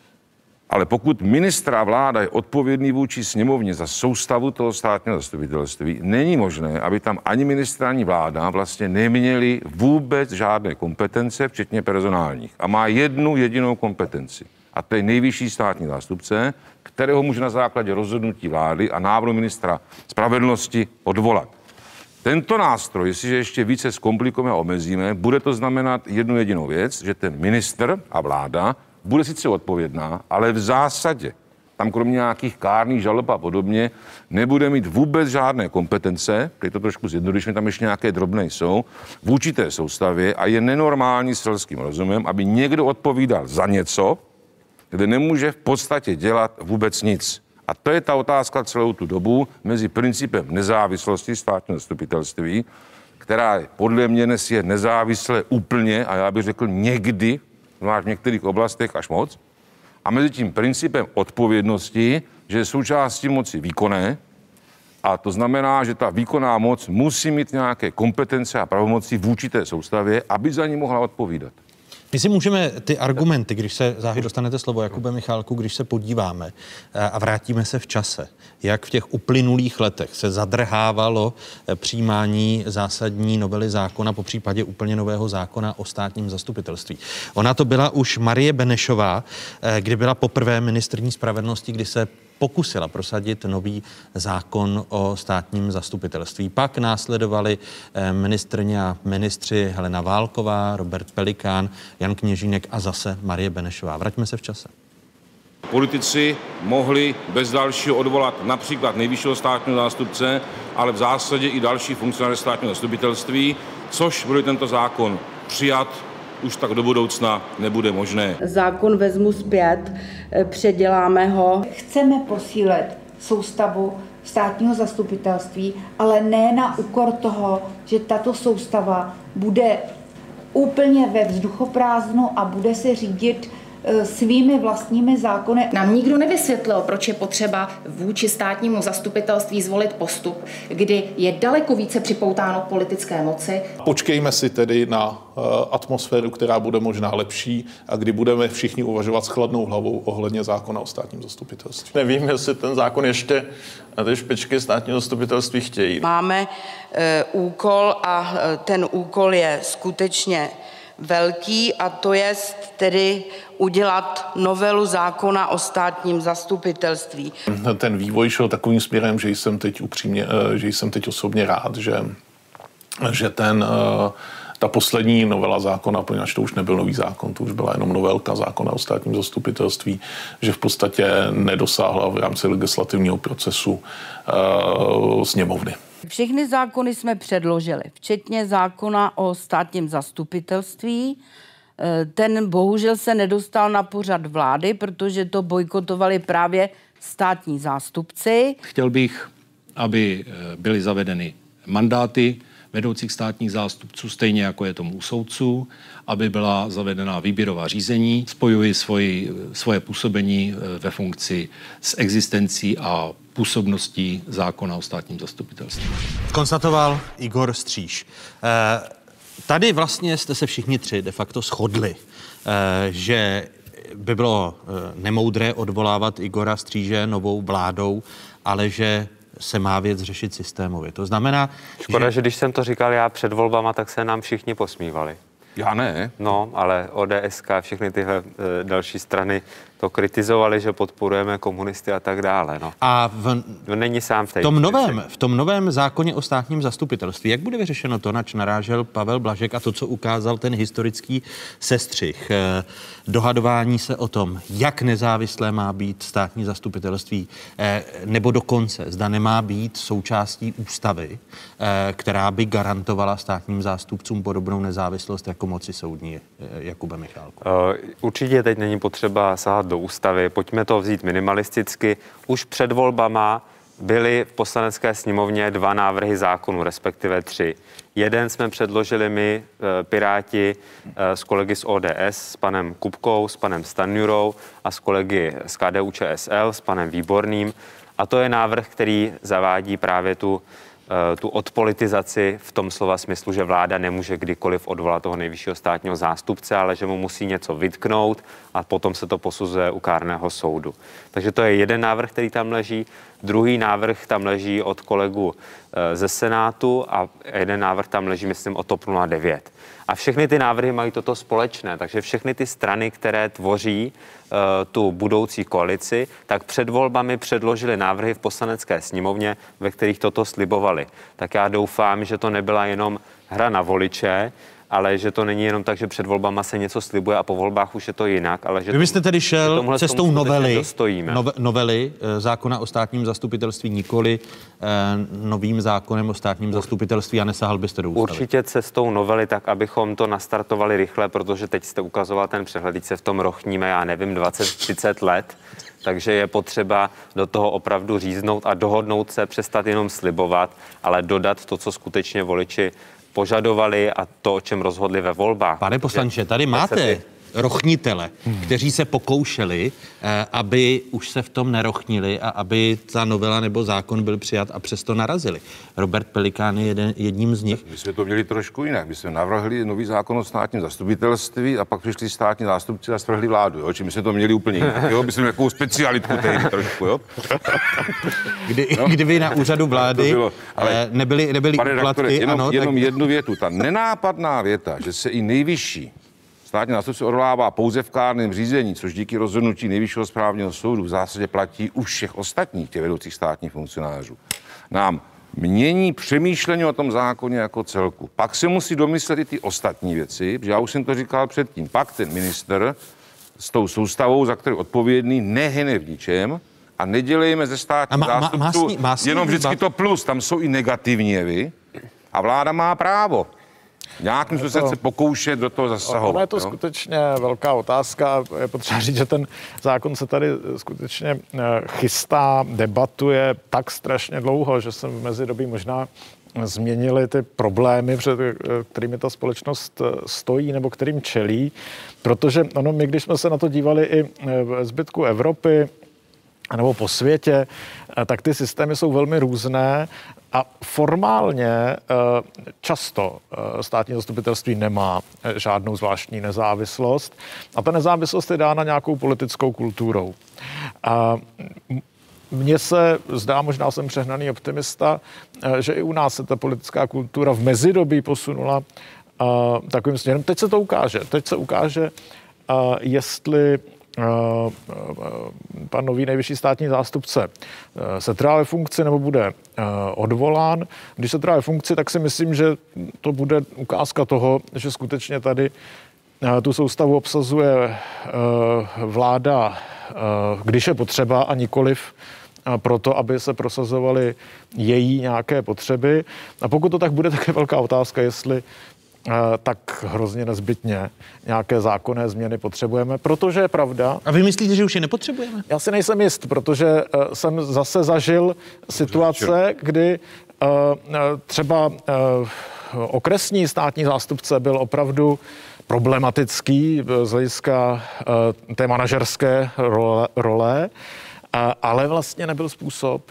M: Ale pokud ministr a vláda je odpovědný vůči sněmovně za soustavu toho státního zastupitelství, není možné, aby tam ani ministr, ani vláda vlastně neměli vůbec žádné kompetence, včetně personálních. A má jednu jedinou kompetenci. A to je nejvyšší státní zástupce, kterého může na základě rozhodnutí vlády a návrhu ministra spravedlnosti odvolat. Tento nástroj, jestliže ještě více zkomplikujeme a omezíme, bude to znamenat jednu jedinou věc, že ten ministr a vláda bude sice odpovědná, ale v zásadě tam kromě nějakých kárných žalob a podobně nebude mít vůbec žádné kompetence, teď to trošku zjednodušíme, tam ještě nějaké drobné jsou, v určité soustavě a je nenormální selským rozumem, aby někdo odpovídal za něco, kde nemůže v podstatě dělat vůbec nic. A to je ta otázka celou tu dobu mezi principem nezávislosti státního zastupitelství, která podle mě dnes je nezávislé úplně, a já bych řekl někdy, zvlášť v některých oblastech až moc, a mezi tím principem odpovědnosti, že je součástí moci výkonné, a to znamená, že ta výkonná moc musí mít nějaké kompetence a pravomoci v určité soustavě, aby za ní mohla odpovídat.
A: My si můžeme ty argumenty, když se, záhy dostanete slovo, Jakube Michálku, když se podíváme a vrátíme se v čase, jak v těch uplynulých letech se zadrhávalo přijímání zásadní novely zákona, po případě úplně nového zákona o státním zastupitelství. Ona to byla už Marie Benešová, kdy byla poprvé ministryní spravedlnosti, kdy se pokusila prosadit nový zákon o státním zastupitelství. Pak následovali ministryně a ministři Helena Válková, Robert Pelikán, Jan Kněžínek a zase Marie Benešová. Vraťme se v čase.
M: Politici mohli bez dalšího odvolat například nejvyššího státního zástupce, ale v zásadě i další funkcionáře státního zastupitelství, což bude tento zákon přijat, už tak do budoucna nebude možné.
P: Zákon vezmu zpět, předěláme ho. Chceme posílit soustavu státního zastupitelství, ale ne na úkor toho, že tato soustava bude úplně ve vzduchoprázdnu a bude se řídit svými vlastními zákony.
Q: Nám nikdo nevysvětlil, proč je potřeba vůči státnímu zastupitelství zvolit postup, kdy je daleko více připoutáno k politické moci.
R: Počkejme si tedy na uh, atmosféru, která bude možná lepší a kdy budeme všichni uvažovat s chladnou hlavou ohledně zákona o státním zastupitelství.
S: Nevím, jestli ten zákon ještě na ty špičky státního zastupitelství chtějí.
P: Máme uh, úkol a uh, ten úkol je skutečně velký, a to je tedy udělat novelu zákona o státním zastupitelství.
R: Ten vývoj šel takovým směrem, že jsem teď upřímně, že jsem teď osobně rád, že, že ten, ta poslední novela zákona, poněvadž to už nebyl nový zákon, to už byla jenom novelka zákona o státním zastupitelství, že v podstatě nedosáhla v rámci legislativního procesu uh, sněmovny.
P: Všechny zákony jsme předložili, včetně zákona o státním zastupitelství. Ten bohužel se nedostal na pořad vlády, protože to bojkotovali právě státní zástupci.
T: Chtěl bych, aby byly zavedeny mandáty vedoucích státních zástupců, stejně jako je tomu u soudců, aby byla zavedena výběrová řízení. Spojuji svoji, svoje působení ve funkci s existencí a působností zákona o státním zastupitelství.
A: Konstatoval Igor Stříž. Tady vlastně jste se všichni tři de facto shodli, že by bylo nemoudré odvolávat Igora Stříže novou vládou, ale že se má věc řešit systémově. To znamená,
N: Škoda,
A: že...
N: že když jsem to říkal já před volbama, tak se nám všichni posmívali.
M: Já ne.
N: No, ale O D S K a všechny tyhle e, další strany to kritizovali, že podporujeme komunisty a tak dále. No.
A: A v,
N: no, není sám v té
A: v tom novém, v tom novém zákoně o státním zastupitelství, jak bude vyřešeno to, nač narážel Pavel Blažek a to, co ukázal ten historický sestřih, eh, dohadování se o tom, jak nezávislé má být státní zastupitelství, eh, nebo dokonce, zda nemá být součástí ústavy, eh, která by garantovala státním zástupcům podobnou nezávislost jako moci soudní. eh, Jakube Michálku.
N: Uh, určitě teď není potřeba sahat do ústavy, pojďme to vzít minimalisticky. Už před volbama byly v Poslanecké sněmovně dva návrhy zákonů, respektive tři. Jeden jsme předložili my, Piráti, s kolegy z O D S, s panem Kupkou, s panem Stanjurou a s kolegy z K D U Č S L, s panem Výborným. A to je návrh, který zavádí právě tu, tu odpolitizaci v tom slova smyslu, že vláda nemůže kdykoliv odvolat toho nejvyššího státního zástupce, ale že mu musí něco vytknout a potom se to posuzuje u kárného soudu. Takže to je jeden návrh, který tam leží. Druhý návrh tam leží od kolegu ze Senátu a jeden návrh tam leží, myslím, od TOP nula devět. A všechny ty návrhy mají toto společné, takže všechny ty strany, které tvoří uh, tu budoucí koalici, tak před volbami předložily návrhy v Poslanecké sněmovně, ve kterých toto slibovali. Tak já doufám, že to nebyla jenom hra na voliče, ale že to není jenom tak, že před volbama se něco slibuje a po volbách už je to jinak, ale že...
A: Vy byste tedy šel cestou novely, nove, novely e, zákona o státním zastupitelství, nikoli e, novým zákonem o státním zastupitelství a nesahal byste do ústavy?
N: Určitě cestou novely, tak abychom to nastartovali rychle, protože teď jste ukazoval ten přehled, teď se v tom rochníme, já nevím, dvacet třicet let, takže je potřeba do toho opravdu říznout a dohodnout se, přestat jenom slibovat, ale dodat to, co skutečně voliči požadovali a to, o čem rozhodli ve volbách.
A: Pane poslanče, tady máte rochnitele, kteří se pokoušeli, aby už se v tom nerochnili a aby ta novela nebo zákon byl přijat a přesto narazili. Robert Pelikán je jeden, jedním z nich.
M: My jsme to měli trošku jinak. My jsme navrhli nový zákon o státním zastupitelství a pak přišli státní zástupci a svrhli vládu. Jo? Či my jsme to měli úplně jinak. Jo? My jsme nějakou specialitku tehdy trošku. Jo?
A: Kdy, no? Kdyby na úřadu vlády bylo, ale nebyly, nebyly úplatky.
M: Jenom,
A: ano,
M: jenom
A: tak...
M: jednu větu. Ta nenápadná věta, že se i nejvyšší státní zástupce odvolává pouze v kárném řízení, což díky rozhodnutí Nejvyššího správního soudu v zásadě platí u všech ostatních těch vedoucích státních funkcionářů, nám mění přemýšlení o tom zákoně jako celku. Pak se musí domyslet i ty ostatní věci, protože já už jsem to říkal předtím. Pak ten ministr s tou soustavou, za kterou odpovědný, nehyne v ničem a nedělejme ze státních zástupců jenom vždycky to plus. Tam jsou i negativní jevy a vláda má právo nějakým způsobem se pokoušet do toho zasahovat.
O: Ono je to
M: jo?
O: skutečně velká otázka. Je potřeba říct, že ten zákon se tady skutečně chystá, debatuje tak strašně dlouho, že se v mezidobí možná změnily ty problémy, před kterými ta společnost stojí nebo kterým čelí. Protože ono, my, když jsme se na to dívali i v zbytku Evropy nebo po světě, tak ty systémy jsou velmi různé. A formálně často státní zastupitelství nemá žádnou zvláštní nezávislost a ta nezávislost je dána nějakou politickou kulturou. A mně se zdá, možná jsem přehnaný optimista, že i u nás se ta politická kultura v mezidobí posunula takovým směrem. Teď se to ukáže. Teď se ukáže, jestli pan nový nejvyšší státní zástupce se trvá ve funkci nebo bude odvolán. Když se trvá ve funkci, tak si myslím, že to bude ukázka toho, že skutečně tady tu soustavu obsazuje vláda, když je potřeba a nikoliv proto, aby se prosazovaly její nějaké potřeby. A pokud to tak bude, tak je velká otázka, jestli tak hrozně nezbytně nějaké zákonné změny potřebujeme, protože je pravda...
A: A vy myslíte, že už je nepotřebujeme?
O: Já si nejsem jist, protože jsem zase zažil situace, kdy třeba okresní státní zástupce byl opravdu problematický z hlediska té manažerské role, role ale vlastně nebyl způsob,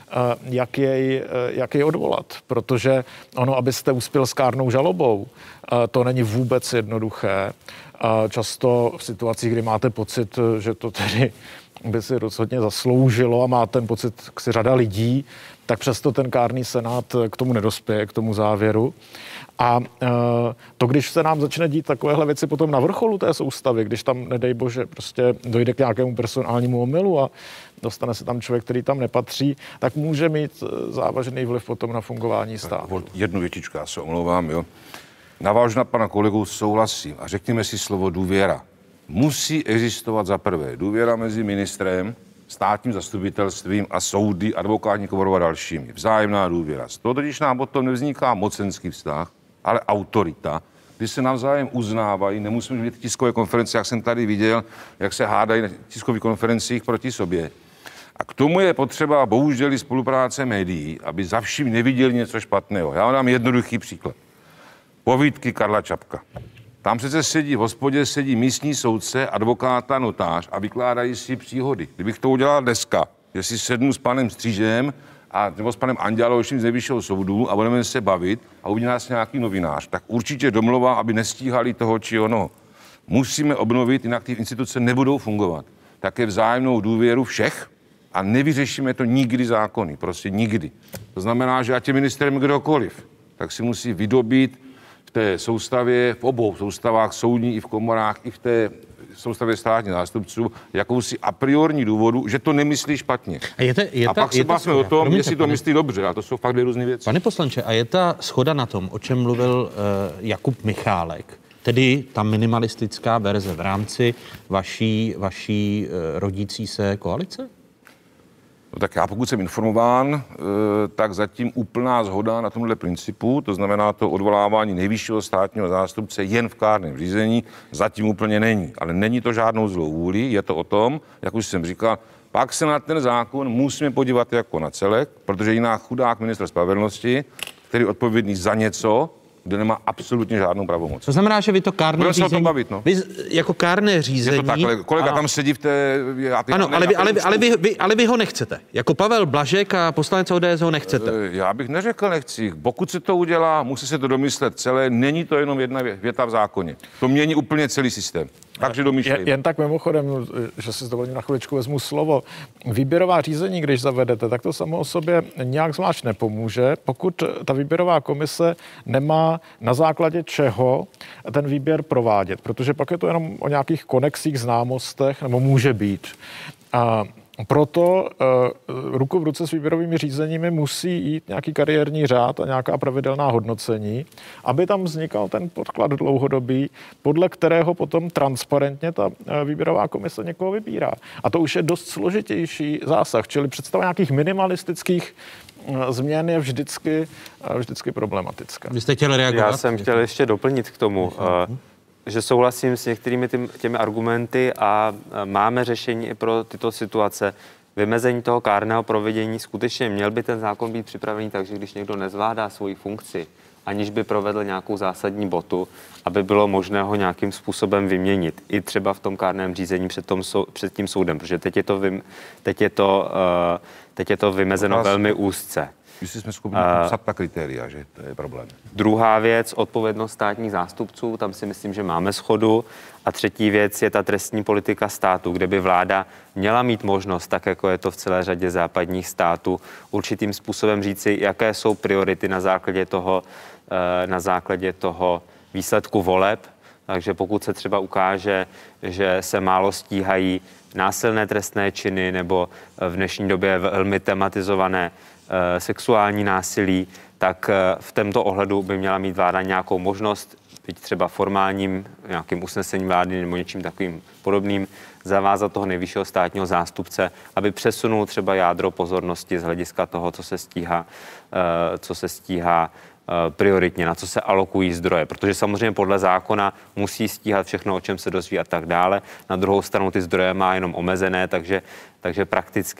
O: jak jej, jak jej odvolat. Protože ono, abyste uspěl s kárnou žalobou, to není vůbec jednoduché. Často v situacích, kdy máte pocit, že to tedy by si rozhodně zasloužilo a má ten pocit si řada lidí, tak přesto ten kárný senát k tomu nedospěje, k tomu závěru. A to, když se nám začne dít takovéhle věci potom na vrcholu té soustavy, když tam, nedej bože, prostě dojde k nějakému personálnímu omylu a dostane se tam člověk, který tam nepatří, tak může mít závažný vliv potom na fungování státu.
M: Jednu větičku, já se omlouvám, jo. Navážu na pana kolegu, souhlasím. A řekněme si slovo důvěra. Musí existovat za prvé důvěra mezi ministrem, státním zastupitelstvím a soudy, advokátní komorou a dalšími. Vzájemná důvěra. Z toho totiž nám potom nevzniká mocenský vztah, ale autorita, kdy se navzájem uznávají, nemusíme mít tiskové konference, jak jsem tady viděl, jak se hádají na tiskových konferencích proti sobě. A k tomu je potřeba bohužel i spolupráce médií, aby za vším neviděli něco špatného. Já vám dám jednoduchý příklad. Povídky Karla Čapka. Tam přece sedí v hospodě, sedí místní soudce, advokáta, notář a vykládají si příhody. Kdybych to udělal dneska, že si sednu s panem Střížem a nebo s panem Anděloším z nejvyššího soudu a budeme se bavit a uvidí nás nějaký novinář, tak určitě domluvá, aby nestíhali toho či onoho. Musíme obnovit, jinak ty instituce nebudou fungovat. Také vzájemnou důvěru všech a nevyřešíme to nikdy zákony, prostě nikdy. To znamená, že ať je ministrem kdokoliv, tak si musí vydobít v té soustavě, v obou soustavách soudní i v komorách, i v té soustavě státních zástupců, jakousi a priorní důvodu, že to nemyslí špatně.
A: A, je to, je
M: a
A: ta,
M: pak se bavíme o tom, promiňte, jestli to myslí dobře, a to jsou fakt dvě různé věci.
A: Pane poslanče, a je ta shoda na tom, o čem mluvil uh, Jakub Michálek, tedy ta minimalistická verze v rámci vaší, vaší uh, rodící se koalice?
M: No tak já, pokud jsem informován, tak zatím úplná shoda na tomhle principu, to znamená to odvolávání nejvyššího státního zástupce jen v kárném řízení, zatím úplně není. Ale není to žádnou zlou vůli, je to o tom, jak už jsem říkal, pak se na ten zákon musíme podívat jako na celek, protože jiná chudák ministr spravedlnosti, který je odpovědný za něco, kde nemá absolutně žádnou pravomoc.
A: To znamená, že vy to kárné
M: Budeme
A: řízení...
M: se o tom bavit, no.
A: Vy jako kárné řízení...
M: Je to takhle, kolega
A: ano.
M: tam sedí v té... Já ty,
A: ano,
M: ne,
A: ale, vy, ale,
M: už
A: ale, vy, vy, ale vy ho nechcete. Jako Pavel Blažek a poslanec O D S ho nechcete.
M: Já bych neřekl nechci. Pokud se to udělá, musí se to domyslet celé. Není to jenom jedna věta v zákoně. To mění úplně celý systém. Takže domýšlejme.
O: Jen tak mimochodem, že si s dovolením na chviličku vezmu slovo. Výběrová řízení, když zavedete, tak to samo o sobě nějak zvlášť nepomůže, pokud ta výběrová komise nemá na základě čeho ten výběr provádět, protože pak je to jenom o nějakých konexích, známostech, nebo může být. A proto uh, ruku v ruce s výběrovými řízeními musí jít nějaký kariérní řád a nějaká pravidelná hodnocení, aby tam vznikal ten podklad dlouhodobý, podle kterého potom transparentně ta uh, výběrová komise někoho vybírá. A to už je dost složitější zásah, čili představa nějakých minimalistických uh, změn je vždycky, uh, vždycky problematická.
A: Vy jste chtěli reagovat?
N: Já jsem chtěl ještě doplnit k tomu, uh, že souhlasím s některými tím, těmi argumenty a máme řešení i pro tyto situace. Vymezení toho kárného provedení skutečně měl by ten zákon být připravený tak, že když někdo nezvládá svoji funkci, aniž by provedl nějakou zásadní botu, aby bylo možné ho nějakým způsobem vyměnit. I třeba v tom kárném řízení před, tom, před tím soudem, protože teď je to, vym, teď je to, uh, teď je to vymezeno velmi úzce.
M: Jestli jsme schopni popsat ta kritéria, že to je problém.
N: Druhá věc, odpovědnost státních zástupců, tam si myslím, že máme shodu. A třetí věc je ta trestní politika státu, kde by vláda měla mít možnost, tak jako je to v celé řadě západních států, určitým způsobem říci, jaké jsou priority na základě toho, na základě toho výsledku voleb. Takže pokud se třeba ukáže, že se málo stíhají násilné trestné činy nebo v dnešní době velmi tematizované sexuální násilí, tak v tomto ohledu by měla mít vláda nějakou možnost, byť třeba formálním nějakým usnesením vlády nebo něčím takovým podobným, zavázat toho nejvyššího státního zástupce, aby přesunul třeba jádro pozornosti z hlediska toho, co se stíhá, co se stíhá prioritně, na co se alokují zdroje, protože samozřejmě podle zákona musí stíhat všechno, o čem se dozví a tak dále. Na druhou stranu ty zdroje má jenom omezené, takže, takže prakticky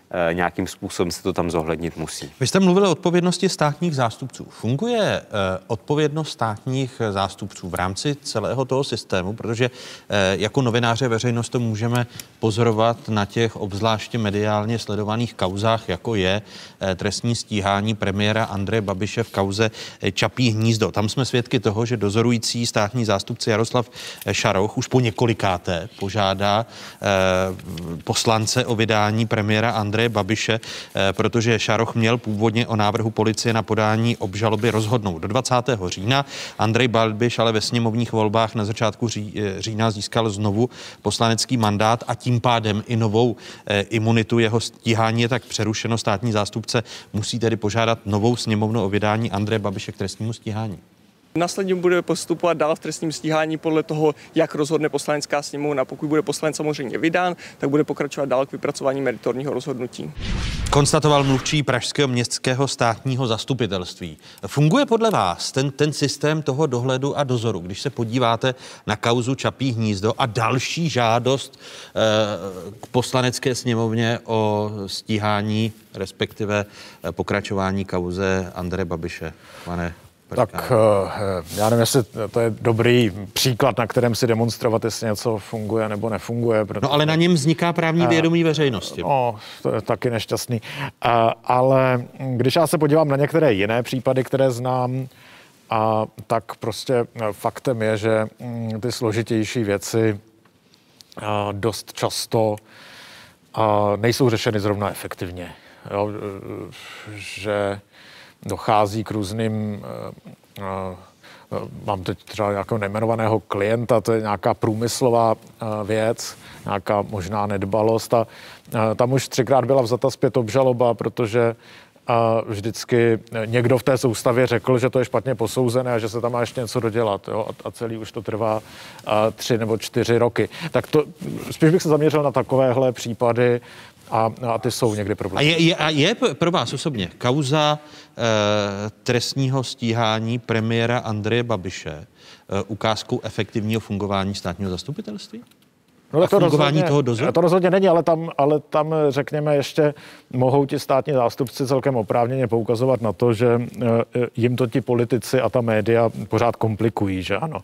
N: nějakým způsobem se to tam zohlednit musí.
A: Vy jste mluvil o odpovědnosti státních zástupců. Funguje eh, odpovědnost státních zástupců v rámci celého toho systému, protože eh, jako novináře veřejnost to můžeme pozorovat na těch obzvláště mediálně sledovaných kauzách, jako je eh, trestní stíhání premiéra Andreje Babiše v kauze eh, Čapí hnízdo. Tam jsme svědky toho, že dozorující státní zástupce Jaroslav Šaroch už po několikáté požádá eh, poslance o vydání premiéra Andreje Babiše, protože Šaroch měl původně o návrhu policie na podání obžaloby rozhodnout do dvacátého října. Andrej Babiš ale ve sněmovních volbách na začátku ří, října získal znovu poslanecký mandát a tím pádem i novou eh, imunitu. Jeho stíhání je tak přerušeno. Státní zástupce musí tedy požádat novou sněmovnu o vydání Andreje Babiše k trestnímu stíhání.
U: Následně bude postupovat dál v trestním stíhání podle toho, jak rozhodne poslanecká sněmovna. Pokud bude poslanec samozřejmě vydán, tak bude pokračovat dál k vypracování meritorního rozhodnutí.
A: Konstatoval mluvčí pražského městského státního zastupitelství. Funguje podle vás ten, ten systém toho dohledu a dozoru, když se podíváte na kauzu Čapí hnízdo a další žádost eh, k poslanecké sněmovně o stíhání, respektive eh, pokračování kauze Andreje Babiše, pane?
O: Tak já nevím, jestli to je dobrý příklad, na kterém si demonstrovat, jestli něco funguje nebo nefunguje.
A: Protože... No ale na něm vzniká právní vědomí veřejnosti.
O: No, to je taky nešťastný. Ale když já se podívám na některé jiné případy, které znám, a tak prostě faktem je, že ty složitější věci dost často nejsou řešeny zrovna efektivně. Jo, že dochází k různým, mám teď třeba nějakého nejmenovaného klienta, to je nějaká průmyslová věc, nějaká možná nedbalost a tam už třikrát byla vzata zpět obžaloba, protože vždycky někdo v té soustavě řekl, že to je špatně posouzené a že se tam má ještě něco dodělat, jo? A celý už to trvá tři nebo čtyři roky. Tak to, spíš bych se zaměřil na takovéhle případy, A, a ty jsou někdy problémy.
A: A je, je, a je pro vás osobně kauza e, trestního stíhání premiéra Andreje Babiše e, ukázkou efektivního fungování státního zastupitelství?
O: No,
A: a
O: to
A: fungování
O: rozhodně,
A: toho dozoru?
O: To rozhodně není, ale tam, ale tam, řekněme, ještě mohou ti státní zástupci celkem oprávněně poukazovat na to, že jim to ti politici a ta média pořád komplikují, že ano.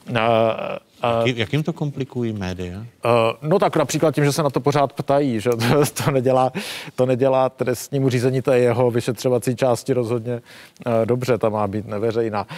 A: Jak, jak jim to komplikují média?
O: No tak například tím, že se na to pořád ptají, že to, to, nedělá, to nedělá trestnímu řízení té jeho vyšetřovací části rozhodně dobře, ta má být neveřejná.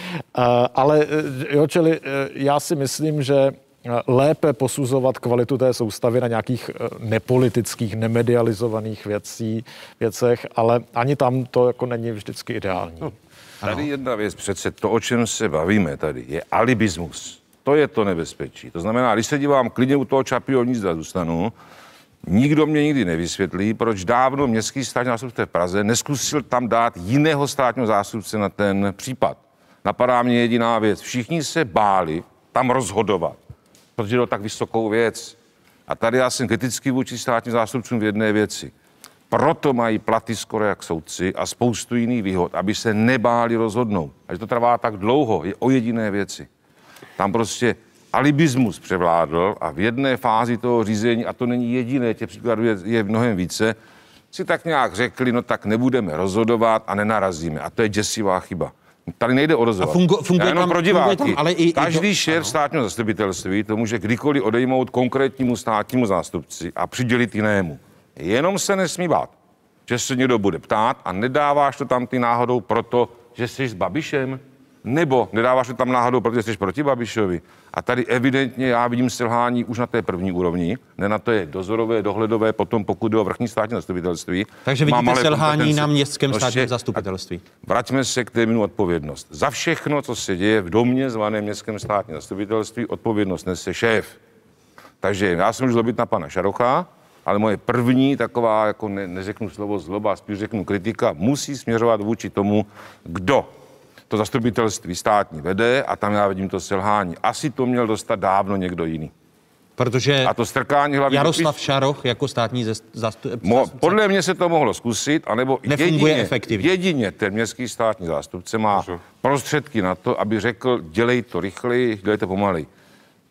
O: Ale jo, čili já si myslím, že lépe posuzovat kvalitu té soustavy na nějakých nepolitických, nemedializovaných věcí, věcech, ale ani tam to jako není vždycky ideální. No,
M: tady jedna věc přece, to, o čem se bavíme tady, je alibismus. To je to nebezpečí. To znamená, když se dívám klidně u toho Čapího hnízda zůstanu, nikdo mě nikdy nevysvětlí, proč dávno městský státní zástupce v Praze neskusil tam dát jiného státního zástupce na ten případ. Napadá mě jediná věc. Všichni se báli tam rozhodovat, protože jde o tak vysokou věc. A tady já jsem kritický vůči státním zástupcům v jedné věci. Proto mají platy skoro jak soudci a spoustu jiných výhod, aby se nebáli rozhodnout. A že to trvá tak dlouho, je o jediné věci. Tam prostě alibismus převládl a v jedné fázi toho řízení, a to není jediné, těch příkladů je, je mnohem více, si tak nějak řekli, no tak nebudeme rozhodovat a nenarazíme. A to je děsivá chyba. Tady nejde o rozhovor.
A: Fungu, funguje
M: jenom
A: tam,
M: pro diváky.
A: Tam, ale i,
M: Každý
A: i to,
M: šéf státního zastupitelství to může kdykoliv odejmout konkrétnímu státnímu zástupci a přidělit jinému. Jenom se nesmí bát, že se někdo bude ptát a nedáváš to tam ty náhodou proto, že jsi s Babišem, nebo nedáváš to tam náhodou, protože jsi proti Babišovi. A tady evidentně já vidím selhání už na té první úrovni, ne na to je dozorové, dohledové, potom pokud jde o vrchní státní zastupitelství.
A: Takže vidíte selhání na městském státním zastupitelství.
M: Vraťme se k tému odpovědnost. Za všechno, co se děje v domě zvaném městském státním zastupitelství, odpovědnost nese šéf. Takže já se můžu zlobit na pana Šarocha, ale moje první taková, jako ne, neřeknu slovo zloba, spíš řeknu kritika, musí směřovat vůči tomu, kdo to zastupitelství státní vede a tam já vidím to selhání. Asi to měl dostat dávno někdo jiný.
A: Protože
M: a to strkání hlavy...
A: Jaroslav dopis... Šaroch jako státní zástupce...
M: Mo, podle mě se to mohlo zkusit, anebo
A: nefunguje
M: jedině,
A: efektivně.
M: Jedině ten městský státní zástupce má prostředky na to, aby řekl, dělej to rychleji, dělej to pomalej.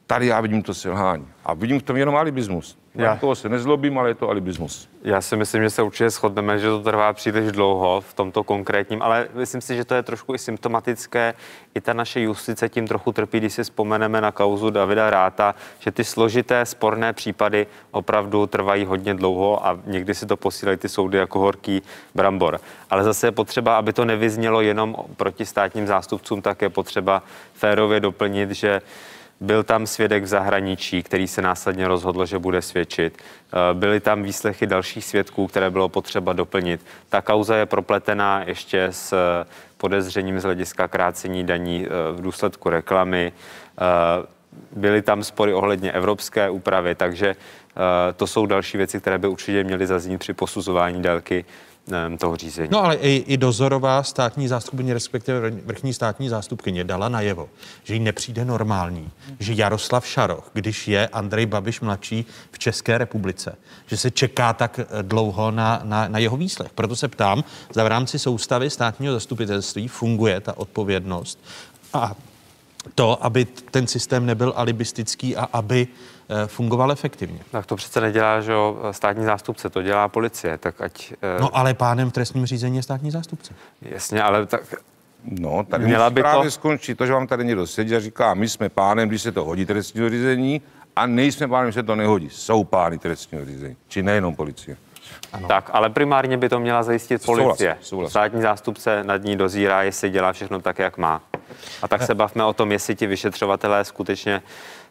M: tady já vidím to selhání. A vidím v tom jenom alibismus. Já toho se nezlobím, ale je to alibismus.
N: Já si myslím, že se určitě shodneme, že to trvá příliš dlouho v tomto konkrétním, ale myslím si, že to je trošku i symptomatické. I ta naše justice tím trochu trpí, když si vzpomeneme na kauzu Davida Ratha, že ty složité, sporné případy opravdu trvají hodně dlouho a někdy si to posílají ty soudy jako horký brambor. Ale zase je potřeba, aby to nevyznělo jenom proti státním zástupcům, tak je potřeba férově doplnit, že byl tam svědek v zahraničí, který se následně rozhodl, že bude svědčit. Byly tam výslechy dalších svědků, které bylo potřeba doplnit. Ta kauza je propletená ještě s podezřením z hlediska krácení daní v důsledku reklamy. Byly tam spory ohledně evropské úpravy, takže to jsou další věci, které by určitě měly zaznít při posuzování délky toho řízení.
A: No ale i, i dozorová státní zástupkyně, respektive vrchní státní zástupkyně dala najevo, že jí nepřijde normální, že Jaroslav Šaroch, když je Andrej Babiš mladší v České republice, že se čeká tak dlouho na, na, na jeho výslech. Proto se ptám, zda v rámci soustavy státního zastupitelství funguje ta odpovědnost a to, aby ten systém nebyl alibistický a aby fungoval efektivně.
N: Tak to přece nedělá, že jo, státní zástupce, to dělá policie, tak ať...
A: No ale pánem v trestním řízení je státní zástupce.
N: Jasně, ale tak...
M: No, tady
N: měla
M: musí
N: by
M: právě
N: to...
M: skončit to, že vám tady někdo sedí a říká, my jsme pánem, když se to hodí trestního řízení, a nejsme pánem, když se to nehodí. Jsou pány trestního řízení, či nejenom policie.
N: Ano. Tak, ale primárně by to měla zajistit policie.
M: Souhlas, souhlas.
N: Státní zástupce nad ní dozírá, jestli dělá všechno tak, jak má. A tak se bavme o tom, jestli ti vyšetřovatelé skutečně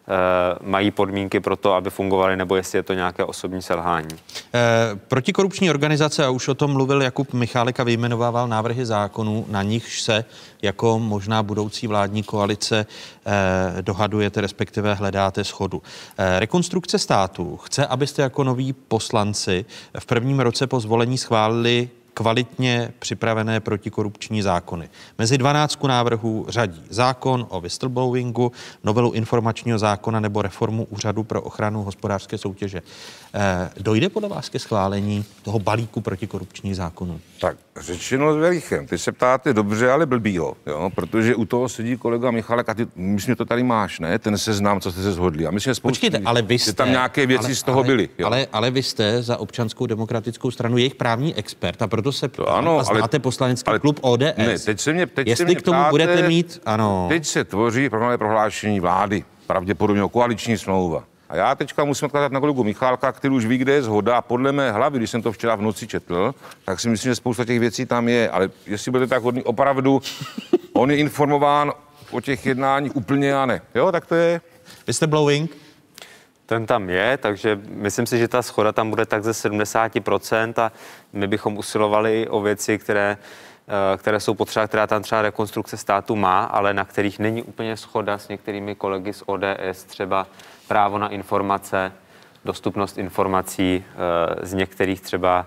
N: mají podmínky pro to, aby fungovaly, nebo jestli je to nějaké osobní selhání.
A: E, protikorupční organizace, a už o tom mluvil Jakub Michálek a vyjmenovával návrhy zákonů, na nichž se jako možná budoucí vládní koalice e, dohadujete, respektive hledáte shodu. E, Rekonstrukce státu chce, abyste jako noví poslanci v prvním roce po zvolení schválili kvalitně připravené protikorupční zákony. Mezi dvanáctku návrhů řadí zákon o whistleblowingu, novelu informačního zákona nebo reformu Úřadu pro ochranu hospodářské soutěže. E, dojde podle vás ke schválení toho balíku protikorupčních zákonů?
M: Tak řečeno s velichem. Ty se ptáte dobře, ale blbýho, jo? Protože u toho sedí kolega Michálek a ty, myslím, že to tady máš, ne? Ten seznam, co jste se shodli. A myslím, že spoustu,
A: Počkejte, ale vy jste,
M: že tam nějaké věci
A: ale,
M: z toho
A: ale,
M: byly. Jo?
A: Ale, ale vy jste za Občanskou demokratickou stranu jejich právní expert a proto se ptám,
M: ano,
A: a znáte
M: ale,
A: poslanecký
M: ale,
A: klub O D S.
M: Ne, teď se mě, teď
A: Jestli
M: se mě
A: k tomu
M: ptáte,
A: budete mít, ano.
M: Teď se tvoří programové prohlášení vlády, pravděpodobně o koaliční smlouva. A já teďka musím odkázat na kolegu Michálka, který už ví, kde je shoda. A podle mé hlavy, když jsem to včera v noci četl, tak si myslím, že spousta těch věcí tam je. Ale jestli budete tak hodný, opravdu, on je informován o těch jednáních úplně a ne. Jo, tak to je.
A: Whistleblowing?
N: Ten tam je, takže myslím si, že ta shoda tam bude tak ze sedmdesát procent a my bychom usilovali o věci, které, které jsou potřeba, která tam třeba Rekonstrukce státu má, ale na kterých není úplně shoda s některými kolegy z O D S, třeba právo na informace, dostupnost informací z některých třeba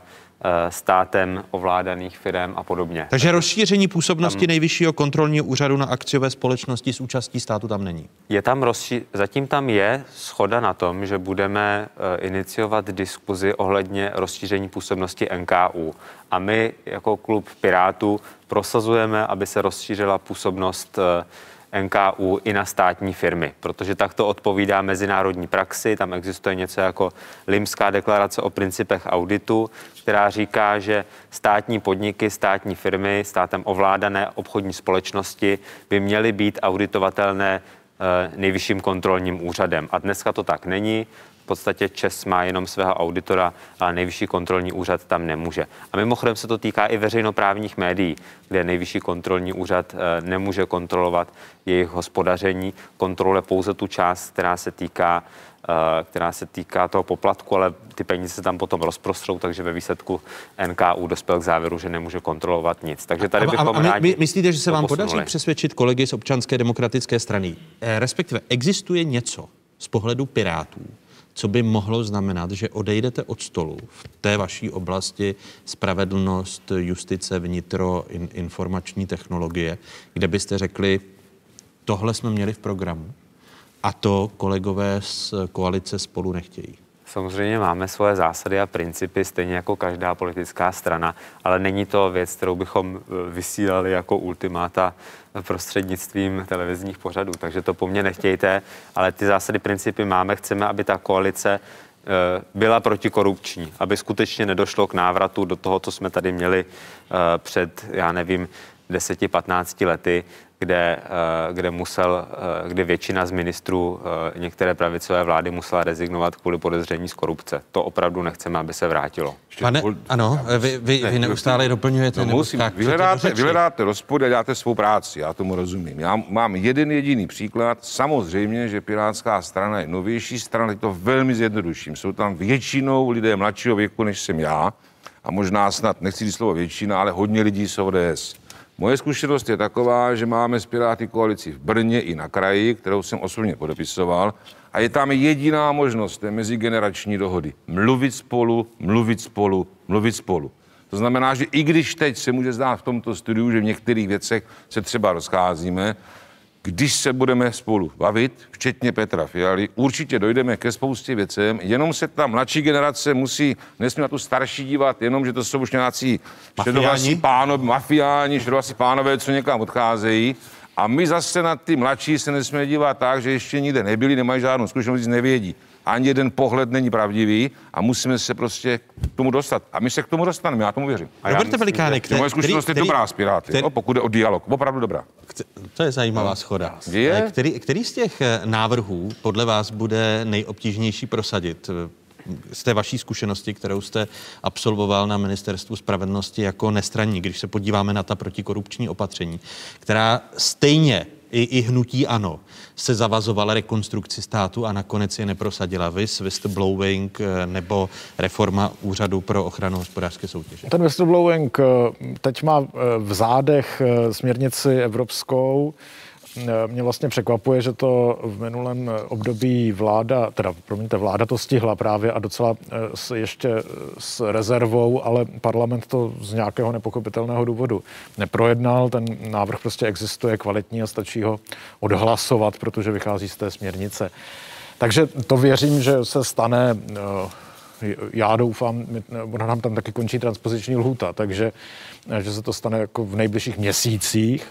N: státem ovládaných firem a podobně.
A: Takže rozšíření působnosti tam, Nejvyššího kontrolního úřadu na akciové společnosti s účastí státu tam není?
N: Je tam rozší... Zatím tam je shoda na tom, že budeme uh, iniciovat diskuzi ohledně rozšíření působnosti N K U. A my jako klub Pirátů prosazujeme, aby se rozšířila působnost uh, N K U i na státní firmy, protože tak to odpovídá mezinárodní praxi. Tam existuje něco jako Limská deklarace o principech auditu, která říká, že státní podniky, státní firmy, státem ovládané obchodní společnosti by měly být auditovatelné Nejvyšším kontrolním úřadem. A dneska to tak není. V podstatě ČEZ má jenom svého auditora, ale Nejvyšší kontrolní úřad tam nemůže. A mimochodem se to týká i veřejnoprávních médií, kde Nejvyšší kontrolní úřad nemůže kontrolovat jejich hospodaření, kontroluje pouze tu část, která se týká, která se týká toho poplatku, ale ty peníze se tam potom rozprostřou, takže ve výsledku N K U dospěl k závěru, že nemůže kontrolovat nic. Takže tady bychom
A: a, a, a my,
N: rádi
A: myslíte, že se vám
N: posunuli.
A: podaří přesvědčit kolegy z Občanské demokratické strany? E, respektive existuje něco z pohledu Pirátů, co by mohlo znamenat, že odejdete od stolu v té vaší oblasti spravedlnost, justice, vnitro, in, informační technologie, kde byste řekli, tohle jsme měli v programu a to kolegové z koalice Spolu nechtějí?
N: Samozřejmě máme svoje zásady a principy, stejně jako každá politická strana, ale není to věc, kterou bychom vysílali jako ultimáta prostřednictvím televizních pořadů. Takže to po mně nechtějte, ale ty zásady, principy máme. Chceme, aby ta koalice byla protikorupční, aby skutečně nedošlo k návratu do toho, co jsme tady měli před, já nevím, deseti patnácti lety, kde, kde, musel, kde většina z ministrů některé pravicové vlády musela rezignovat kvůli podezření z korupce. To opravdu nechceme, aby se vrátilo.
A: Pane, ano, vy, vy, vy neustále doplňujete.
M: No musím, vyhledáte, vyhledáte rozpor a děláte svou práci, já tomu rozumím. Já mám jeden jediný příklad. Samozřejmě, že Pirátská strana je novější strana, teď to velmi zjednoduším. Jsou tam většinou lidé mladšího věku, než jsem já, a možná snad, nechci říct slovo většina, ale hodně lidí z O D S. Moje zkušenost je taková, že máme s Piráty koalici v Brně i na kraji, kterou jsem osobně podepisoval, a je tam jediná možnost té mezigenerační dohody. Mluvit spolu, mluvit spolu, mluvit spolu. To znamená, že i když teď se může zdát v tomto studiu, že v některých věcech se třeba rozcházíme, když se budeme spolu bavit, včetně Petra Fialy, určitě dojdeme ke spoustě věcem, jenom se ta mladší generace musí, nesmí na tu starší dívat, jenom, že to jsou už nějací šedovlasí pánové, mafiáni, šedovlasí pánové, co někam odcházejí. A my zase na ty mladší se nesmíme dívat tak, že ještě nikde nebyli, nemají žádnou zkušenost, nevědí. Ani jeden pohled není pravdivý a musíme se prostě k tomu dostat. A my se k tomu dostaneme, já tomu věřím.
A: Roberte Velikáne, který...
M: Moje zkušenost který, je dobrá s Piráty, který, no, pokud jde o dialog, opravdu dobrá.
A: To je zajímavá schoda.
M: Je?
A: Který, který z těch návrhů podle vás bude nejobtížnější prosadit? Z té vaší zkušenosti, kterou jste absolvoval na Ministerstvu spravedlnosti jako nestraník, když se podíváme na ta protikorupční opatření, která stejně i, i hnutí ANO se zavazovala rekonstrukci státu a nakonec je neprosadila. Vis, whistleblowing nebo reforma Úřadu pro ochranu hospodářské soutěže.
O: Ten whistleblowing teď má v zádech směrnici evropskou. Mě vlastně překvapuje, že to v minulém období vláda, teda promiňte, vláda to stihla právě a docela s, ještě s rezervou, ale parlament to z nějakého nepochopitelného důvodu neprojednal. Ten návrh prostě existuje, kvalitní a stačí ho odhlasovat, protože vychází z té směrnice. Takže to věřím, že se stane, já doufám, ona nám tam taky končí transpoziční lhůta, takže že se to stane jako v nejbližších měsících.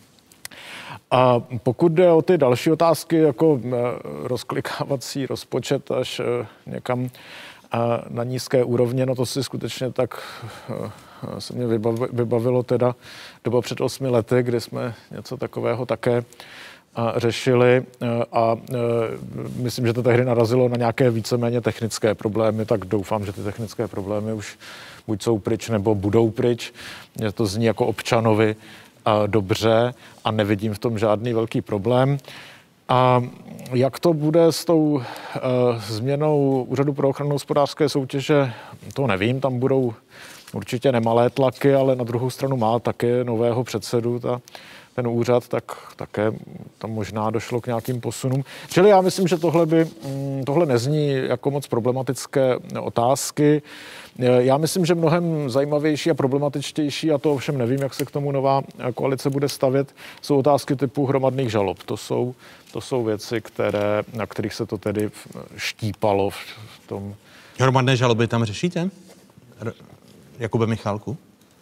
O: A pokud jde o ty další otázky, jako rozklikávací rozpočet až někam na nízké úrovně, no to si skutečně tak se mě vybavilo teda doba před osmi lety, kdy jsme něco takového také řešili a myslím, že to tehdy narazilo na nějaké víceméně technické problémy, tak doufám, že ty technické problémy už buď jsou pryč, nebo budou pryč. Mně to zní jako občanovi dobře a nevidím v tom žádný velký problém. A jak to bude s tou uh, změnou Úřadu pro ochranu hospodářské soutěže, to nevím, tam budou určitě nemalé tlaky, ale na druhou stranu má také nového předsedu ta, ten úřad, tak také tam možná došlo k nějakým posunům. Čili já myslím, že tohle, by, tohle nezní jako moc problematické otázky. Já myslím, že mnohem zajímavější a problematičtější, a to ovšem nevím, jak se k tomu nová koalice bude stavět, jsou otázky typu hromadných žalob. To jsou, to jsou věci, které, na kterých se to tedy štípalo v tom.
A: Hromadné žaloby tam řešíte? Jakube Michálku?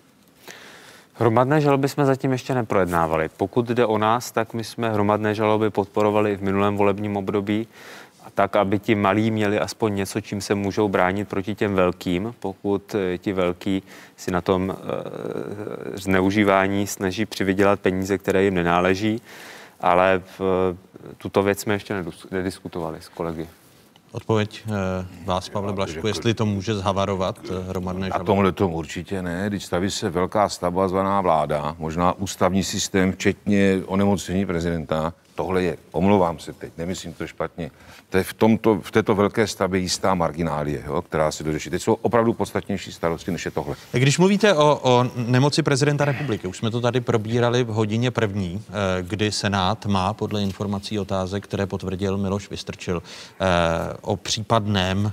N: Hromadné žaloby jsme zatím ještě neprojednávali. Pokud jde o nás, tak my jsme hromadné žaloby podporovali v minulém volebním období, tak, aby ti malí měli aspoň něco, čím se můžou bránit proti těm velkým, pokud ti velký si na tom e, zneužívání snaží přivydělat peníze, které jim nenáleží, ale v, tuto věc jsme ještě nediskutovali s kolegy.
A: Odpověď e, vás, Pavle Blažku, jestli to může zhavarovat e, hromadné žaloby?
M: A tomhle tomu určitě ne. Když staví se velká stavba zvaná vláda, možná ústavní systém, včetně onemocnění prezidenta, tohle je, omlouvám se teď, nemyslím to špatně, to je v, tomto, v této velké stavbě jistá marginálie, jo, která se dořeší. Teď jsou opravdu podstatnější starosti, než je tohle.
A: Když mluvíte o, o nemoci prezidenta republiky, už jsme to tady probírali v hodině první, kdy Senát má podle informací otázek, které potvrdil Miloš Vystrčil, o případném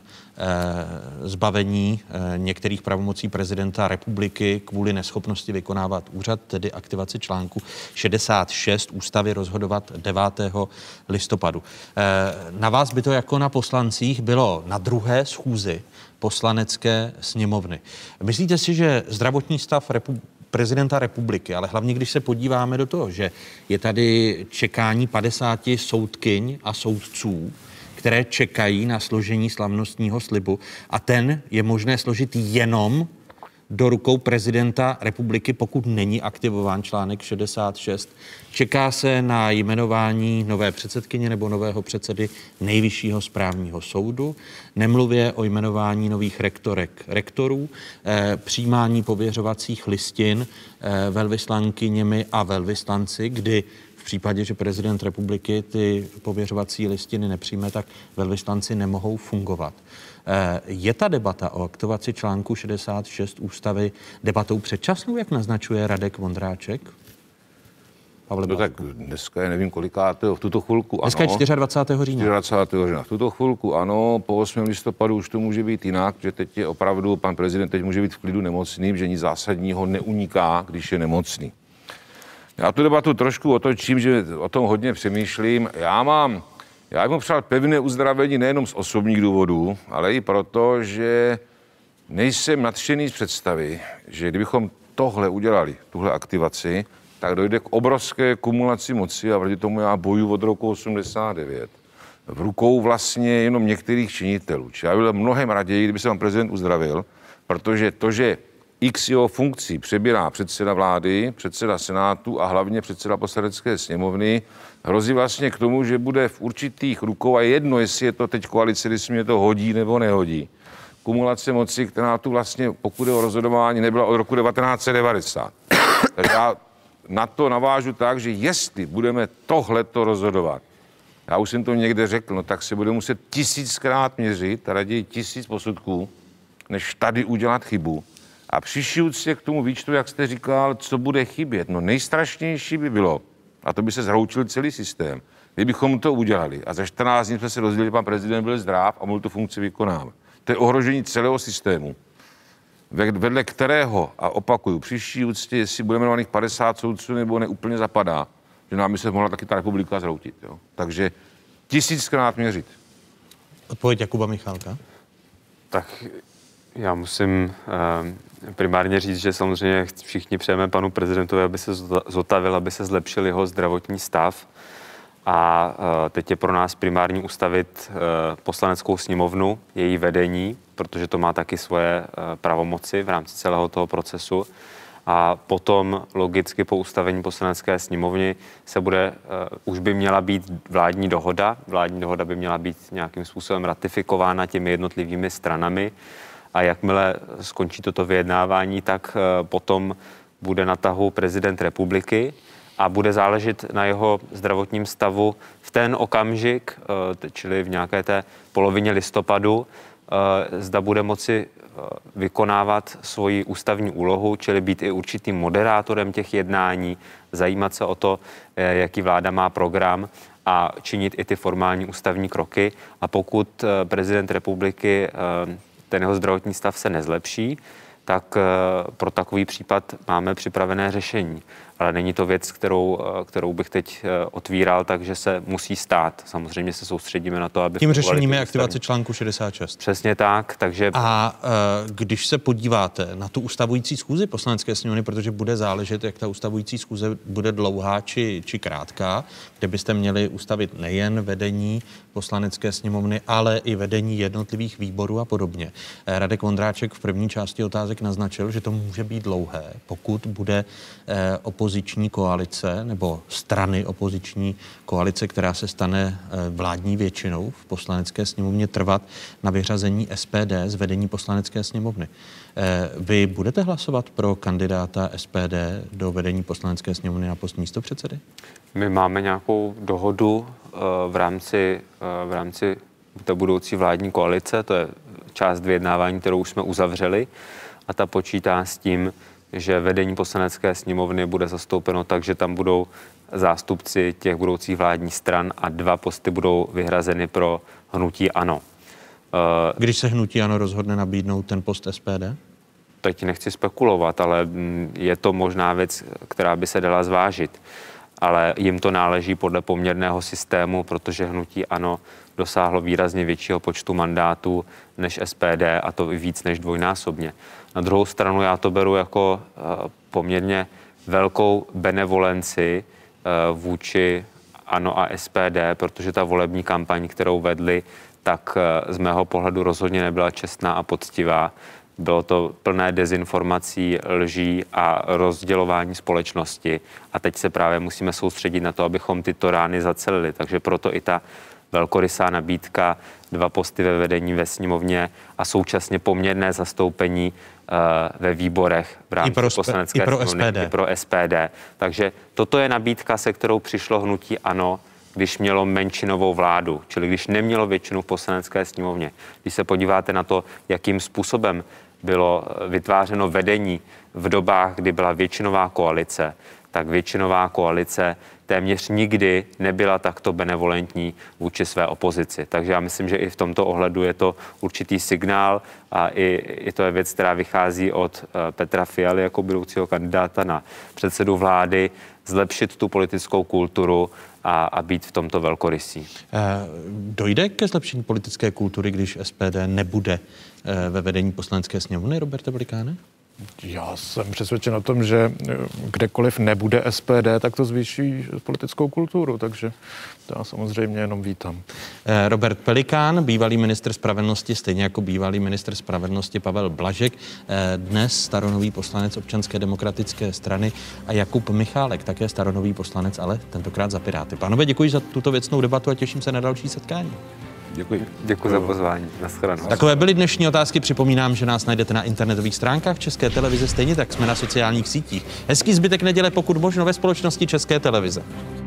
A: zbavení některých pravomocí prezidenta republiky kvůli neschopnosti vykonávat úřad, tedy aktivaci článku šedesát šest ústavy rozhodovat devátého listopadu. Na vás by to jako na poslancích bylo na druhé schůzi Poslanecké sněmovny. Myslíte si, že zdravotní stav repu- prezidenta republiky, ale hlavně když se podíváme do toho, že je tady čekání padesáti soudkyň a soudců, které čekají na složení slavnostního slibu a ten je možné složit jenom do rukou prezidenta republiky, pokud není aktivován článek šedesát šest. Čeká se na jmenování nové předsedkyně nebo nového předsedy Nejvyššího správního soudu, nemluvě o jmenování nových rektorek, rektorů, eh, přijímání pověřovacích listin eh, velvyslankyněmi a velvyslanci, kdy v případě, že prezident republiky ty pověřovací listiny nepřijme, tak velvyslanci nemohou fungovat. Je ta debata o aktivaci článku šedesát šest ústavy debatou předčasnou, jak naznačuje Radek Vondráček?
M: Pavle no tak dneska je nevím kolikátého, v tuto chvilku ano.
A: Dneska je dvacátého čtvrtého října.
M: dvacátého října. V tuto chvilku ano, po osmého listopadu už to může být jinak, že teď je opravdu, pan prezident teď může být v klidu nemocný, že nic zásadního neuniká, když je nemocný. Já tu debatu trošku otočím, že o tom hodně přemýšlím. Já mám, já bych mu přál pevné uzdravení nejenom z osobních důvodů, ale i proto, že nejsem nadšený z představy, že kdybychom tohle udělali, tuhle aktivaci, tak dojde k obrovské kumulaci moci a proti tomu já bojuju od roku osmdesát devět. V rukou vlastně jenom některých činitelů. Či já byl mnohem raději, kdyby se vám prezident uzdravil, protože to, že x jeho funkcí přebírá předseda vlády, předseda Senátu a hlavně předseda Poslanecké sněmovny, hrozí vlastně k tomu, že bude v určitých rukou a jedno, jestli je to teď koalice, jestli mě to hodí nebo nehodí. Kumulace moci, která tu vlastně, pokud je o rozhodování, nebyla od roku devatenáct set devadesát. Takže já na to navážu tak, že jestli budeme tohleto rozhodovat, já už jsem to někde řekl, no tak se bude muset tisíckrát měřit, raději tisíc posudků, než tady udělat chybu. A přišít se k tomu výčtu, jak jste říkal, co bude chybět. No nejstrašnější by bylo, a to by se zhroutil celý systém, kdybychom to udělali a za čtrnáct dní jsme se rozdělili, že pan prezident byl zdrav a mohl tu funkci vykonávat. To je ohrožení celého systému, vedle kterého, a opakuju, příští úctě, jestli budeme jmenovaných padesát soudců nebo ne, úplně zapadá, že nám by se mohla taky ta republika zhroutit. Jo? Takže tisíckrát měřit.
A: Odpověď Jakuba Michálka.
N: Tak já musím eh, primárně říct, že samozřejmě všichni přejeme panu prezidentovi, aby se zotavil, aby se zlepšil jeho zdravotní stav. A eh, teď je pro nás primární ustavit eh, poslaneckou sněmovnu, její vedení, protože to má taky svoje eh, pravomoci v rámci celého toho procesu. A potom logicky po ustavení poslanecké sněmovny se bude, uh, už by měla být vládní dohoda. Vládní dohoda by měla být nějakým způsobem ratifikována těmi jednotlivými stranami. A jakmile skončí toto vyjednávání, tak uh, potom bude na tahu prezident republiky a bude záležet na jeho zdravotním stavu v ten okamžik, uh, čili v nějaké té polovině listopadu, uh, zda bude moci vykonávat svoji ústavní úlohu, čili být i určitým moderátorem těch jednání, zajímat se o to, jaký vláda má program a činit i ty formální ústavní kroky. A pokud prezident republiky, ten jeho zdravotní stav se nezlepší, tak pro takový případ máme připravené řešení. Ale není to věc, kterou, kterou bych teď otvíral, takže se musí stát. Samozřejmě se soustředíme na to, aby...
A: Tím řešením je aktivace článku šedesát šest.
N: Přesně tak, takže...
A: A uh, když se podíváte na tu ustavující schůzi Poslanecké sněmovny, protože bude záležet, jak ta ustavující schůze bude dlouhá či, či krátká, kde byste měli ustavit nejen vedení Poslanecké sněmovny, ale i vedení jednotlivých výborů a podobně. Radek Vondráček v první části otázek naznačil, že to může být dlouhé, pokud bude uh, opoziční koalice nebo strany opoziční koalice, která se stane vládní většinou v Poslanecké sněmovně, trvat na vyřazení S P D z vedení Poslanecké sněmovny. Vy budete hlasovat pro kandidáta S P D do vedení Poslanecké sněmovny na post místopředsedy?
N: My máme nějakou dohodu v rámci, v rámci té budoucí vládní koalice, to je část vyjednávání, kterou už jsme uzavřeli, a ta počítá s tím, že vedení Poslanecké sněmovny bude zastoupeno tak, že tam budou zástupci těch budoucích vládních stran a dva posty budou vyhrazeny pro hnutí ANO.
A: Když se hnutí ANO rozhodne nabídnout ten post S P D?
N: Teď nechci spekulovat, ale je to možná věc, která by se dala zvážit. ale jim to náleží podle poměrného systému, protože hnutí ANO dosáhlo výrazně většího počtu mandátů než S P D, a to i víc než dvojnásobně. Na druhou stranu já to beru jako poměrně velkou benevolenci vůči ANO a S P D, protože ta volební kampaň, kterou vedli, tak z mého pohledu rozhodně nebyla čestná a poctivá. Bylo to plné dezinformací, lží a rozdělování společnosti. A teď se právě musíme soustředit na to, abychom tyto rány zacelili. Takže proto i ta velkorysá nabídka, dva posty ve vedení ve sněmovně a současně poměrné zastoupení uh, ve výborech v rámci poslanecké sněmovny i pro S P D. Takže toto je nabídka, se kterou přišlo hnutí ANO, když mělo menšinovou vládu, čili když nemělo většinu v poslanecké sněmovně. Když se podíváte na to, jakým způsobem bylo vytvářeno vedení v dobách, kdy byla většinová koalice, tak většinová koalice téměř nikdy nebyla takto benevolentní vůči své opozici. Takže já myslím, že i v tomto ohledu je to určitý signál a i, i to je věc, která vychází od Petra Fialy jako budoucího kandidáta na předsedu vlády, zlepšit tu politickou kulturu a, a být v tomto velkorysí.
A: Dojde ke zlepšení politické kultury, když S P D nebude ve vedení poslanecké sněmovny, Roberte Pelikáne?
O: Já jsem přesvědčen o tom, že kdekoliv nebude S P D, tak to zvýší politickou kulturu, takže to já samozřejmě jenom vítám.
A: Robert Pelikán, bývalý ministr spravedlnosti, stejně jako bývalý ministr spravedlnosti Pavel Blažek, dnes staronový poslanec Občanské demokratické strany, a Jakub Michálek, také staronový poslanec, ale tentokrát za Piráty. Pánové, děkuji za tuto věcnou debatu a těším se na další setkání.
N: Děkuji. Děkuji za pozvání. Naschledanou.
A: Takové byly dnešní otázky. Připomínám, že nás najdete na internetových stránkách České televize, stejně tak jsme na sociálních sítích. Hezký zbytek neděle, pokud možno ve společnosti České televize.